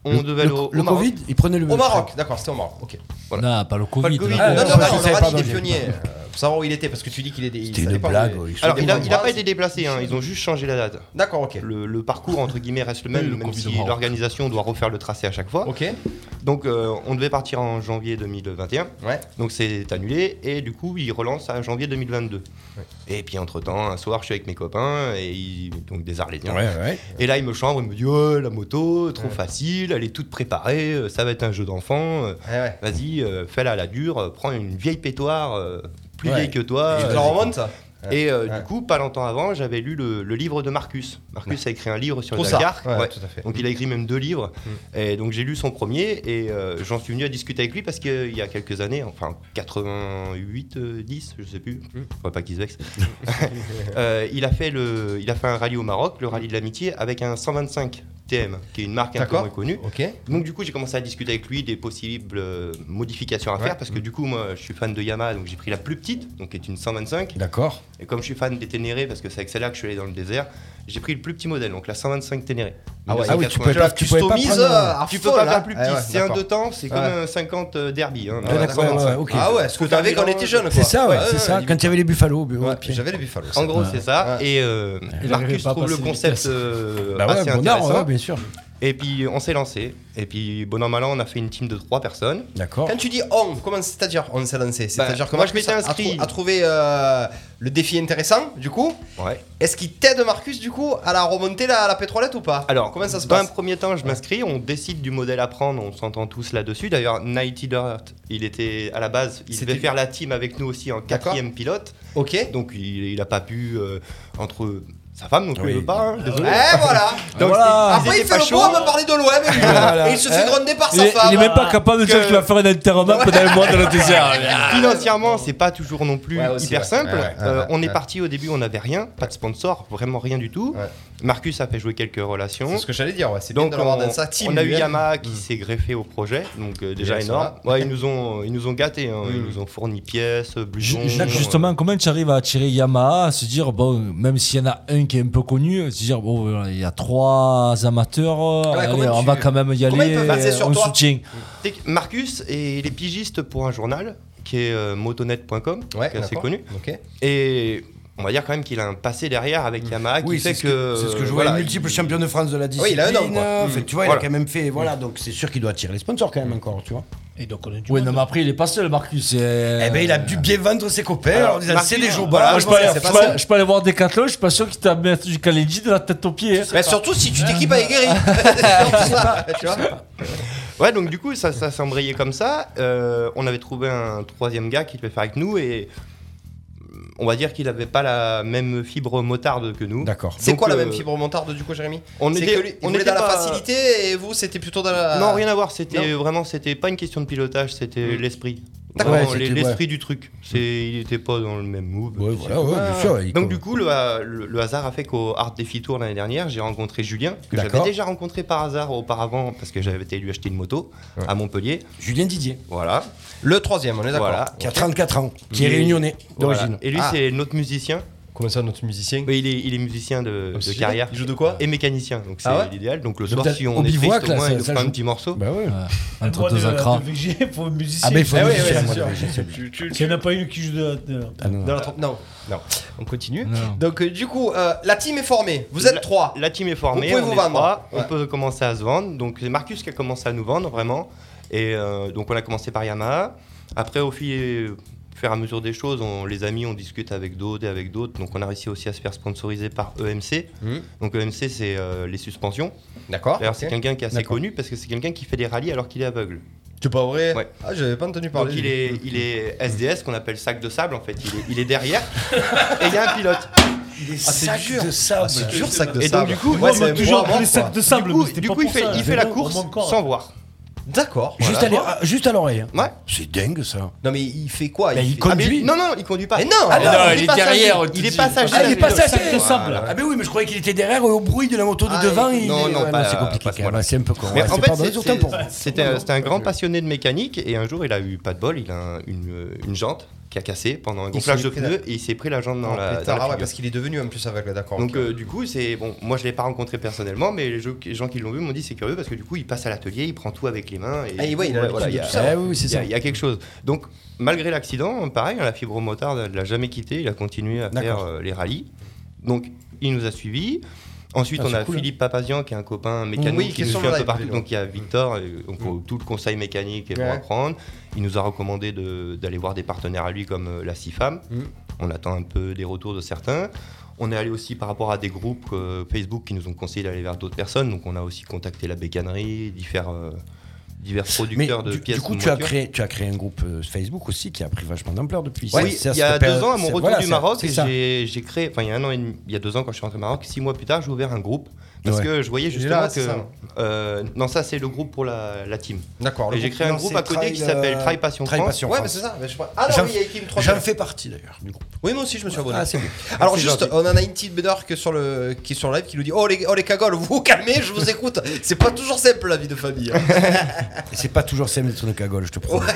On le, devait le, aller au, le au Maroc. Covid, il prenait le Au Maroc, d'accord, c'était au Maroc. Ok. Voilà. Non, pas le Covid. Pas le COVID. Ah, non, non, non, je on savais leur pas, a dit des j'ai- pionniers. euh, Pour savoir où il était, parce que tu dis qu'il est. C'était une blague. Oui. Alors, il a, il a pas France. été déplacé, hein, ils ont juste changé la date. D'accord, ok. Le, le parcours, entre guillemets, reste le même, Oui, le même Covid si au Maroc. l'organisation doit refaire le tracé à chaque fois. Ok. Donc, euh, on devait partir en janvier deux mille vingt et un. Ouais. Donc, c'est annulé, et du coup, il relance à janvier deux mille vingt-deux. Ouais. Et puis, entre-temps, un soir, je suis avec mes copains, et ils- donc des Arlésiens. Ouais, ouais. Et là, il me chambre, il me dit oh, la moto, trop ouais. facile, elle est toute préparée, ça va être un jeu d'enfant. Ouais, ouais. Vas-y, euh, fais-la à la dure, euh, prends une vieille pétoire, euh, plus ouais. vieille que toi. Et je euh, te la remonte. Et euh, ouais. du coup, pas longtemps avant, j'avais lu le, le livre de Marcus. Marcus ouais. a écrit un livre sur Trop le Dakar. ouais, ouais. Tout à fait. Donc il a écrit même deux livres. Mm. Et donc j'ai lu son premier et euh, j'en suis venu à discuter avec lui parce qu'il y a quelques années, enfin quatre-vingt-huit, dix, je sais plus, mm. faudrait pas qu'il se vexe. euh, il, a fait le, il a fait un rallye au Maroc, le rallye de l'amitié, avec un cent vingt-cinq T M, qui est une marque un peu moins connue. Okay. Donc du coup, j'ai commencé à discuter avec lui des possibles euh, modifications à ouais. faire parce que du coup, moi, je suis fan de Yamaha, donc j'ai pris la plus petite, donc qui est une cent vingt-cinq. D'accord. Et comme je suis fan des Ténéré, parce que c'est avec celle-là que je suis allé dans le désert, j'ai pris le plus petit modèle, donc la cent vingt-cinq Ténéré. Ah ouais, ah oui, tu peux pas, tu pouvais pas prendre, tu peux pas faire plus petit. Ah ouais, c'est un deux temps, c'est comme ouais. un cinquante Derby. Hein, ah, d'accord, ouais, ouais, okay. Ah ouais, ce que t'avais quand on était jeune. C'est ça, ouais, c'est ça. Quand il y avait les Buffalo. J'avais les Buffalo. En gros, c'est ça. Et Marcus trouve le concept assez intéressant. Bien sûr. Et puis on s'est lancé. Et puis bon an mal an, on a fait une team de trois personnes. D'accord. Quand tu dis on, comment c'est-à-dire on s'est lancé? C'est-à-dire bah, que moi je m'étais inscrit à, trou- à trouver euh, le défi intéressant du coup. Ouais. Est-ce qu'il t'aide Marcus du coup à la remonter la, la pétrolette ou pas? Alors comment ça se dans passe? un premier temps, je m'inscris, on décide du modèle à prendre, on s'entend tous là-dessus. D'ailleurs, Nighty Dirt, il était à la base, il devait faire la team avec nous aussi en quatrième pilote. Ok. Donc il, il a pas pu euh, entre sa femme non plus, oui. veut pas, hein, désolé. Eh voilà. Donc, voilà. Après, il fait le beau à me parler de l'O M et, voilà. et il se fait gronder par sa il, femme. Il est même pas capable de dire qu'il va faire un enterrement pendant un mois dans le désert. Financièrement, c'est pas toujours non plus ouais, aussi, hyper ouais. simple. Ouais, ouais, euh, ouais, on ouais. est parti au début, on n'avait rien, pas de sponsor, vraiment rien du tout. Ouais. Marcus a fait jouer quelques relations. C'est ce que j'allais dire, ouais. C'est donc bien de l'avoir on, dans sa team. on a eu Yamaha qui mmh. s'est greffé au projet, donc euh, déjà énorme. Ouais, ils nous ont, ils nous ont gâtés, hein. mmh. ils nous ont fourni pièces, blouson. Justement, comment tu arrives à attirer Yamaha, à se dire bon, même s'il y en a un qui est un peu connu, se dire bon, il y a trois amateurs, ouais, allez, on tu... va quand même y aller, on soutient. Marcus est les pigistes pour un journal qui est euh, motonet point com, ouais, qui est assez connu. Okay. Et on va dire quand même qu'il a un passé derrière avec Yamaha qui oui, fait ce que, que c'est ce que je vois, voilà, multiple il... champion de France de la discipline. Oui, il a un nom, quoi. Enfin, tu vois, voilà. Il a quand même fait, voilà, donc c'est sûr qu'il doit attirer les sponsors quand même encore, tu vois. Et donc on est du ouais, non, mais après il est pas seul, Marcus. Et... Eh ben il a dû bien vendre ses copains. Alors, alors disant, c'est des jours bas. Moi, je, peux aller, je, peux, je peux aller voir Decathlon, je suis pas sûr qu'il t'a mis du Kaleji de la tête aux pieds. Hein. Bah, surtout si tu t'équipes avec Guéry. Tu vois. Ouais, donc du coup ça, ça s'est embrayé comme ça. Euh, on avait trouvé un troisième gars qui devait faire avec nous et on va dire qu'il n'avait pas la même fibre motarde que nous. D'accord. C'est quoi euh, la même fibre motarde du coup, Jérémy? On c'est était, que lui, on était était dans pas... la facilité et vous c'était plutôt dans la. Non, rien à voir. C'était non. vraiment, c'était pas une question de pilotage, c'était mmh. l'esprit. D'accord. Ouais, l'esprit ouais. du truc. C'est, il était pas dans le même move. Ouais, voilà, ouais, bien sûr. Donc comme... du coup, le, le, le hasard a fait qu'au Art Défi Tour l'année dernière, j'ai rencontré Julien que D'accord. j'avais déjà rencontré par hasard auparavant parce que j'avais été lui acheter une moto ouais. à Montpellier. Julien Didier. Voilà. Le troisième, on est d'accord. Voilà. Qui a trente-quatre ans, qui est réunionnais d'origine. Voilà. Et lui, ah. c'est notre musicien. Comment ça, notre musicien? Oui, il est, il est musicien de, de carrière. Il joue de quoi? Et mécanicien, donc c'est ah ouais l'idéal. Donc le soir, donc, si on est triste, au moins il nous fera un petit morceau. Bah ouais. Un entre deux écrans. Pour musicien. Ah mais il faut ah musicien. Il n'y en a pas une qui joue de. Non, non. On continue. Donc du coup, la team est formée. Vous êtes trois. La team est formée. Vous pouvez vous vendre. On peut commencer à se vendre. Donc c'est Marcus qui a commencé à nous vendre vraiment. Et donc on a commencé par Yamaha. Après au fil Au fur et à mesure des choses, on, les amis, on discute avec d'autres et avec d'autres. Donc on a réussi aussi à se faire sponsoriser par E M C. Mmh. Donc E M C, c'est euh, les suspensions. D'accord. D'ailleurs, okay. c'est quelqu'un qui est assez D'accord. connu parce que c'est quelqu'un qui fait des rallyes alors qu'il est aveugle. C'est pas vrai? Ouais. Ah, j'avais pas entendu parler. Donc il est, il est S D S, qu'on appelle sac de sable en fait. Il est, il est derrière et il y a un pilote. Il est ah, sac dur. de sable. Ah, c'est dur, sac de et sable. Et donc du coup, moi, moi toujours pour les sacs de sable. Du coup, du coup il fait, il fait la course sans voir. D'accord. Juste, voilà. à juste à l'oreille. Hein. Ouais. C'est dingue ça. Non mais il fait quoi? bah, il, il fait... conduit. Ah, non non, il conduit pas. Mais non. Ah, non, il, il est derrière. Il est passager. Ah, il est passager. De sable. Voilà. Ah mais oui, mais je croyais qu'il était derrière au bruit de la moto de ah, devant. Et... Il non est... non, ouais, pas, c'est compliqué. Quand même. C'est un peu con. Mais ouais, en fait, c'est, c'était un grand passionné de mécanique et un jour il a eu pas de bol, il a une, une jante qui a cassé pendant un Il gonflage s'est de pris pneus la- et il s'est pris la jambe dans Oh, la, pétard, dans la ah ouais, figure. parce qu'il est devenu en plus avec, d'accord. Donc ok. euh, du coup, c'est bon. Moi, je l'ai pas rencontré personnellement, mais les, jeux- les gens qui l'ont vu m'ont dit c'est curieux parce que du coup, il passe à l'atelier, il prend tout avec les mains. Et Ah, et du ouais, coup, il a l'habitude il y de a- tout ça. Eh oui, c'est il y a- ça. Il y a quelque chose. Donc, malgré l'accident, pareil, hein, la fibromotarde, elle l'a jamais quitté. Il a continué à faire D'accord. euh, les rallyes. Donc, il nous a suivis. Ensuite, Ah, on c'est a cool, Philippe Papazian, qui est un copain mécanique Oui, qui qui est nous sur suit le un peu live, partout. vélo. Donc, il y a Victor, et, donc, pour tout le conseil mécanique et pour Ouais. apprendre. Il nous a recommandé de- d'aller voir des partenaires à lui comme euh, la C I F A M. Mm. On attend un peu des retours de certains. On est allé aussi par rapport à des groupes euh, Facebook qui nous ont conseillé d'aller vers d'autres personnes. Donc, on a aussi contacté la bécannerie, divers, euh, divers Mais producteurs de du, pièces du coup, de tu as, voitures. créé, tu as créé un groupe euh, Facebook aussi qui a pris vachement d'ampleur depuis. Oui, C'est- c'est à il y a cette deux période- ans, à mon c'est- retour voilà, du c'est- Maroc, c'est ça. j'ai j'ai créé, enfin il y a un an et demi, il y a deux ans quand je suis rentré au Maroc, six mois plus tard, j'ai ouvert un groupe parce Ouais. que je voyais Il est justement là, que c'est ça. euh, non ça c'est le groupe pour la, la team. D'accord. Et le j'ai créé un non, groupe c'est à côté qui Trail, s'appelle euh, Trail Passion Trail France. Passion Ouais, mais France. c'est ça. mais je sais pas. Ah J'en- non, oui, il y a Kim trois. J'en fais partie d'ailleurs du groupe. Oui, moi aussi, je me suis abonné. Ah, c'est bon. Alors C'est juste, gentil. on en a une petite bédard que sur le, qui est sur le live qui nous dit oh les, oh les cagoles, vous vous calmez, je vous écoute. C'est pas toujours simple la vie de famille. hein. Et c'est pas toujours simple d'être une cagole, je te promets.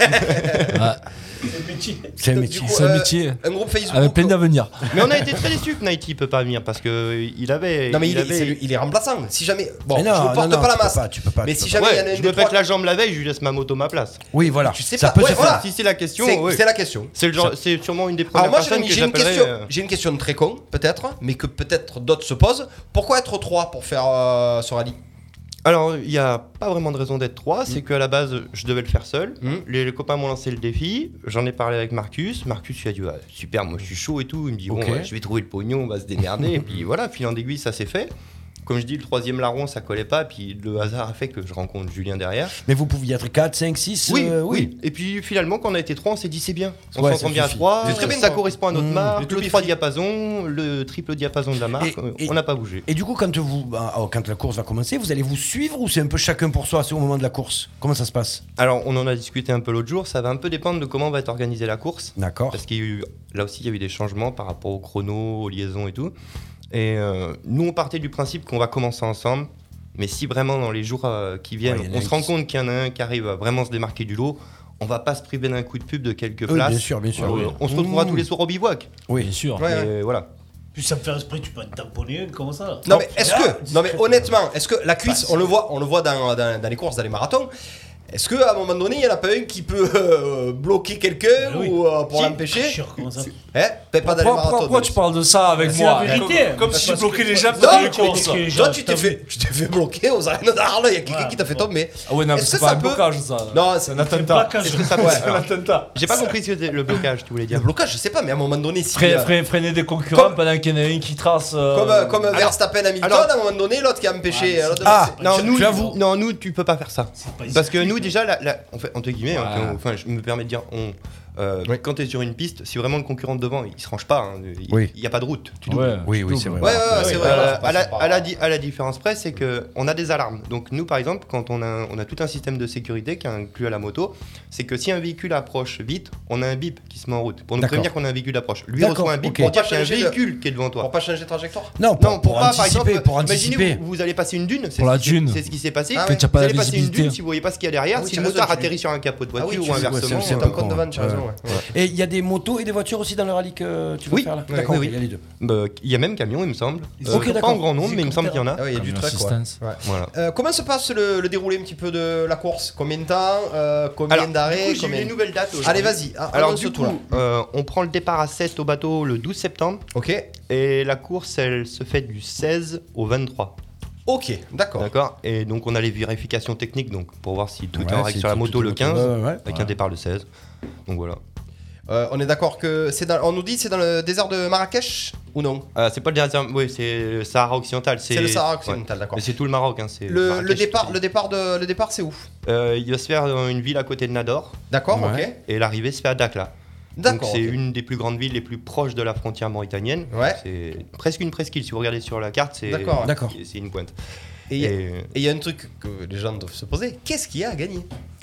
C'est un Donc, métier. du coup, C'est un euh, métier. Un groupe Facebook. Avec plein d'avenir. Mais on a été très déçus que Nighty peut pas venir parce que il avait. Non mais il, est, avait- c'est lui- il est remplaçant. Si jamais, bon, Mais non, je ne non, porte non, pas la tu peux masse. pas, tu peux pas, mais tu si peux jamais Ouais, il y en a un je des me trois- pète la jambe la veille, je lui laisse ma moto ma place. Oui, voilà. Tu sais ça pas. peut Ouais, se voilà. faire. Si c'est la question, C'est oui. c'est la question. C'est le genre, c'est sûrement une des premières Alors moi personnes j'ai que j'ai une j'appellerais, question, euh, j'ai une question très con peut-être, mais que peut-être d'autres se posent. Pourquoi être trois pour faire euh, ce rallye? Alors, il n'y a pas vraiment de raison d'être trois, c'est qu'à la base, je devais le faire seul. Mm. Les, les copains m'ont lancé le défi, j'en ai parlé avec Marcus. Marcus, il a dit, ah, super, moi je suis chaud et tout. Il me dit, Ok. bon, ouais, je vais trouver le pognon, on va se démerder. Et puis voilà, fil en aiguille, ça s'est fait. Comme je dis, le troisième larron, ça collait pas. Puis le hasard a fait que je rencontre Julien derrière. Mais vous pouviez être quatre, cinq, six Oui, euh, oui. Et puis finalement, quand on a été trois, on s'est dit, c'est bien. On Ouais, s'entend ça bien à suffit. trois, C'est très bien, ça quoi. correspond à notre Mm. marque. Et Le tout trois est diapasons, le triple diapason de la marque, Et- et- on n'a pas bougé. Et du coup, quand, vous, bah, oh, quand la course va commencer, vous allez vous suivre ou c'est un peu chacun pour soi, c'est au moment de la course? Comment ça se passe? Alors, on en a discuté un peu l'autre jour, ça va un peu dépendre de comment va être organisée la course. D'accord. Parce qu'il y a eu, là aussi, il y a eu des changements par rapport au chrono, aux liaisons et tout. Et euh, nous, on partait du principe qu'on va commencer ensemble. Mais si vraiment, dans les jours euh, qui viennent, Ouais, il y en a on un se qui rend s- compte qu'il y en a un qui arrive à vraiment se démarquer du lot, on va pas se priver d'un coup de pub de quelques Oui, places. bien sûr, bien sûr. Euh, Oui. On se retrouvera Mmh. tous les soirs au bivouac. Oui, Bien sûr. Ouais, Et voilà. Puis ça me fait esprit, tu peux te tamponner, comment ça? Non mais est-ce que, non mais honnêtement, est-ce que la cuisse, on le voit, on le voit dans, dans, dans les courses, dans les marathons. Est-ce qu'à un moment donné, il n'y en a pas un qui peut euh, bloquer quelqu'un oui. ou euh, pour Si. l'empêcher? Sûr, comment ça? Hein? Peut-être pas dans les Pourquoi, marathons. pourquoi tu parles de ça avec C'est moi la vérité. Comme, comme si je Parce bloquais que- les gens Non, dans les mais tu- courses. que les gens- Toi, tu t'es t'as fait, tu t'es fait bloquer aux arènes d'Arles, il y a quelqu'un Ouais. qui t'a fait tomber. Ah ouais, non, mais Est-ce c'est que pas ça un peut- blocage, ça. Non, c'est un Pas attentat. quand Est-ce je- que ça peut Ouais, se un faire attentat. J'ai pas compris ce que c'était le blocage, tu voulais Le dire. blocage, je sais pas, mais à un moment donné, si. Fre- euh, fre- Freiner des concurrents Comme- pendant qu'il y en a un qui trace. euh, Comme, euh, comme alors- Verstappen Hamilton, alors- à un moment donné, l'autre qui a empêché. l'autre de Ah, passer. Non, Tu- nous, tu avoues. non, nous, tu peux pas faire ça. pas Parce que circuit, nous, quoi. déjà, la, la- en fait, entre guillemets, hein, Ouais. quand- enfin, je me permets de dire, on, euh, quand tu es sur une piste, si vraiment le concurrent de devant, il se range pas, hein, il Oui. n'y a pas de route. Tu Ouais. doubles. Oui, tu oui, doubles. c'est vrai. Ouais, ouais, ouais, c'est Euh, vrai. voilà, faut pas- à, la, faut pas- à la di- à la différence près, c'est qu'on a des alarmes. Donc nous, par exemple, quand on a, on a tout un système de sécurité qui est inclus à la moto, c'est que si un véhicule approche vite, on a un bip qui se met en route pour nous D'accord. prévenir qu'on a un véhicule approche. Lui D'accord, reçoit un bip ok. pour dire qu'il y a un Changer de- véhicule qui est devant toi. Pour pas changer de trajectoire. Non, pour, Non, pour, pas, par anticiper, exemple, pour imaginez, anticiper. vous, vous allez passer une dune, c'est Pour ce la qui s'est- dune. c'est ce qui s'est passé. Ah Que ouais. tu n'as pas Vous la allez passer une visibilité. dune, si vous voyez pas ce qu'il y a derrière, Ah oui, si tu le as motard raison, tu- atterrit sur un capot de Ah oui, voiture tu ou fais- ouais, inversement. c'est- c'est c'est un un peu compte de con, vanne, tu as ouais. raison. ouais. Et il y a des motos et des voitures aussi dans le rallye que tu veux Oui. faire là? Oui, D'accord, oui, il y a les deux. Bah, il y a même camion, il me semble. Euh, Ok, pas d'accord. en grand nombre, mais il me semble qu'il y en a. Ah oui, il y a du Comme truc. Ouais. assistance. Ouais. Voilà. Euh, comment se passe le, le déroulé un petit peu de la course? Combien de temps? euh, Combien Alors, du d'arrêts? coup, j'ai eu combien... les nouvelles dates aujourd'hui. Allez, vas-y. ah, Alors annonce du tout, là. coup, euh, on prend le départ à sept au bateau le douze septembre Ok. et la course, elle se fait du seize au vingt-trois. Ok, d'accord. D'accord. Et donc on a les vérifications techniques donc pour voir si tout Ouais, est en règle si sur la tout- moto tout est le moto. quinze Ouais, ouais, ouais. avec Ouais. un départ le seize. Donc voilà. Euh, on est d'accord que c'est dans... On nous dit c'est dans le désert de Marrakech ou non? Euh, c'est pas le désert, oui, c'est le Sahara occidental. C'est le Sahara occidental, d'accord. Mais c'est tout le Maroc. Hein, c'est Le, Marrakech, le départ, c'est- le départ de, le départ, c'est où? Euh, il va se faire dans une ville à côté de Nador. D'accord, Ouais. ok. Et l'arrivée se fait à Dakhla. Donc D'accord. c'est ok. une des plus grandes villes les plus proches de la frontière mauritanienne. Ouais. C'est presque une presqu'île. Si vous regardez sur la carte, c'est D'accord, ouais. D'accord. c'est une pointe. Et il y a- Et- et il y a un truc que les gens doivent se poser. Qu'est-ce qu'il y a à gagner?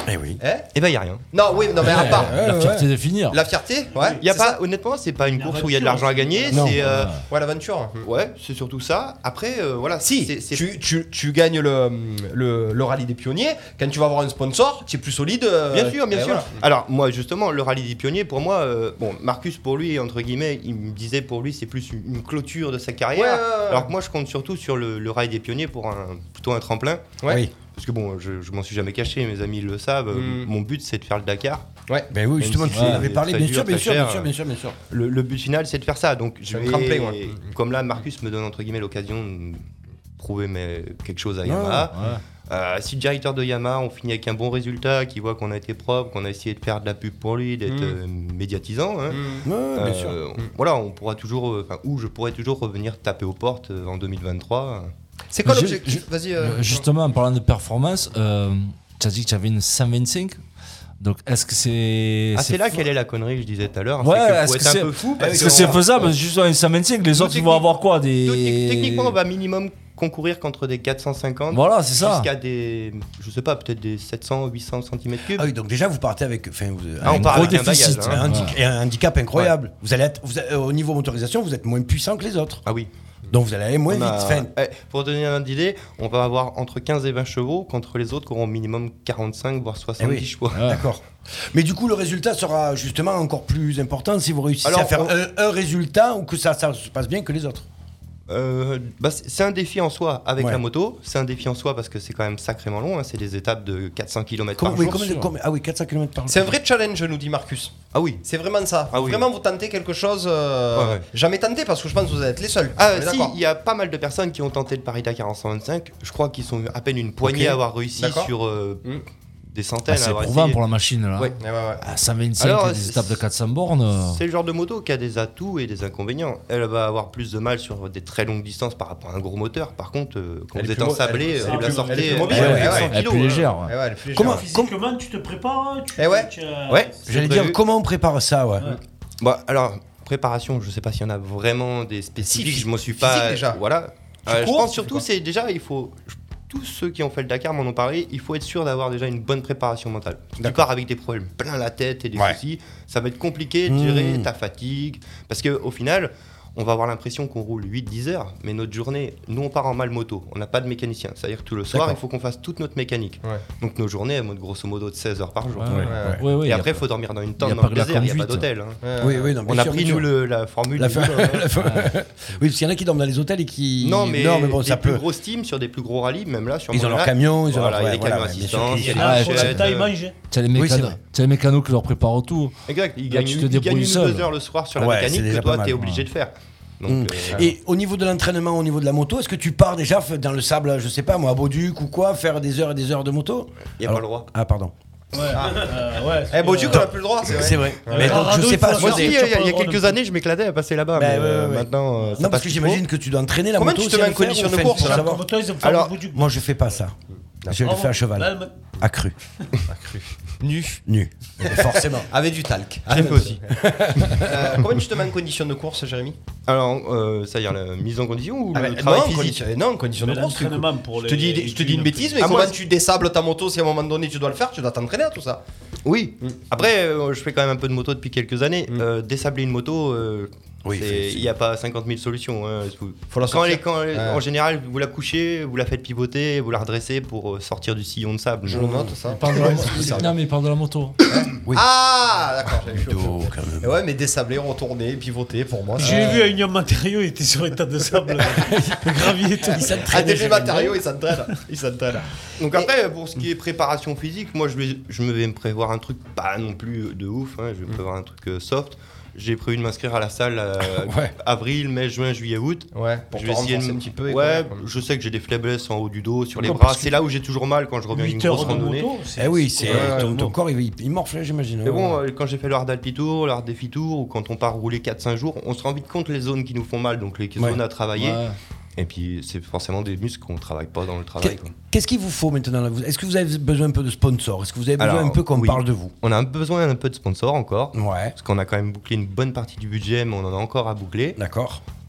Eh oui. Eh Eh ben, il n'y a rien. Non, oui, non, mais à part. La fierté de finir. La fierté, ouais. Y a c'est pas, ça. honnêtement, c'est pas une course où il y a de l'argent à gagner. Non. C'est, euh, Ouais, l'aventure. ouais, c'est surtout ça. Après, euh, voilà. Si, c'est- c'est- tu, tu, tu gagnes le, le, le rallye des pionniers, quand tu vas avoir un sponsor, tu es plus solide. euh, Bien sûr, bien et sûr. voilà. Alors moi justement, le rallye des pionniers, pour moi, euh, bon, Marcus pour lui, entre guillemets, il me disait pour lui c'est plus une, une clôture de sa carrière. Ouais, ouais, ouais. Alors que moi je compte surtout sur le, le rallye des pionniers pour un, plutôt un tremplin. Ouais. Oui. Parce que bon, je, je m'en suis jamais caché, mes amis le savent. Mm. Mon but c'est de faire le Dakar. Ouais. Ben oui, Même justement, si tu c'est en avais parlé, très bien dur, sûr, bien très sûr, bien cher. sûr, bien sûr, bien sûr. Le, le but final c'est de faire ça. Donc je un vais, tremplin, ouais. comme là Marcus me donne entre guillemets l'occasion de prouver mes, quelque chose à Ouais, Yamaha. Ouais. Euh, si le directeur de Yamaha, on finit avec un bon résultat, qui voit qu'on a été propre, qu'on a essayé de faire de la pub pour lui, d'être Mm. euh, médiatisant, hein, Mm. Ouais, bien euh, sûr. on- voilà, on pourra toujours, euh, enfin, ou je pourrais toujours revenir taper aux portes euh, en deux mille vingt-trois. C'est quoi Je- l'objectif Vas-y. euh, Euh, Justement, en parlant de performance, euh, tu as dit que tu avais une cent vingt-cinq. Donc, est-ce que c'est. Ah, c'est là quelle est la connerie que je disais tout à l'heure. Ouais, c'est que est-ce faut que être c'est un peu fou. Est-ce que c'est faisable Juste une cent vingt-cinq, les Nous, autres ils vont technique- avoir quoi Nous, des... tec- Techniquement, on va minimum concourir contre des quatre cent cinquante. Voilà, c'est ça. Jusqu'à des, je sais pas, peut-être des sept cents, huit cents centimètres cubes. Ah oui, donc déjà vous partez avec, enfin, vous, Ah, on un part gros avec un déficit, bagage, hein. un, handi- Ouais. et un handicap incroyable. Vous allez être, vous êtes- au niveau motorisation, vous êtes moins puissant que les autres. Ah oui. Donc vous allez aller moins On vite. a- Enfin, eh, pour donner un ordre d'idée, on va avoir entre quinze et vingt chevaux contre les autres qui auront au minimum quarante-cinq voire soixante-dix Eh oui. chevaux. D'accord. Mais du coup, le résultat sera justement encore plus important si vous réussissez Alors, à faire on- un, un résultat ou que ça, ça se passe bien que les autres. Euh, bah, c'est c'est un défi en soi avec Ouais. la moto. C'est un défi en soi parce que c'est quand même sacrément long. hein. C'est des étapes de quatre cents kilomètres Comment- par oui, jour. combien de- combien- ah oui, quatre cents kilomètres par jour. C'est un vrai challenge, nous dit Marcus. Ah oui. C'est vraiment ça. Ah oui. Vraiment, vous tentez quelque chose. euh, Ouais, ouais. Jamais tenté parce que je pense que vous êtes les seuls. Ah On est si, d'accord. il y a pas mal de personnes qui ont tenté le Paris-Dakar en cent vingt-cinq. Je crois qu'ils sont à peine une poignée Ok. à avoir réussi D'accord. sur euh, Mm. des centaines. Ah, c'est à avoir éprouvant essayé. pour la machine là. Ouais. Ouais, ouais, ouais. À cent vingt-cinq, Alors, des c'est- étapes de quatre cents bornes. euh, C'est le genre de moto qui a des atouts et des inconvénients. Elle va avoir plus de mal sur des très longues distances par rapport à un gros moteur. Par contre, euh, quand Elle vous est êtes plus mo- ensablé, elle- euh, elle est vous la plus- sortez. elle est plus euh, mobile, ouais, ouais, ouais, ouais, cent elle est kilos, plus hein. légère. ouais. Eh ouais, elle est plus légère. Comment- Ouais. Physiquement, tu te prépares tu, Eh ouais. tu, euh, Ouais. J'allais c'est dire prévu. comment on prépare ça, ouais. Bon, alors, préparation, je sais pas s'il y en a vraiment des spécifiques, Si, je m'en suis physique pas. déjà. Voilà. Tu Euh, je cours, pense tu surtout, fais quoi c'est déjà, il faut. je- Tous ceux qui ont fait le Dakar m'en ont parlé, il faut être sûr d'avoir déjà une bonne préparation mentale. Si tu pars avec des problèmes plein la tête et des Ouais. soucis, ça va être compliqué de gérer ta fatigue. Parce qu'au final, on va avoir l'impression qu'on roule huit dix heures, mais notre journée, nous on part en mal moto, on n'a pas de mécanicien. C'est-à-dire que tout le soir, D'accord. il faut qu'on fasse toute notre mécanique. Ouais. Donc nos journées, elles montent grosso modo de seize heures par jour. Ouais, ouais. ouais, ouais, Et y a après, il pas- faut dormir dans une y tente a dans pas le que la désert, il n'y a pas conduite. d'hôtel. hein. Ouais, Oui, ouais. oui, non, bien On a sûr, pris, bien nous, sûr. le- la formule La du fin- boulot, hein. la fin- Oui, parce qu'il y en a qui dorment dans les hôtels et qui. Non, mais, bon, les ça plus peut. grosses teams sur des plus gros rallyes, même là, sur Ils mon ont leur lac, camion, ils ont voilà, leur- il y a des ouais, camions voilà, bien sûr assistants, qu'ils- il y a des Là, Ouais, sur la chaussettes, taille, euh, mange. Tu as les Oui, c'est mécanos, vrai. tu as les mécanos qui leur préparent tout. Exact, ils Là, gagnent, tu te ils débrouilles gagnent une ou seul. deux heures le soir sur la Ouais, c'est mécanique déjà que toi, pas mal, tu es obligé ouais. de faire. Mm. Donc, euh, Et au niveau de l'entraînement, au niveau de la moto, est-ce que tu pars déjà f- dans le sable, je sais pas moi, à Bauduc ou quoi, faire des heures et des heures de moto? il n'y a Alors- pas le droit. Ah, pardon. Ouais, euh, ouais. Eh, bon, du coup, on n'a plus le droit, c'est vrai. C'est vrai. Ouais. Mais donc, Colorado, je sais il pas. faut Moi la aussi, je- il y faire. a, il y a Tu as pas le quelques droit années, je m'éclatais à passer là-bas. Bah, mais ouais, euh, ouais, ouais. maintenant, euh, ça Non, passe parce que plus j'imagine trop. que tu dois entraîner la Comment moto. tu te aussi mets à en le faire, condition ou de enfin, course, faut là savoir. Comme toi, ils ont fait Alors, un bout du- Moi, je fais pas ça. Je le Bravo. fais à cheval. Là, le- À cru. Nu. Nu. Forcément. Avec du talc. J'ai fait aussi. Euh, Comment tu te mets en condition de course, Jérémy? Alors, euh, ça y est, la mise en condition ou Ah le bah, travail non, en physique condition- non, en condition de Mais course. du coup. l'entraînement pour Je te les- dis, je te dis une bêtise, mais Ah, comment moi, tu désables ta moto si à un moment donné tu dois le faire, tu dois t'entraîner à tout ça. Oui. Après, euh, je fais quand même un peu de moto depuis quelques années. Mm. Euh, désabler une moto, euh, Oui, c'est- c'est- il n'y a pas cinquante mille solutions. hein. Faut, Faut la quand sortir. elle est- quand elle est- Ouais. En général, vous la couchez, vous la faites pivoter, vous la redressez pour euh, sortir du sillon de sable. Je le note ça. Parle de la- Non, mais il parle de la moto. Oui. Ah, d'accord, j'avais chaud. Plutôt, quand même. Et ouais, mais désabler, retourner, pivoter pour moi. J'ai vu à Union Matériaux, il était sur un tas de sable. Le gravier et tout. À des matériaux, il s'entraîne. Il s'entraîne. Donc après, pour ce qui est préparation physique, moi je vais, je me vais me prévoir un truc pas non plus de ouf, hein, je vais me prévoir un truc euh, soft. J'ai prévu de m'inscrire à la salle euh, Ouais. avril, mai, juin, juillet, août. Ouais, pour je te vais essayer de renforcer me- un petit peu. et Ouais, quoi. je sais que j'ai des faiblesses en haut du dos, sur les Non, bras. parce que C'est là où j'ai toujours mal quand je reviens d'une huit grosse heures de randonnée. moto, c'est- Eh oui, c'est Ouais, ouais, ton, ouais. ton corps il, il morfle, j'imagine. Mais bon, euh, quand j'ai fait le hard alpi tour, le hard défi tour, ou quand on part rouler quatre cinq jours, on se rend vite compte les zones qui nous font mal, donc les Ouais. zones à travailler. Ouais. Et puis c'est forcément des muscles qu'on travaille pas dans le travail. Qu'est- quoi. Qu'est-ce qu'il vous faut maintenant là? Vous- Est-ce que vous avez besoin un peu de sponsors? Est-ce que vous avez besoin Alors, un peu qu'on oui. parle de vous? On a un besoin un peu de sponsors encore. Ouais, Parce qu'on a quand même bouclé une bonne partie du budget, mais on en a encore à boucler. d'accord.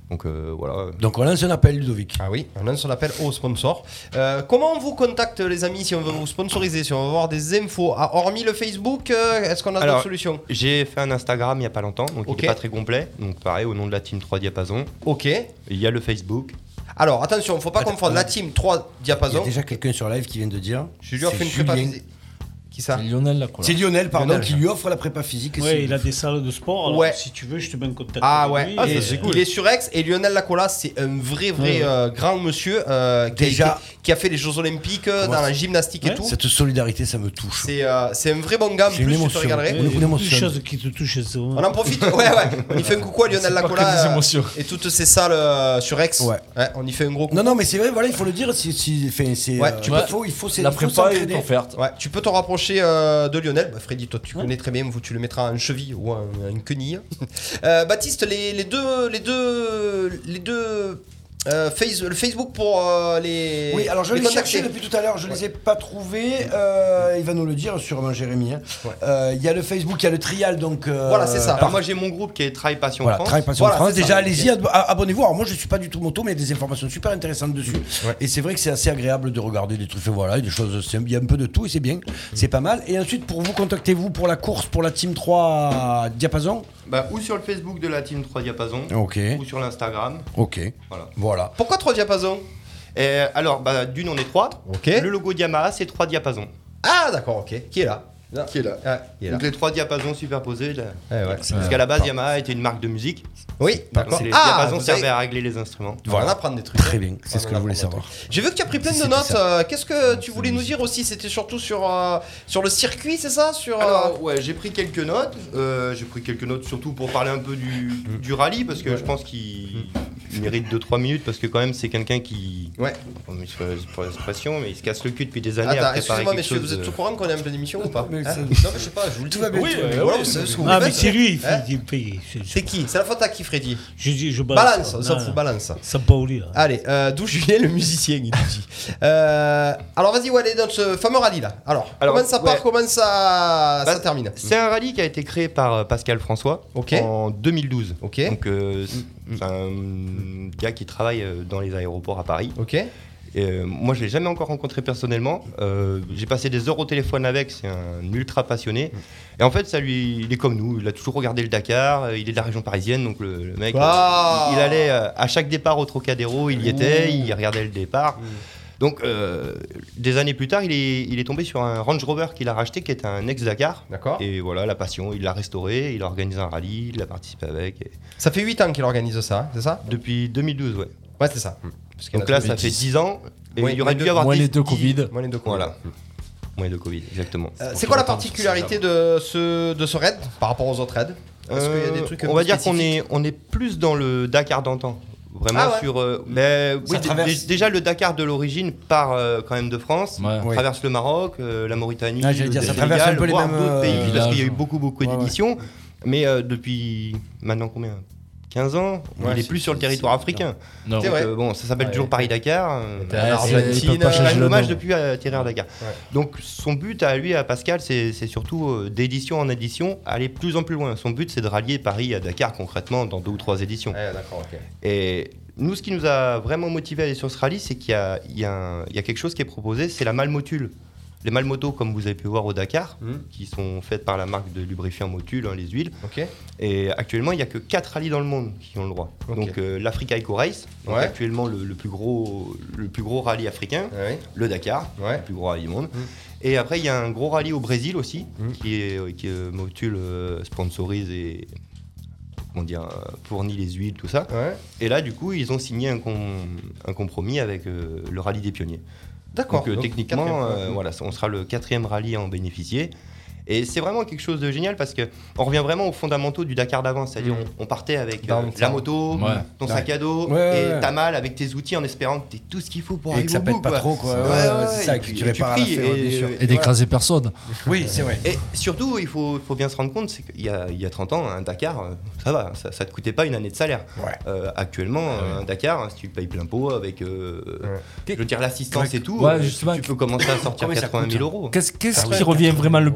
Donc euh, voilà. Donc on lance un appel, Ludovic. Ah oui, on lance un appel aux sponsors. Euh, comment on vous contacte, les amis, si on veut vous sponsoriser, si on veut avoir des infos? Ah, hormis le Facebook, euh, est-ce qu'on a Alors, d'autres solutions? J'ai fait un Instagram il n'y a pas longtemps, donc Ok. il n'est pas très complet. Donc pareil, au nom de la team trois diapasons. Ok. Il y a le Facebook. Alors attention, il ne faut pas Attends, confondre la team trois Il y a diapasons. déjà quelqu'un sur live qui vient de dire. Je lui offre c'est une prépa Julien. physique. Qui ça? C'est Lionel Lacola. C'est Lionel, pardon, Lionel. qui lui offre la prépa physique. Ouais, c'est- il a des salles de sport. Alors, Ouais. si tu veux, je te mets en contact. Ah avec ouais, lui, ah, et- c'est cool. Il est sur Aix et Lionel Lacola, c'est un vrai vrai Ouais. euh, grand monsieur euh, qui, Déjà. a été- qui a fait les Jeux Olympiques euh, Comment dans ça- la gymnastique et Ouais. tout. Cette solidarité, ça me touche. C'est euh, c'est un vrai bon gars. En J'ai une plus, je te émotion. régalerai. Il y a Une beaucoup de émotion. choses qui te touchent. ça. On en profite, ouais, ouais. On y fait un coucou à Lionel C'est pas que Lacola des euh, émotions. et toutes ces salles euh, sur Aix. Ouais. on y fait un gros coucou. Non, non, mais c'est vrai, voilà, il faut le dire. Si, si, enfin, c'est, Ouais, euh, tu il peux- faut, il faut, c'est- La il faut prépa est s'entraider. offerte. Ouais, tu peux te rapprocher euh, de Lionel. Bah, Freddy, toi tu connais très bien, vous tu le mettras en cheville ou en, une quenille. Euh, Baptiste, les, les deux, les deux, les deux, euh, face, le Facebook pour euh, les. Oui, alors je les les contacter. cherchais depuis tout à l'heure, je Ouais. les ai pas trouvés. Euh, il va nous le dire sûrement, Jérémy. hein. Euh, Il y a le Facebook, il y a le trial, donc. euh, Voilà, c'est ça. Alors moi j'ai mon groupe qui est Trail Passion Voilà, France. Trail Passion Voilà, France. c'est Déjà, ça. allez-y, ab- abonnez-vous. Alors, moi, je suis pas du tout moto, mais il y a des informations super intéressantes dessus. Ouais. Et c'est vrai que c'est assez agréable de regarder des trucs. Voilà, des choses. c'est- Il y a un peu de tout et c'est bien. C'est pas mal. Et ensuite, pour vous, contactez-vous pour la course, pour la Team trois Diapason. Bah, ou sur le Facebook de la team trois diapasons. Ok. Ou sur l'Instagram. Ok. Voilà. Voilà. Pourquoi trois diapasons? Et alors, bah, d'une, on est trois. Ok. Le logo Yamaha, c'est trois diapasons. Ah, d'accord, ok. Qui est là? Qui est là. Ah, il est là. Donc les trois diapasons superposés. Là. Ouais, ouais. Parce qu'à la base, Yamaha était une marque de musique. Oui, d'accord. C'est les Ah, diapasons vous servaient avez- à régler les instruments. Voilà, on apprend des trucs. Très bien, c'est ce que je voulais savoir. J'ai vu que tu as pris plein de C'était notes. ça. euh, Qu'est-ce que tu voulais nous dire aussi? C'était surtout sur, euh, sur le circuit, c'est ça sur, euh, Alors, ouais, j'ai pris quelques notes. Euh, j'ai pris quelques notes surtout pour parler un peu du, du rallye parce que je pense qu'il il mérite deux trois minutes parce que quand même c'est quelqu'un qui. Ouais. Pour l'expression, mais il se casse le cul depuis des années. Attends, à préparer excusez-moi, quelque messieurs, chose vous êtes de- au courant qu'on est en pleine émission ou pas? Mais Hein ça- Non, mais je sais pas, je vous le dis. Tout va bien, Oui, tout va euh, bien. voilà, Oui, vous savez ce que oui. vous Ah, mais faites. c'est lui, il Hein fait. il paye. C'est- C'est qui? C'est la faute à qui, Freddy? Je dis, je Balance, on Non, s'en fout, non. balance. Sampaoli, là. Allez, euh, d'où Julien, le musicien, il nous dit. Euh, alors vas-y, Walid, dans ce fameux rallye là. Alors, Alors, comment ça part, ouais. comment ça, Bah, ça termine? C'est un rallye qui a été créé par euh, Pascal François Ok. en deux mille douze. Ok. Donc euh, c'est un gars qui travaille euh, dans les aéroports à Paris. Ok. Et, euh, moi je l'ai jamais encore rencontré personnellement. Euh, j'ai passé des heures au téléphone avec, c'est un ultra passionné. Et en fait ça lui, il est comme nous, il a toujours regardé le Dakar, euh, il est de la région parisienne donc le, le mec, Ah. euh, il, il allait euh, à chaque départ au Trocadéro, il y était, il regardait le départ. Donc, euh, des années plus tard, il est, il est tombé sur un Range Rover qu'il a racheté, qui est un ex-Dakar. D'accord. Et voilà, la passion, il l'a restauré, il a organisé un rallye, il a participé avec. et- Ça fait huit ans qu'il organise ça, hein, c'est ça? Depuis deux mille douze, ouais. Ouais, c'est ça. Parce qu'il y en Donc a là, tous ça les fait dix. dix ans. Et Ouais, il y aurait moins dû de- avoir moins dix- les deux dix- Covid. Moins les deux Covid. Voilà. Moins de Covid, exactement. Euh, c'est quoi la particularité de ce, de ce raid par rapport aux autres raids? Est-ce qu'il y a des Euh, trucs un On peu va dire qu'on spécifiques est, on est plus dans le Dakar d'antan. Vraiment Ah ouais. sur. euh, mais Ça oui, dé- traverse. dé- déjà, le Dakar de l'origine part euh, quand même de France, Ouais. Oui. traverse le Maroc, euh, la Mauritanie, Ah, j'allais le dire, ça Sénégal, traverse un peu les voire mêmes, d'autres euh, pays, parce villages. qu'il y a eu beaucoup, beaucoup Ouais, ouais. d'éditions. Mais euh, depuis maintenant combien quinze ans, Ouais, il est c'est- plus sur le c'est- territoire c'est- africain. Non. C'est Donc, vrai. euh, bon, ça s'appelle Ouais. toujours Paris-Dakar. euh, Ouais, en c'est- Argentine, il peut pas euh, c'est un changer le hommage nom. depuis à atterrir à Dakar. Ouais. Donc son but à lui, à Pascal, c'est c'est surtout euh, d'édition en édition, aller plus en plus loin. Son but, c'est de rallier Paris à Dakar concrètement dans deux ou trois éditions. Ouais, d'accord, ok. Et nous, ce qui nous a vraiment motivé à aller sur ce rallye, c'est qu'il y a, il y a un- il y a quelque chose qui est proposé, c'est la malmotule. Les malmotos, comme vous avez pu voir au Dakar, Mhm. qui sont faites par la marque de lubrifiant Motul, hein, les huiles. Ok. Et actuellement, il n'y a que quatre rallyes dans le monde qui ont le droit. Ok. Donc euh, l'Africa Eco Race, donc Ouais. actuellement le, le plus gros, le plus gros rallye africain, Ouais. le Dakar, Ouais. le plus gros rallye du monde. Mhm. Et après, il y a un gros rallye au Brésil aussi, Mhm. qui est qui euh, Motul euh, sponsorise et comment dire, euh, fournit les huiles, tout ça. Ouais. Et là, du coup, ils ont signé un, com- un compromis avec euh, le rallye des pionniers. D'accord. Donc, euh, Donc, techniquement, quatrième, euh, ouais. voilà, on sera le quatrième rallye à en bénéficier. Et c'est vraiment quelque chose de génial parce qu'on revient vraiment aux fondamentaux du Dakar d'avant. C'est-à-dire Mhm. on, on partait avec Dans euh, le la temps. moto, Ouais. ton Ouais. sac à dos, Ouais, ouais, et ouais. ta malle avec tes outils en espérant que tu tout ce qu'il faut pour Et que arriver ça au pète bout, pas quoi. trop, quoi. Ouais, Ouais, ouais, ouais, ouais, c'est ça, et que puis- tu et répares à pries, la fin, et- bien sûr. Et voilà. d'écraser personne. Oui, c'est vrai. Et surtout, il faut, faut bien se rendre compte, c'est qu'il y a, il y a trente ans, un Dakar, euh, ça va, ça, ça te coûtait pas une année de salaire. Ouais. Euh, actuellement, un Dakar, hein, si tu payes plein pot avec, euh, je veux dire, l'assistance et tout, Ouais, euh, justement. tu peux commencer à sortir Combien ça quatre-vingt mille coûte euros. Qu'est-ce qu'est-ce Ah qui ouais. revient vraiment le plus cher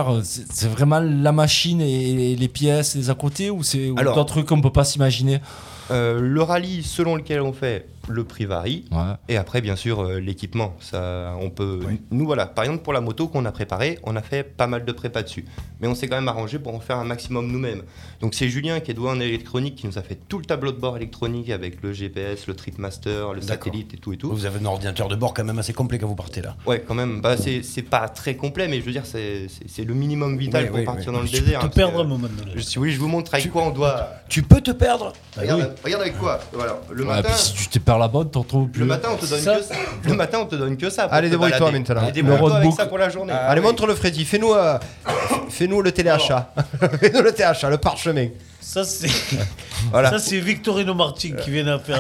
faire, c'est, c'est vraiment la machine et les pièces, les à côté, ou c'est ou Alors, d'autres trucs qu'on peut pas s'imaginer? Euh, le rallye selon lequel on fait, le prix varie. Ouais. Et après, bien sûr, euh, l'équipement. Ça, on peut. Oui. Nous, voilà. Par exemple, pour la moto qu'on a préparée, on a fait pas mal de prépa dessus. Mais on s'est quand même arrangé pour en faire un maximum nous-mêmes. Donc, c'est Julien qui est doué en électronique qui nous a fait tout le tableau de bord électronique avec le G P S, le Tripmaster, le D'accord. satellite et tout et tout. Vous avez un ordinateur de bord quand même assez complet quand vous partez là. Ouais, quand même. Bah, c'est, c'est pas très complet, mais je veux dire, c'est, c'est, c'est le minimum vital oui, pour oui, partir oui. dans le tu désert. Tu peux te perdre à un moment donné. Si vous voulez, je vous montre avec tu, quoi on doit. Tu peux te perdre. Regarde, oui. regarde avec quoi. Voilà. Le ouais, matin. Puis si tu te perds là-bas, t'en trouves plus. Le matin, on te donne ça. que ça. Le matin, on te donne que ça. Allez, débrouille-toi maintenant. Allez, débrouille-toi avec ça pour la journée. Ah, Allez, oui. montre le Freddy. Fais-nous, euh, fais-nous le téléachat. Fais-nous le téléachat, le parchemin. Ça, c'est. Voilà. Ça, c'est Victorino Martin qui vient de faire.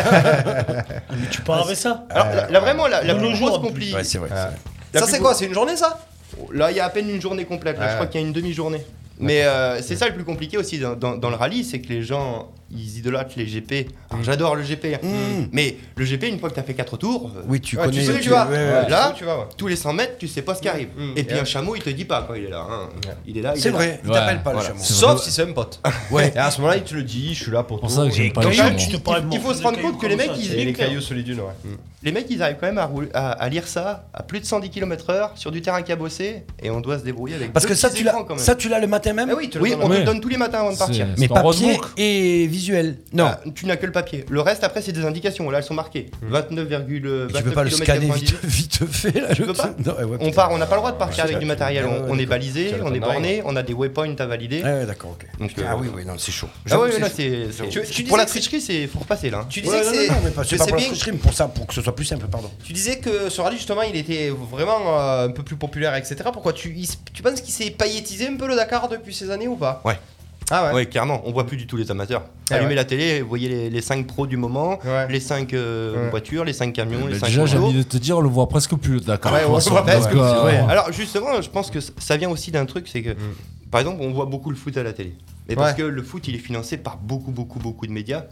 Mais tu pars avec ça. Alors, là, là vraiment, la, la plus grosse compli. Ouais, c'est vrai. Euh, c'est ça, c'est quoi? C'est une journée, ça? Là, il y a à peine une journée complète. Là, ouais. Je crois qu'il y a une demi-journée. Mais euh, c'est ça le plus compliqué aussi dans, dans, dans le rallye, c'est que les gens ils idolâtrent les G P. Alors, j'adore le G P, mmh. mais le G P, une fois que tu as fait quatre tours, oui, tu ouais, connais. Tu sais où tu tu vas. ouais, ouais, là, tu vas, ouais. tous les cent mètres, tu sais pas ce qui arrive. Mmh. Et puis ouais. un chameau, il te dit pas quand il est là. Hein. Ouais. Il est là. Il c'est est vrai, là. il t'appelle pas voilà. le chameau. Sauf si c'est un pote. Ouais. Et à ce moment-là, il te le dit, je suis là pour toi. C'est pour ça que j'aime pas le chameau. Il faut se rendre compte que les mecs, ils les cailloux sur les dunes, ouais. Les mecs, ils arrivent quand même à lire ça à plus de cent dix kilomètres heure sur du terrain cabossé et on doit se débrouiller avec. Parce que ça, tu l'as. Ça, tu l'as le matin même. Oui, on te le donne tous les matins avant de partir. Mais papier et visuel. Non. Tu n'as que le papier. Le reste, après, c'est des indications. Là, elles sont marquées. vingt-neuf virgule vingt-neuf tu peux pas le scanner vite, vite fait là. Tu peux pas. Non, ouais, on part, on n'a pas le droit de partir avec du matériel. On, on est balisé, on est borné, on a des waypoints à valider. Ouais, d'accord, ok. Donc, euh, ah oui, oui, non, c'est chaud. Ah oui, là, c'est. Pour la tricherie, c'est faut repasser là. Tu disais que c'est. Non, mais pas pour la tricherie, mais pour ça, pour que ce soit plus simple, pardon. Tu disais que ce rallye justement, il était vraiment un peu plus populaire, et cetera. Pourquoi tu tu penses qu'il s'est paillettisé un peu le Dakar depuis ces années ou pas? Ouais. Ah ouais. Ouais, clairement, on voit plus du tout les amateurs. Ah Allumez ouais. la télé, vous voyez les, les cinq pros du moment, ouais. les cinq euh, ouais. voitures, les cinq camions, les cinq déjà, j'ai envie de te dire, on le voit presque plus, d'accord. Ouais, on voit presque plus. Ouais. Alors justement, je pense que ça vient aussi d'un truc, c'est que, mm. par exemple, on voit beaucoup le foot à la télé. Mais parce ouais. que le foot, il est financé par beaucoup, beaucoup, beaucoup de médias.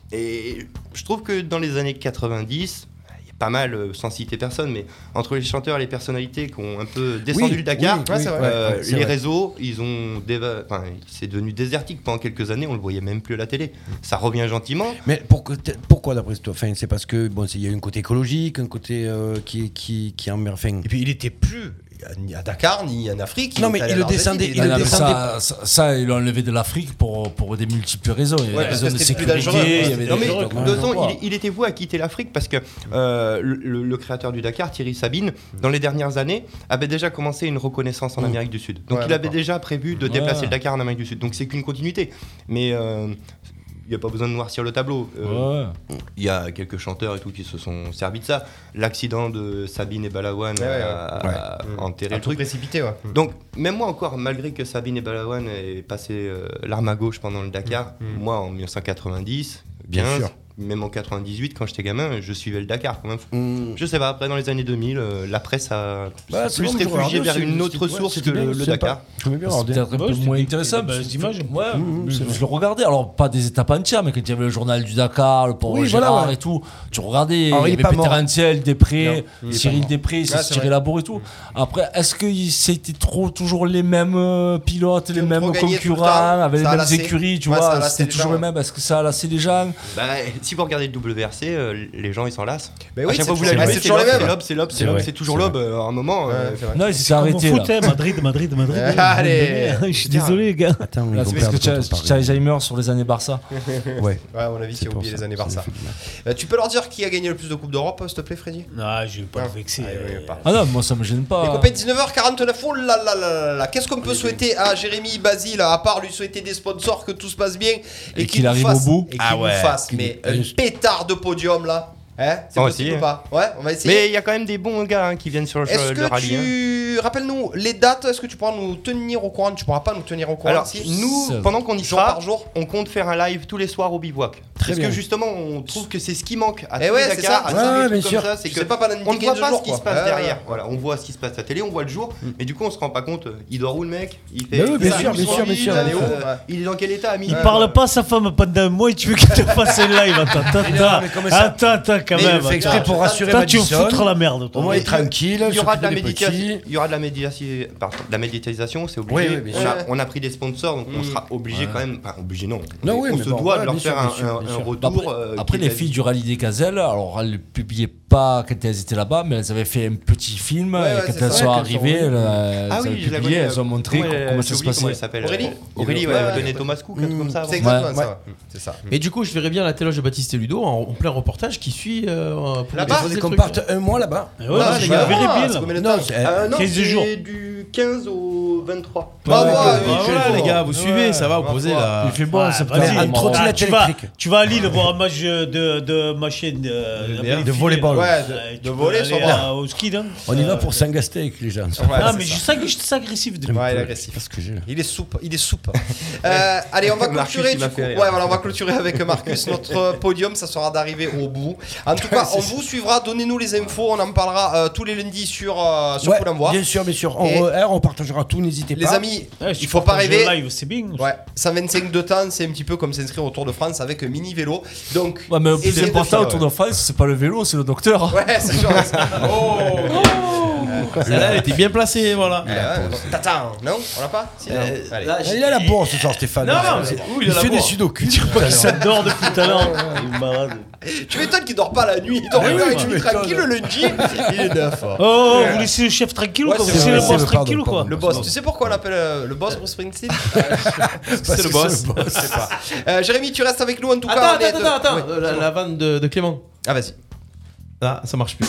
Et je trouve que dans les années quatre-vingt-dix, pas mal, euh, sans citer personne, mais entre les chanteurs et les personnalités qui ont un peu descendu oui, le Dakar, oui, oui, c'est vrai. Euh, Ouais, c'est les vrai. réseaux, ils ont déva... enfin, c'est devenu désertique pendant quelques années, on le voyait même plus à la télé. Ça revient gentiment. Mais pourquoi, pourquoi d'après toi? Enfin, c'est parce que bon, il y a un côté écologique, un côté euh, qui qui qui en enfin... Et puis il était plus ni à Dakar ni en Afrique. Non mais il le descendait. Il ah, le non, descendait. Ça, ça, ça, ils l'ont enlevé de l'Afrique pour, pour des multiples raisons. Il y avait Ouais, des raisons de sécurité. Il y avait non des mais raisons de toute façon, il, il était voué à quitter l'Afrique parce que euh, le, le créateur du Dakar, Thierry Sabine, dans les dernières années, avait déjà commencé une reconnaissance en Amérique du Sud. Donc ouais, il avait déjà prévu de déplacer ouais. le Dakar en Amérique du Sud. Donc c'est qu'une continuité. Mais euh, il n'y a pas besoin de noircir le tableau. Il euh, ouais. y a quelques chanteurs et tout qui se sont servis de ça. L'accident de Sabine et Balawan ouais, a, ouais. a ouais. enterré un le truc. précipité, ouais. Donc, même moi encore, malgré que Sabine et Balawan aient passé euh, l'arme à gauche pendant le Dakar, mmh. moi en dix-neuf cent quatre-vingt-dix, bien quinze, sûr. Même en quatre-vingt-dix-huit, quand j'étais gamin, je suivais le Dakar quand même. Mmh. Je sais pas, après dans les années deux mille, euh, la presse a bah, plus bon, réfugié vers une autre source ouais, que le, le Dakar. Je bien c'était un peu ouais, moins intéressant. Bah, images. Ouais, mmh, je, je le regardais. Alors, pas des étapes entières, mais quand il y avait le journal du Dakar, le port oui, Gérard voilà, ouais. et tout, tu regardais. Alors, il y avait Peter Hansel, Després, Cyril Després, Cyril Labour et tout. Après, est-ce que c'était trop toujours les mêmes pilotes, les mêmes concurrents, avec les mêmes écuries, tu vois? C'était toujours le même. Est-ce que ça a lassé les gens? Si vous regardez le W R C, euh, les gens ils s'en lassent. Mais oui, à chaque fois que vous l'allumez, c'est toujours les mêmes. C'est l'aube, c'est l'aube, c'est toujours l'aube. À un moment. Non, il s'est arrêté. Madrid, Madrid, Madrid. Allez, je suis désolé, les gars. Attends, c'est parce que tu as Alzheimer sur les années Barça. Ouais. Ouais, à mon avis, tu as oublié les années Barça. Tu peux leur dire qui a gagné le plus de Coupes d'Europe, s'il te plaît, Freddy? Non, je vais pas le vexer. Ah non, moi ça me gêne pas. Les copains, dix-neuf heures quarante-neuf. Oh là là là là. Qu'est-ce qu'on peut souhaiter à Jérémy Basile, à part lui souhaiter des sponsors, que tout se passe bien et qu'il arrive au bout et qu'il nous fasse mais un pétard de podium là, hein? C'est possible ou pas? Ouais, on va essayer. Mais il y a quand même des bons gars hein, qui viennent sur le, est-ce le que rallye. Tu... Hein. Rappelle-nous les dates, est-ce que tu pourras nous tenir au courant? Tu pourras pas nous tenir au courant. Alors, si nous, pendant qu'on y jour sera, par jour, on compte faire un live tous les soirs au bivouac. Très Parce bien. que justement, on trouve que c'est ce qui manque à eh tous ouais, les Dakar, à tous ouais, les bien trucs sûr. comme ça, c'est que pas on ne voit pas jour, ce qui quoi. se passe ouais, derrière. ouais. Voilà, on voit ce qui se passe à la télé, on voit le jour, mm. mais du coup, on se rend pas compte. Il dort où le mec? Il fait. Bah oui, bien sûr, bien sûr, bien sûr. Il est dans quel état, ami? Il parle pas à sa femme pendant un mois et tu veux qu'il te fasse un live? Attends, attends, attends, attends, quand Mais même. il fait exprès pour rassurer Toi, tu veux Madison. foutre la merde. Au moins, il est tranquille. Il y aura de la s'occuper des méditation. petits. Il y aura de la médiation. Pardon, de la médiatisation, c'est obligé. Oui, oui, bien on, sûr. a, on a pris des sponsors, donc on Mm. sera obligé Ouais. quand même. Enfin, obligé non. Non, on oui, on mais se bon, doit ouais, de leur bien faire sûr, un, bien sûr, un- bien un sûr. retour. Après, euh, après, qui les est filles du rallye des Gazelles, alors elles ne publiaient pas quand elles étaient là-bas, mais elles avaient fait un petit film. Ouais, ouais, et quand c'est elles ça. sont Ouais, arrivées, qu'elles sont- elles, Ah elles oui, avaient je la publié, connais. elles ont montré Comment comment, elle- comment j'ai ça se oublié comment passait. elle s'appelle. Aurélie Aurélie, ouais, Ouais, elle ouais. donnait Thomas Cook, un truc comme ça. C'est avant. exactement Ouais. ça. C'est ça. Et du coup, je verrais bien la téloge de Baptiste et Ludo en, en plein reportage qui suit. Euh, pour Là-bas, Il défoncer faudrait le qu'on truc. parte un mois là-bas. Ouais, Non, les c'est gars, pas- verrez bien, c'est là. combien de Non, temps c'est- Euh, non, quinze c'est jours. du quinze au vingt-trois. Ouais, Ah, ouais, ouais, ouais, oui, Ah, je voilà, vais les gars, voir. vous suivez, ça va, vous Ouais, posez ouais. là. Il fait bon, Ouais, c'est vas-y, peut-être un trottinette tu, vas, électrique. tu vas à Lille voir un match de, de ma chaîne de, De de, volleyball. Ouais, de- Euh, de tu peux volley, aller ça va. à- au ski, non On y va Euh, pour s'engaster avec les gens. Ouais, Ah, c'est mais ça. je sens que je suis agressif depuis. Ouais, il est agressif. Parce que j'ai. Il est soupe, il est soupe. Euh, allez, on va Marcus, clôturer il du m'a coup. fait rire. Ouais, voilà, on va clôturer avec Marcus. Notre podium, ça sera d'arriver au bout. En tout cas, on vous suivra. Donnez-nous les infos. On en parlera euh, tous les lundis sur euh, sur Ouais, Coup d'envoi. bien sûr, bien sûr. On, Et- re- hein, on partagera tout, n'hésitez pas. Les amis, Ouais, si il tu faut pas partages rêver. le live, c'est bien. Ouais, cent vingt-cinq de temps, c'est un petit peu comme s'inscrire au Tour de France avec un mini vélo. Donc, Ouais, mais le plus essayez de important faire, au Tour de France, c'est pas le vélo, c'est le docteur. Ouais, c'est sûr. Oh. Celle-là, elle était bien placée, voilà. Eh ouais, donc, T'attends, non? On l'a pas? Si, non. Euh, Allez. là, Il a la bourre ce soir, Stéphane. Non, non, C'est- mais- où il il a la fait des bourre sudoku. Il s'adore depuis tout à l'heure. Il est malade. Tu m'étonnes qu'il dort pas la nuit. Il dort Ah une oui, heure et tu demie m'étonnes. tranquille le lundi. Il est neuf. Oh, vous laissez le chef tranquille ou Ouais, quoi Vous c'est laissez vrai, le c'est boss vrai, tranquille ou pardon, quoi Le boss, tu sais pourquoi on l'appelle euh, le boss Bruce Springsteen C'est le boss. Je sais pas. Euh, Jérémy, tu restes avec nous en tout Attends, cas. on attends, est attends, de- attends. Ouais, Euh, La, la vanne de, de Clément. Ah, vas-y. Ah, ça marche plus.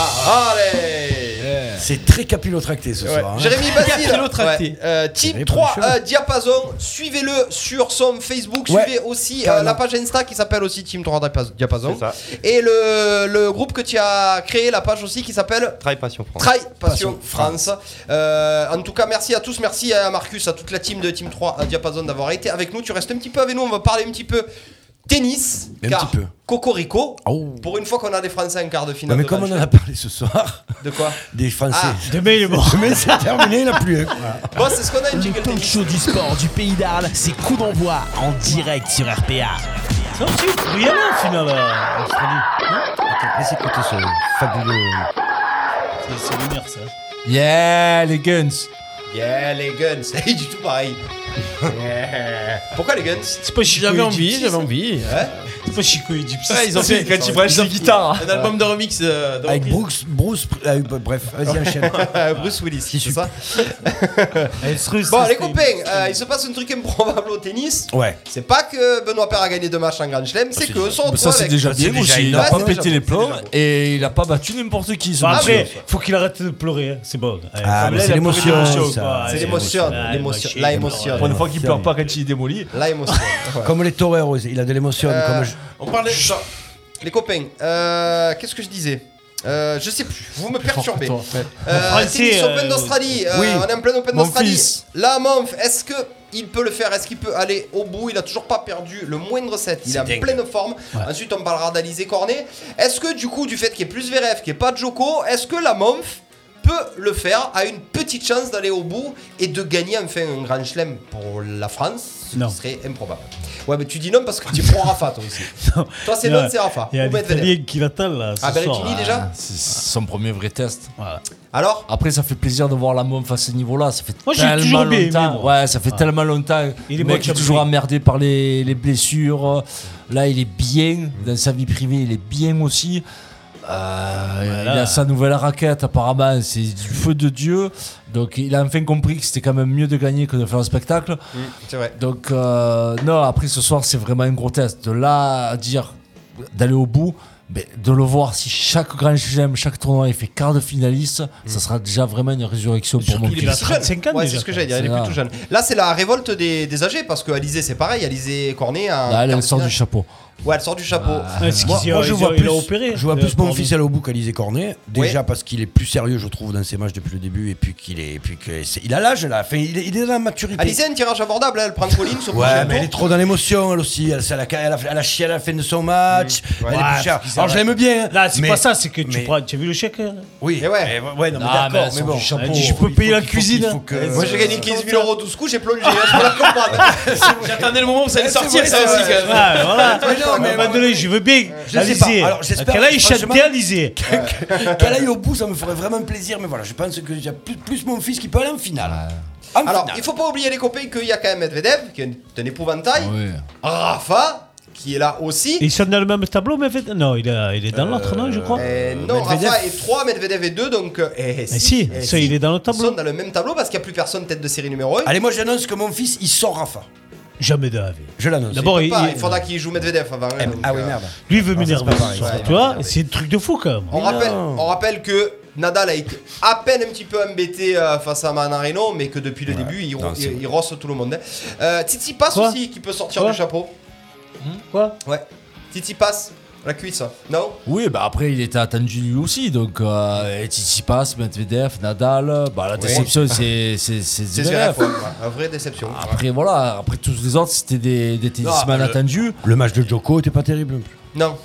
Allez C'est très capillotracté ce Ouais. soir. hein. Jérémy Basile, Capillotracté. ouais. euh, Team Jérémy trois Paluchon. euh, Diapason, suivez-le sur son Facebook, Ouais. suivez aussi euh, Carrément. la page Insta qui s'appelle aussi Team trois Diapas- Diapason. C'est ça. Et le, le groupe que tu as créé, la page aussi qui s'appelle Try Passion France. Try Passion France. Euh, en tout cas, merci à tous, merci à Marcus, à toute la team de Team trois à Diapason d'avoir été avec nous. Tu restes un petit peu avec nous, on va parler un petit peu tennis. Un car petit peu. Cocorico, Oh. pour une fois qu'on a des Français en quart de Non, finale. mais de comme on Grand en a Chelem. parlé ce soir, De quoi des Français. Ah. Demain, il est mort. Mais c'est terminé, il n'a plus. hein. Bon, c'est ce qu'on a une Le jingle talk tennis. show du sport du pays d'Arles, c'est Coup d'envoi en direct sur R P A. Ça aussi, il faut y aller en finale à Australie. Attends, laisse écouter ce fabuleux. C'est- C'est lunaire, ça. Yeah, les guns. Yeah, les guns, c'est du tout pareil. Yeah. Pourquoi les guns C'est pas Chico J'avais et envie, Gypsy, j'avais ça. envie. Ouais. C'est pas Chico et Gypsy. Ouais, ils ont fait quand ils branchent les guitares. un album de remix. euh, de Avec reprise. Bruce. Bruce euh, bref, vas-y, enchaîne. Bruce Willis, Qui c'est ça Elle se ruse, Bon, ça, les c'est- copains, euh, il se passe un truc improbable au tennis. Ouais. C'est pas que Benoît Paire a gagné deux matchs en Grand Chelem, c'est que son Ça, c'est déjà bien aussi. Il a Ouais, pas c'est pété déjà les bon, plombs c'est déjà bon. et il a pas battu n'importe qui. ce Bah, monsieur. après, faut qu'il arrête de pleurer, hein. C'est bon. Ah, Comme mais là, c'est il a pleuré l'émotion, d'émotion, ça. quoi. C'est Ouais, l'émotion, ouais, l'émotion, ouais, la ouais, émotion. Pour une fois qu'il pleure pas quand il est démoli. La émotion. Ouais. Comme les toreros, il a de l'émotion. Euh, Comme je- On parlait de ça. Les copains, euh, qu'est-ce que je disais euh, je sais plus, vous me perturbez. Toi, en fait. Euh, Français, tennis euh, Open d'Australie, euh, oui. on est en plein Open Mon d'Australie. fils. Là, Monf, est-ce que il peut le faire? Est-ce qu'il peut aller au bout? Il a toujours pas perdu le moindre set. Il est en dingue. pleine forme. Ensuite, on parlera d'Alizé Cornet. Est-ce que du coup, du fait qu'il y ait plus Zverev, qu'il n'y ait pas de Djoko, est-ce que la Monf peut le faire, a une petite chance d'aller au bout et de gagner enfin un grand chelem pour la France, ce Non. qui serait improbable. Ouais, mais tu dis non parce que tu prends Rafa toi aussi. Toi, c'est Il y a- non, c'est Rafa. Il y a Ou Medvedev. l'Italien qui l'attend là. ce Ah, soir. Berrettini déjà C'est son premier vrai test. Voilà. Alors Après, ça fait plaisir de voir la Monf à ce niveau-là. Ça fait Moi, j'ai tellement toujours bien aimé, longtemps. moi. Ouais, ça fait Ah. tellement longtemps. Il est Le bon mec qui est avec toujours la emmerdé par les, les blessures. Là, il est bien. Dans sa vie privée, il est bien aussi. Euh, il a sa nouvelle raquette, apparemment, c'est du feu de Dieu. Donc, il a enfin compris que c'était quand même mieux de gagner que de faire un spectacle. Mmh, c'est vrai. Donc, euh, non, après ce soir, c'est vraiment un gros test. De là à dire d'aller au bout, mais de le voir, si chaque grand chelem, chaque tournoi, il fait quart de finaliste, ça sera déjà vraiment une résurrection pour mon qu'il fils. a trente-cinq ans Ouais, déjà, c'est ce que quoi. j'allais dire, il est C'est plutôt là. jeune. Là, c'est la révolte des, des âgés parce que Alizé, c'est pareil. Alizé Cornet. en Là, elle, quart elle de sort finale. du chapeau. Ouais, elle sort du chapeau. Ouais, c'est Moi, qu'il moi, a- je il a- vois il plus, a opéré. je vois Euh, plus mon pardon. fils aller au bout qu'Alizé Cornet. Déjà Ouais. parce qu'il est plus sérieux, je trouve, dans ses matchs depuis le début. Et puis qu'il est, et puis que c'est- il a l'âge là. Enfin, il, est, il est dans la maturité. Alizé a un tirage abordable, hein, elle prend Colline sur le Ouais, prochain mais elle est tour. trop dans l'émotion, elle aussi. Elle, elle, a, elle, a, elle a chié à la fin de son match. Elle Ouais, est plus chère. parce que Alors je ça- l'aime bien. Là, c'est mais- pas ça, c'est que tu mais- prends. Tu as vu le chèque hein Oui. Et ouais. Mais ouais, non, mais Ah, mais d'accord. elle Mais sort bon. du chapeau. Elle dit, je Il faut- peux payer il la faut- cuisine. il faut que- Moi, j'ai gagné quinze mille euros douze coups, j'ai plongé. hein, je peux la comprendre. J'attendais le moment où ça allait C'est sortir, vrai, ça c'est aussi, vrai. quand même. Ouais, voilà. Mais non, non, mais Madeleine, je veux bien. Je sais pas. Alors, j'espère qu'elle aille chanter à l'Élysée. Qu'elle aille au bout, ça me ferait vraiment plaisir. Mais voilà, je pense qu'il y a plus, plus mon fils qui peut aller en finale. En Alors, finale. il faut pas oublier les copains qu'il y a quand même Medvedev, qui est un épouvantail. Oui. Rafa, qui est là aussi. Ils sont dans le même tableau, Medvedev? Non, il est, il est dans l'autre, non, je crois. Euh, non, Medvedev. Rafa est trois, Medvedev est deux, donc. Euh, eh, Eh si, eh, ça, il est dans le tableau. Ils sont dans le même tableau parce qu'il n'y a plus personne tête de série numéro un. Allez, moi j'annonce que mon fils il sort Rafa. Jamais de la vie. Je l'annonce. D'abord, il, il, peut pas, il- il faudra qu'il joue Medvedev avant. hein, donc, Ah oui, euh, merde. lui il veut m'énerver. c'est pas pareil. ce soir, Ouais, tu vois, ouais, ouais. c'est un truc de fou quand même. On rappelle, on rappelle que Nadal a été à peine un petit peu embêté euh, face à Manarino, mais que depuis le début, il, Non, il, c'est il rosse tout le monde. hein. Euh, Tsitsipas Quoi aussi, qui peut sortir Quoi du chapeau. Quoi? Ouais. Tsitsipas, la cuisse, non? Oui, bah après il était attendu lui aussi, donc euh, Tsitsipas, Medvedev, Nadal, bah la déception c'est c'est c'est C'est Zverev. Zverev, ouais, ouais, une vraie déception. Après voilà, après tous les autres c'était des, des tennisman le- attendus. Le match de Djoko était pas terrible. Non.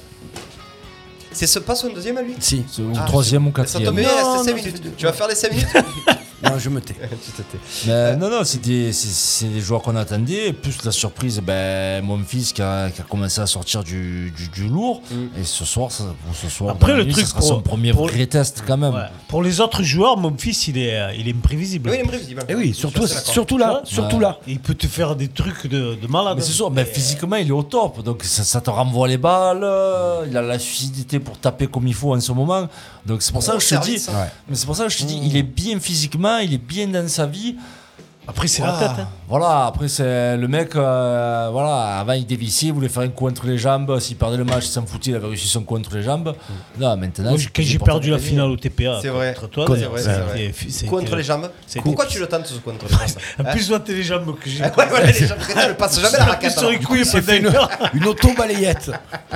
C'est ce, pas son deuxième à lui? Si. C'est Ou Ah, troisième ou Ça quatrième. tombe bien, il Non, reste cinq non, minutes. c'est- Tu vas faire les cinq minutes? Non, je me tais. Tu te tais. Mais non, non, c'est des, c'est, c'est des joueurs qu'on attendait. Et plus la surprise, ben, mon fils qui a, qui a commencé à sortir du, du, du lourd. Et ce soir, ça, pour ce soir Après, dans la le nuit, truc ça sera pour- son premier pour- vrai test quand même. Ouais. Pour les autres joueurs, mon fils, il est, euh, il est imprévisible. Oui, il est imprévisible. Et oui, Je surtout, suis assez d'accord. surtout là, Tu surtout Ouais. là. Il peut te faire des trucs de, de malade. Mais c'est sûr, mais physiquement il est au top, donc ça, ça te renvoie les balles, euh, il a la lucidité pour taper comme il faut en ce moment, donc c'est pour ça que je te dis, service, hein. mais c'est pour ça que je te dis, il est bien physiquement, il est bien dans sa vie. Après, c'est Voilà. la tête. Hein. Voilà, après c'est le mec, euh, voilà, avant il dévissait, il voulait faire un coup entre les jambes, s'il perdait le match, il s'en foutait, il avait réussi son coup entre les jambes. Non, maintenant. Moi, c'est quand plus j'ai important perdu de la gagner. finale au T P A C'est vrai. contre toi, C'est d'ailleurs, vrai, c'est ça a vrai. été- ça a Coup entre été- les jambes. c'était- Pourquoi tu le tentes ce coup entre les jambes? En Hein? plus, toi, t'es les jambes que j'ai. Ouais, voilà, les jambes, tu ne passes jamais la raquette. Sur les alors. couilles, C'est c'est fait une, une auto-balayette.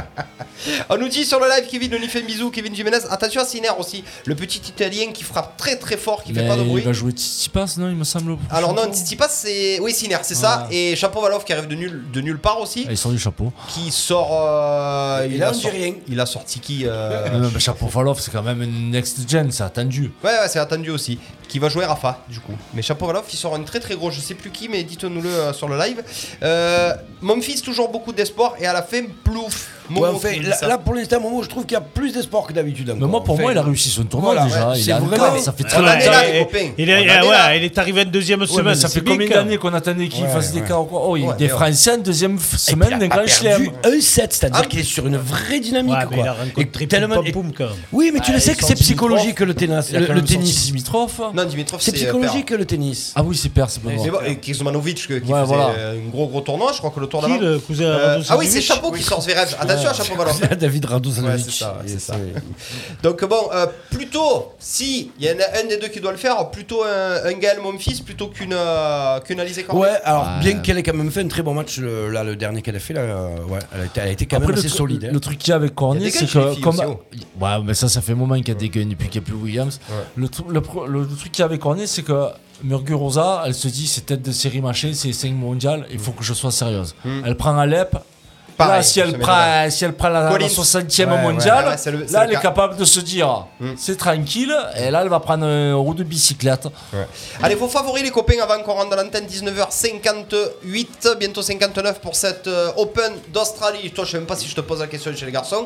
On nous dit sur le live, Kevin, on y fait un bisou, Kevin Jiménez. Attention à Sinner aussi, le petit italien qui frappe très très fort, qui fait Mais pas de bruit. il va jouer Tsitsipas, non, il me semble. au prochain Alors non, tour. Tsitsipas, c'est. Oui, Sinner, c'est ça. Et Chapovalov qui arrive de, nul... de nulle part aussi. Ah, il sort du chapeau. Qui sort. euh, Et là, on dit sorti- rien. Il a sorti qui euh, Non, mais Chapovalov, c'est quand même une next gen, c'est attendu. Ouais, ouais, c'est attendu aussi. Qui va jouer Rafa, du coup. Mais Chapovalov, il sort un très très gros, je sais plus qui, mais dites-nous-le euh, sur le live. Euh, mon fils, toujours beaucoup d'espoir, et à la fin, plouf. Momo Ouais, en fait, qui nous dit là, ça. là, pour l'instant, Momo, je trouve qu'il y a plus d'espoir que d'habitude. Mais encore. moi, pour Enfin, moi, il a réussi son tournoi voilà, déjà. ouais, il c'est a vraiment- encore, ça fait très On en est longtemps. là, et- les copains. Il est, On en est ah là. ouais, il est arrivé en deuxième Ouais, semaine. mais ça c'est fait bien, combien quand même. d'années qu'on attendait qu'il Ouais, fasse des ouais. cas ou quoi? Oh, il Ouais, des mais ouais. Français en deuxième f- semaine d'un grand chelem. un sept, c'est-à-dire Ah, qu'il est sur une vraie dynamique. Ouais, mais quoi. il a rencontré Et tellement- Poum Poum, quand même. Oui, mais tu Ah, le sais ils que sont c'est Dimitrov. psychologique le tennis. Il a Le, quand le même sorti tennis. Dimitrov. Non, Dimitrov, C'est c'est. psychologique le tennis. Ah oui, c'est père, c'est pas euh, bon. Mais bon, et Kuzmanovic qui Ouais, faisait voilà. euh, un gros gros tournoi, je crois que le tour Qui, d'avant. le cousin Euh, Radosavljevic? ah oui, c'est Chapeau qui sort Zverev. Attention à Chapovalov. David Radosavljevic. Ouais, c'est ça, ouais, c'est ça. Donc bon, euh, plutôt, si il y en a un des deux qui doit le faire, plutôt un, un Gaël Monfils plutôt qu'une euh, qu'une Alizé Cornet. Ouais, alors Ouais. bien qu'elle ait quand même fait un très bon match, le, là, le dernier qu'elle a fait, là, euh, ouais, elle a été, elle a été quand Après, même le, assez tru- solide. hein. le truc qu'il y a avec Il y Cornet, a des c'est gars chez les que filles comme aussi, oh. ouais, mais ça, ça fait un moment qu'il y a des gains depuis qu'il n'y a plus Williams. Le, tru- le, pro- le- le truc qu'il y a avec Cornet, c'est que Muguruza, elle se dit c'est tête de série machin, c'est cinq mondiales, il faut que je sois sérieuse. Elle prend Alep. Pareil, Là, si elle, je mets prend, dedans. si elle prend la, la Collins. soixantième Ouais, ouais, mondiale, ouais, ouais, c'est le- c'est là, le elle est cas. capable de se dire c'est tranquille, et là, elle va prendre un roue de bicyclette. Ouais. Allez, vos favoris les copains avant qu'on rentre dans l'antenne, dix-neuf heures cinquante-huit, bientôt cinquante-neuf pour cette euh, Open d'Australie. Toi, je sais même pas si je te pose la question chez les garçons.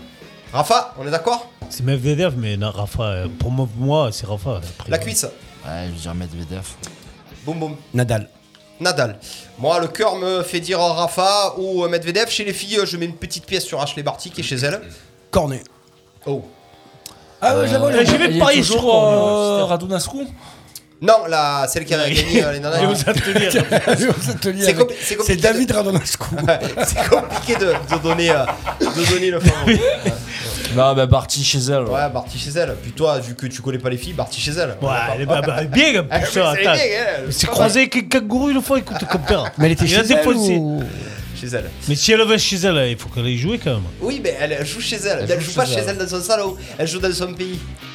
Rafa, on est d'accord? C'est Medvedev, mais non, Rafa, euh, pour moi, pour moi, c'est Rafa. Après, La ouais. cuisse. Ouais, je vais dire Medvedev. Boum boum. Nadal. Nadal. Moi, le cœur me fait dire Rafa ou Medvedev. Chez les filles, je mets une petite pièce sur Ashley Barty qui est chez elle. Cornet. Oh. Ah ouais, j'avoue, Euh, j'y vais Il y a parier toujours sur Cornet, euh, ouais, Radunascu. Non, la, celle qui a gagné euh, les nanas. Et aux ateliers. C'est compli- c'est C'est compliqué. David Radonascu. C'est compliqué de, de donner, euh, de donner le favori. Non, bah, Barty chez elle. Ouais. Ouais, Barty chez elle. Puis toi, vu que tu connais pas les filles, Barty chez elle. Ouais, elle est bah, bah, bien, Ah, pour mais ça, c'est attends. bien, elle. C'est croisé avec un kangourou une fois, écoute, comme père. Mais elle était Il chez a elle défoncé. ou... Chez elle. Mais si elle va chez elle, il faut qu'elle aille jouer quand même. Oui, mais elle, elle joue chez elle. Elle, Elle elle joue joue pas chez chez elle. elle dans son salon. Elle joue dans son pays.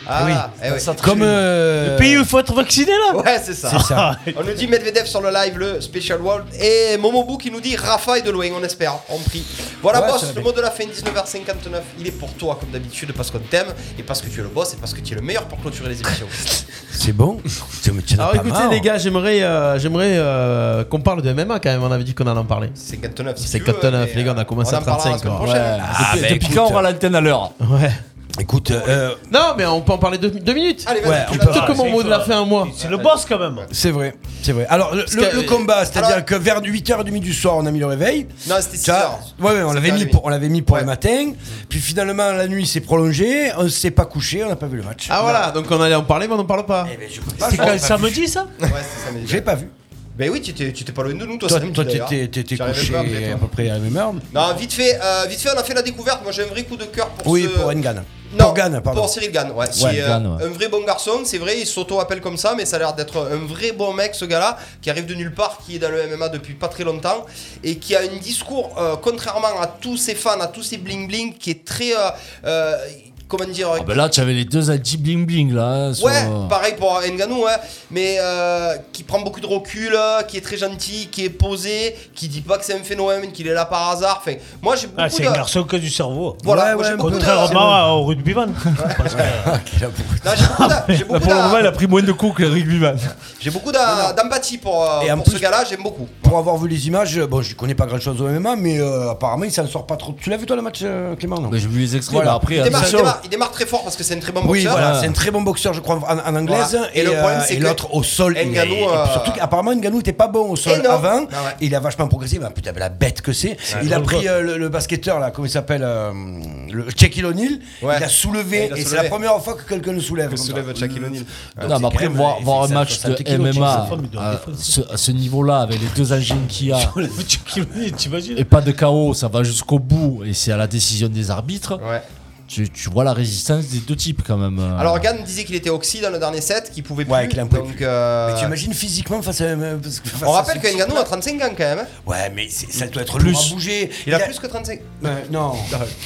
Ah, oui. eh ouais. Comme euh... le pays où il faut être vacciné là. Ouais, c'est ça. C'est ça. On nous dit Medvedev sur le live, le Special World. Et Momobou qui nous dit Rafa est de loin, on espère, on prie. Voilà, Ouais, boss, le mot de la fin, dix-neuf heures cinquante-neuf. Il est pour toi, comme d'habitude, parce qu'on t'aime et parce que tu es le boss et parce que tu es le meilleur pour clôturer les émissions. C'est bon. Alors écoutez, les gars, j'aimerais, euh, j'aimerais euh, qu'on parle de M M A quand même. On avait dit qu'on allait en parler. cinquante-neuf, si cinquanteneuf, tu veux, les gars, on a commencé on à en parlera la trente-cinq. semaine quoi. prochaine. Ouais. Ah, Depuis, bah, depuis écoute, quand on aura l'antenne à l'heure? Ouais. Écoute, euh, Non, mais on peut en parler deux, deux minutes. Allez, vas-y, Ouais, tu on l'as peut- dit. Peut-être que mon mot de la fin à moi. C'est le boss quand même. c'est vrai, c'est vrai. Alors, le, Parce le- que- le combat, c'est-à-dire Alors- que vers huit heures trente du soir, on a mis le réveil. Non, c'était six Ça, heures. ouais, ouais, on l'avait mis sept heures pour, on l'avait mis pour Ouais. le matin. Puis finalement, la nuit s'est prolongée. On s'est pas couché, on n'a pas vu le match. Ah voilà, donc on allait en parler, mais on n'en parle pas. Eh ben, je peux pas. C'est je l'ai quand pas samedi vu. ça. Ouais, c'est samedi. Je l'ai pas vu. Ben oui, tu étais, tu étais pas loin de nous, toi, Toi, samedi, toi, d'ailleurs. t'étais, t'étais J'arrivais couché pas après, toi. à peu près à la même heure. Non, vite fait, euh, vite fait, on a fait la découverte. Moi, j'ai un vrai coup de cœur pour Oui, ce... pour Ngan. Non, Pour Gann, pardon. pour Cyril Gann, ouais. C'est euh, Gann, ouais. un vrai bon garçon, c'est vrai, il s'auto-appelle comme ça, mais ça a l'air d'être un vrai bon mec, ce gars-là, qui arrive de nulle part, qui est dans le M M A depuis pas très longtemps, et qui a un discours, euh, contrairement à tous ses fans, à tous ses bling-bling, qui est très... Euh, euh, comment dire... Ah ben là, tu avais les deux anti bling bling là. hein, sur- Ouais, pareil pour Ngannou, ouais, mais euh, qui prend beaucoup de recul, euh, qui est très gentil, qui est posé, qui dit pas que c'est un phénomène, qu'il est là par hasard. Enfin, moi j'ai beaucoup Ah, c'est de. un garçon qui a du cerveau. Voilà, Ouais, moi, ouais, j'ai beaucoup de. Contrairement au rugbyman. Parce que- Non, j'ai beaucoup d'a- j'ai Là, beaucoup pour le moment, d'a- il a pris moins de coups que le rugbyman. j'ai beaucoup d'a- d'empathie pour, euh, Et en pour plus- ce gars-là, j'aime beaucoup. Pour avoir vu les images, bon, je connais pas grand-chose au M M A, mais euh, apparemment, il s'en sort pas trop. Tu l'as vu toi le match, euh, Clément, non? Mais j'ai vu les extraits, Voilà. mais après, Il démarre, il, attention. démarre, il démarre très fort parce que c'est un très bon Oui, boxeur. voilà, Ouais. c'est un très bon boxeur, je crois, en, en anglaise. Voilà. Et Et, le problème, euh, c'est et que l'autre au sol. Ngannou, et- et puis euh, surtout qu'apparemment, Ngannou n'était pas bon au sol Et non. avant. Ah ouais. Il a vachement progressé. Ben, putain, la bête que c'est. il a pris euh, le, le basketteur, là, comment il s'appelle euh, le Shaquille O'Neal. Ouais. Il a soulevé. Il a et c'est soulevé. la première fois que quelqu'un le soulève. Que comme soulève ça. Shaquille O'Neal. Donc, Non, c'est mais après, quand même, voir, il voir un fait match ça, de soixante kilos, M M A sa femme, il doit à défoncer. ce, à ce niveau-là, avec les deux engines qu'il y a, T'imagines? et pas de K O, ça va jusqu'au bout, et c'est à la décision des arbitres. Ouais. Tu, tu vois la résistance des deux types quand même. euh. Alors Gann disait qu'il était oxy dans le dernier set, qu'il pouvait plus. Ouais, qu'il en pouvait donc, plus. euh, Mais tu imagines physiquement face à. parce que face On à rappelle ce que Ngannou type-là- a trente-cinq ans quand même. hein. Ouais, mais c'est- ça doit être Plus. lourd à bouger. Il a plus que trente-cinq. Ouais, non.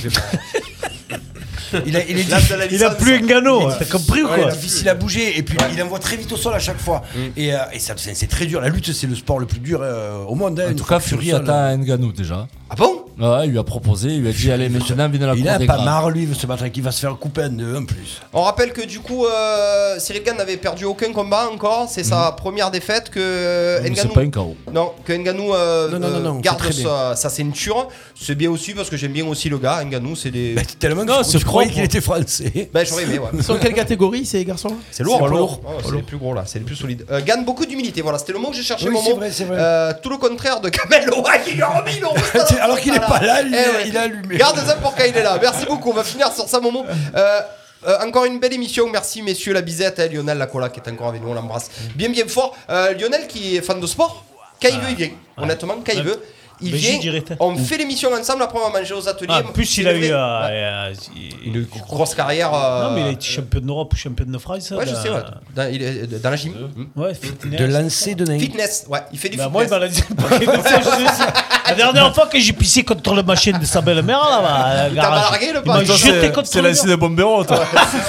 Il, a, il est L'âge de la Il a licence. plus Ngannou, Il est t'as compris ou Ouais, il quoi? est difficile à bouger et puis il envoie très vite au sol à chaque fois. Et, euh, et ça, c'est, c'est très dur. La lutte, c'est le sport le plus dur euh, au monde. hein. En Une tout fois cas, que tu es au Fury sol, attend Ngannou déjà. Ah bon? Ouais, il lui a proposé, il lui a dit allez maintenant viens à la Il cour a des pas grands. marre, lui, il veut se battre avec, il va se faire couper en deux en plus. On rappelle que du coup, euh, Cyril Gann n'avait perdu aucun combat encore. C'est sa première défaite que Mais Ngannou. c'est pas un K O. Non, que Ngannou euh, Non, non, non, non, euh, garde c'est très sa, sa ceinture. C'est bien aussi parce que j'aime bien aussi le gars. Ngannou, c'est des. Bah, tellement que Non, je, c'est je croyais propre. qu'il était français. Bah, j'aurais aimé, ouais. Ils sont en quelle catégorie ces garçons-là? C'est lourd, C'est pas lourd. Oh, c'est les plus gros là, c'est les plus solides. Euh, Gann, beaucoup d'humilité, voilà, c'était le mot que j'ai cherché, Oui, mon c'est mot. vrai, c'est vrai. Euh, tout le contraire de Kamel Ouai, il a remis le Alors qu'il est pas là, lui, Eh ouais. il a allumé. Garde ça pour quand il est là. Merci beaucoup, on va finir sur ça, Momo. Euh, euh, encore une belle émission, merci messieurs la bisette, hein, Lionel Lacola qui est encore avec nous, on l'embrasse bien bien fort. Euh, Lionel qui est fan de sport, quand il veut il vient, honnêtement, quand il veut. Il Mais j'y vient, dirais, t'as. on fait l'émission ensemble, après on va manger aux ateliers. Ah, en plus, il a eu. euh, euh, il- une grosse carrière. euh, Non, mais il a été champion d'Europe ou champion de France. Ouais, je dans- sais, ouais. Dans, il est dans la gym. Ouais, fitness. De lancer de nain. Fitness, ouais, il fait du Bah, moi, il fitness. m'a dit un paquet de fois, je sais. La dernière fois que j'ai pissé contre la machine de sa belle-mère, là, bah, Il t'a garage, largué, le il m'a pote. jeté contre C'est le lancé mur. de Bombero, toi.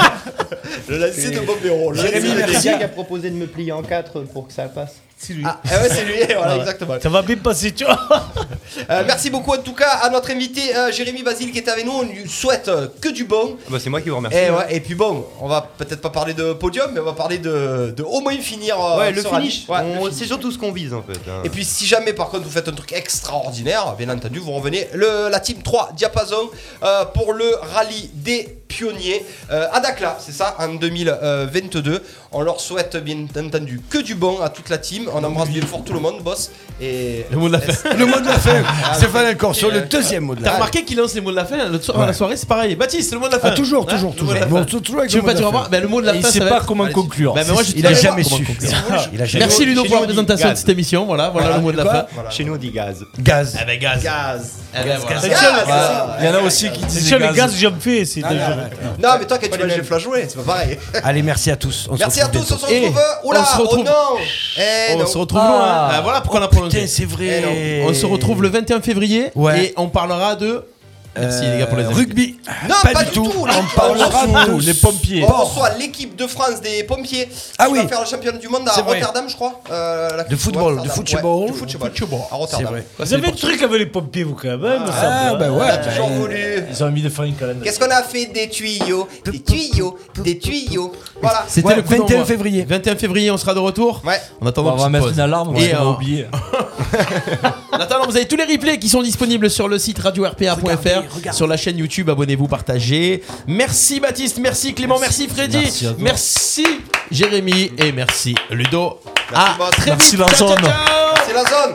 Le lancer de Bombero. Jérémy, merci. qui a proposé de me plier en quatre pour que ça passe. C'est lui. Ah, eh ouais, c'est lui, voilà, Ouais. exactement. Ça va bien passer, tu vois. Euh, merci beaucoup en tout cas à notre invité euh, Jérémy Basile qui est avec nous. On lui souhaite euh, que du bon. Bah, c'est moi qui vous remercie. Et, ouais, et puis bon, on va peut-être pas parler de podium, mais on va parler de, de au moins finir. euh, Ouais, le ce finish. rallye. Ouais, On- le c'est finish. surtout ce qu'on vise en fait. hein. Et puis si jamais par contre vous faites un truc extraordinaire, bien entendu vous revenez le, la team trois Diapason euh, pour le rallye des pionniers euh, à Dakar, c'est ça, en deux mille vingt-deux. On leur souhaite bien entendu que du bon à toute la team. On embrasse bien fort tout le monde, boss. Et Le mot de la fin. Le mot de la fin. Ah, Stéphane Alcor sur le deuxième mot de T'as la fin. remarqué qu'il lance les mots de la fin le soir, Ouais. la soirée, c'est pareil. Baptiste, le mot de la fin. Ah, toujours, Hein, toujours, le mot de la toujours. fin. Bon, toujours avec Tu le veux pas mot de dire la au revoir? fin. Ben, le mot de la Et il fin, sait ça va pas être- comment Allez-y. conclure. Ben, ben, moi, je Il a sais jamais comment su. conclure. Il a jamais Merci su. Ludo Chez pour la nous, on dit présentation de gaz. cette émission. Voilà, voilà le mot de la Quoi fin. Voilà. Chez nous on dit gaz. Gaz. Eh ben, gaz. Gaz. Eh ben, voilà. C'est Gaz. sûr, Ah, Il y en a aussi qui c'est disent sûr, les gaz. gaz, j'ai fait. C'est Ah, déjà. non, non, mais toi quand tu manges les flageolets, c'est pas pareil. Allez, merci à tous. On se Merci à retrouve tous, on se bientôt. retrouve. Et Oula, on se retrouve- oh non. Eh On non. se retrouve Ah. loin. Ah, voilà pourquoi on a prolongé. Putain, c'est vrai. On se retrouve le vingt et un février Ouais. et on parlera de Merci les gars pour les invités. Rugby. Non, pas, pas du du tout. tout. On parlera de les pompiers. On reçoit l'équipe de France des pompiers Ah qui oui. va faire le championnat du monde à C'est vrai. Rotterdam, je crois. Euh, la De football, de football. Ouais, de football. À Rotterdam. C'est vrai. Vous avez un truc avec les pompiers, vous, quand même. hein, me Ah, semble, bah hein. On ouais. a toujours voulu. Ils ont envie de faire une calendrier. Qu'est-ce qu'on a fait des tuyaux, des tuyaux, des tuyaux. Voilà. C'était Ouais, le coup vingt et un d'envoi. février. vingt et un février, on sera de retour. Ouais. En attendant, On va petite mettre pause. une alarme, Et on va euh, oublier. En attendant, vous avez tous les replays qui sont disponibles sur le site radio r p a point f r, sur la chaîne YouTube. Abonnez-vous, partagez. Merci Baptiste, merci Clément, merci, Freddy, Merci à toi. merci Jérémy et merci Ludo. Merci, à boss. très Merci, vite. la Ciao, ciao, zone. ciao. C'est la zone.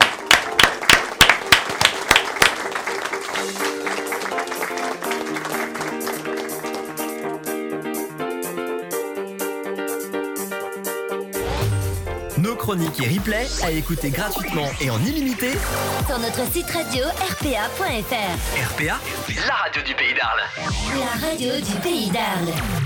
Nos chroniques et replays à écouter gratuitement et en illimité sur notre site radio r p a point f r. R P A, la radio du pays d'Arles. La radio du pays d'Arles.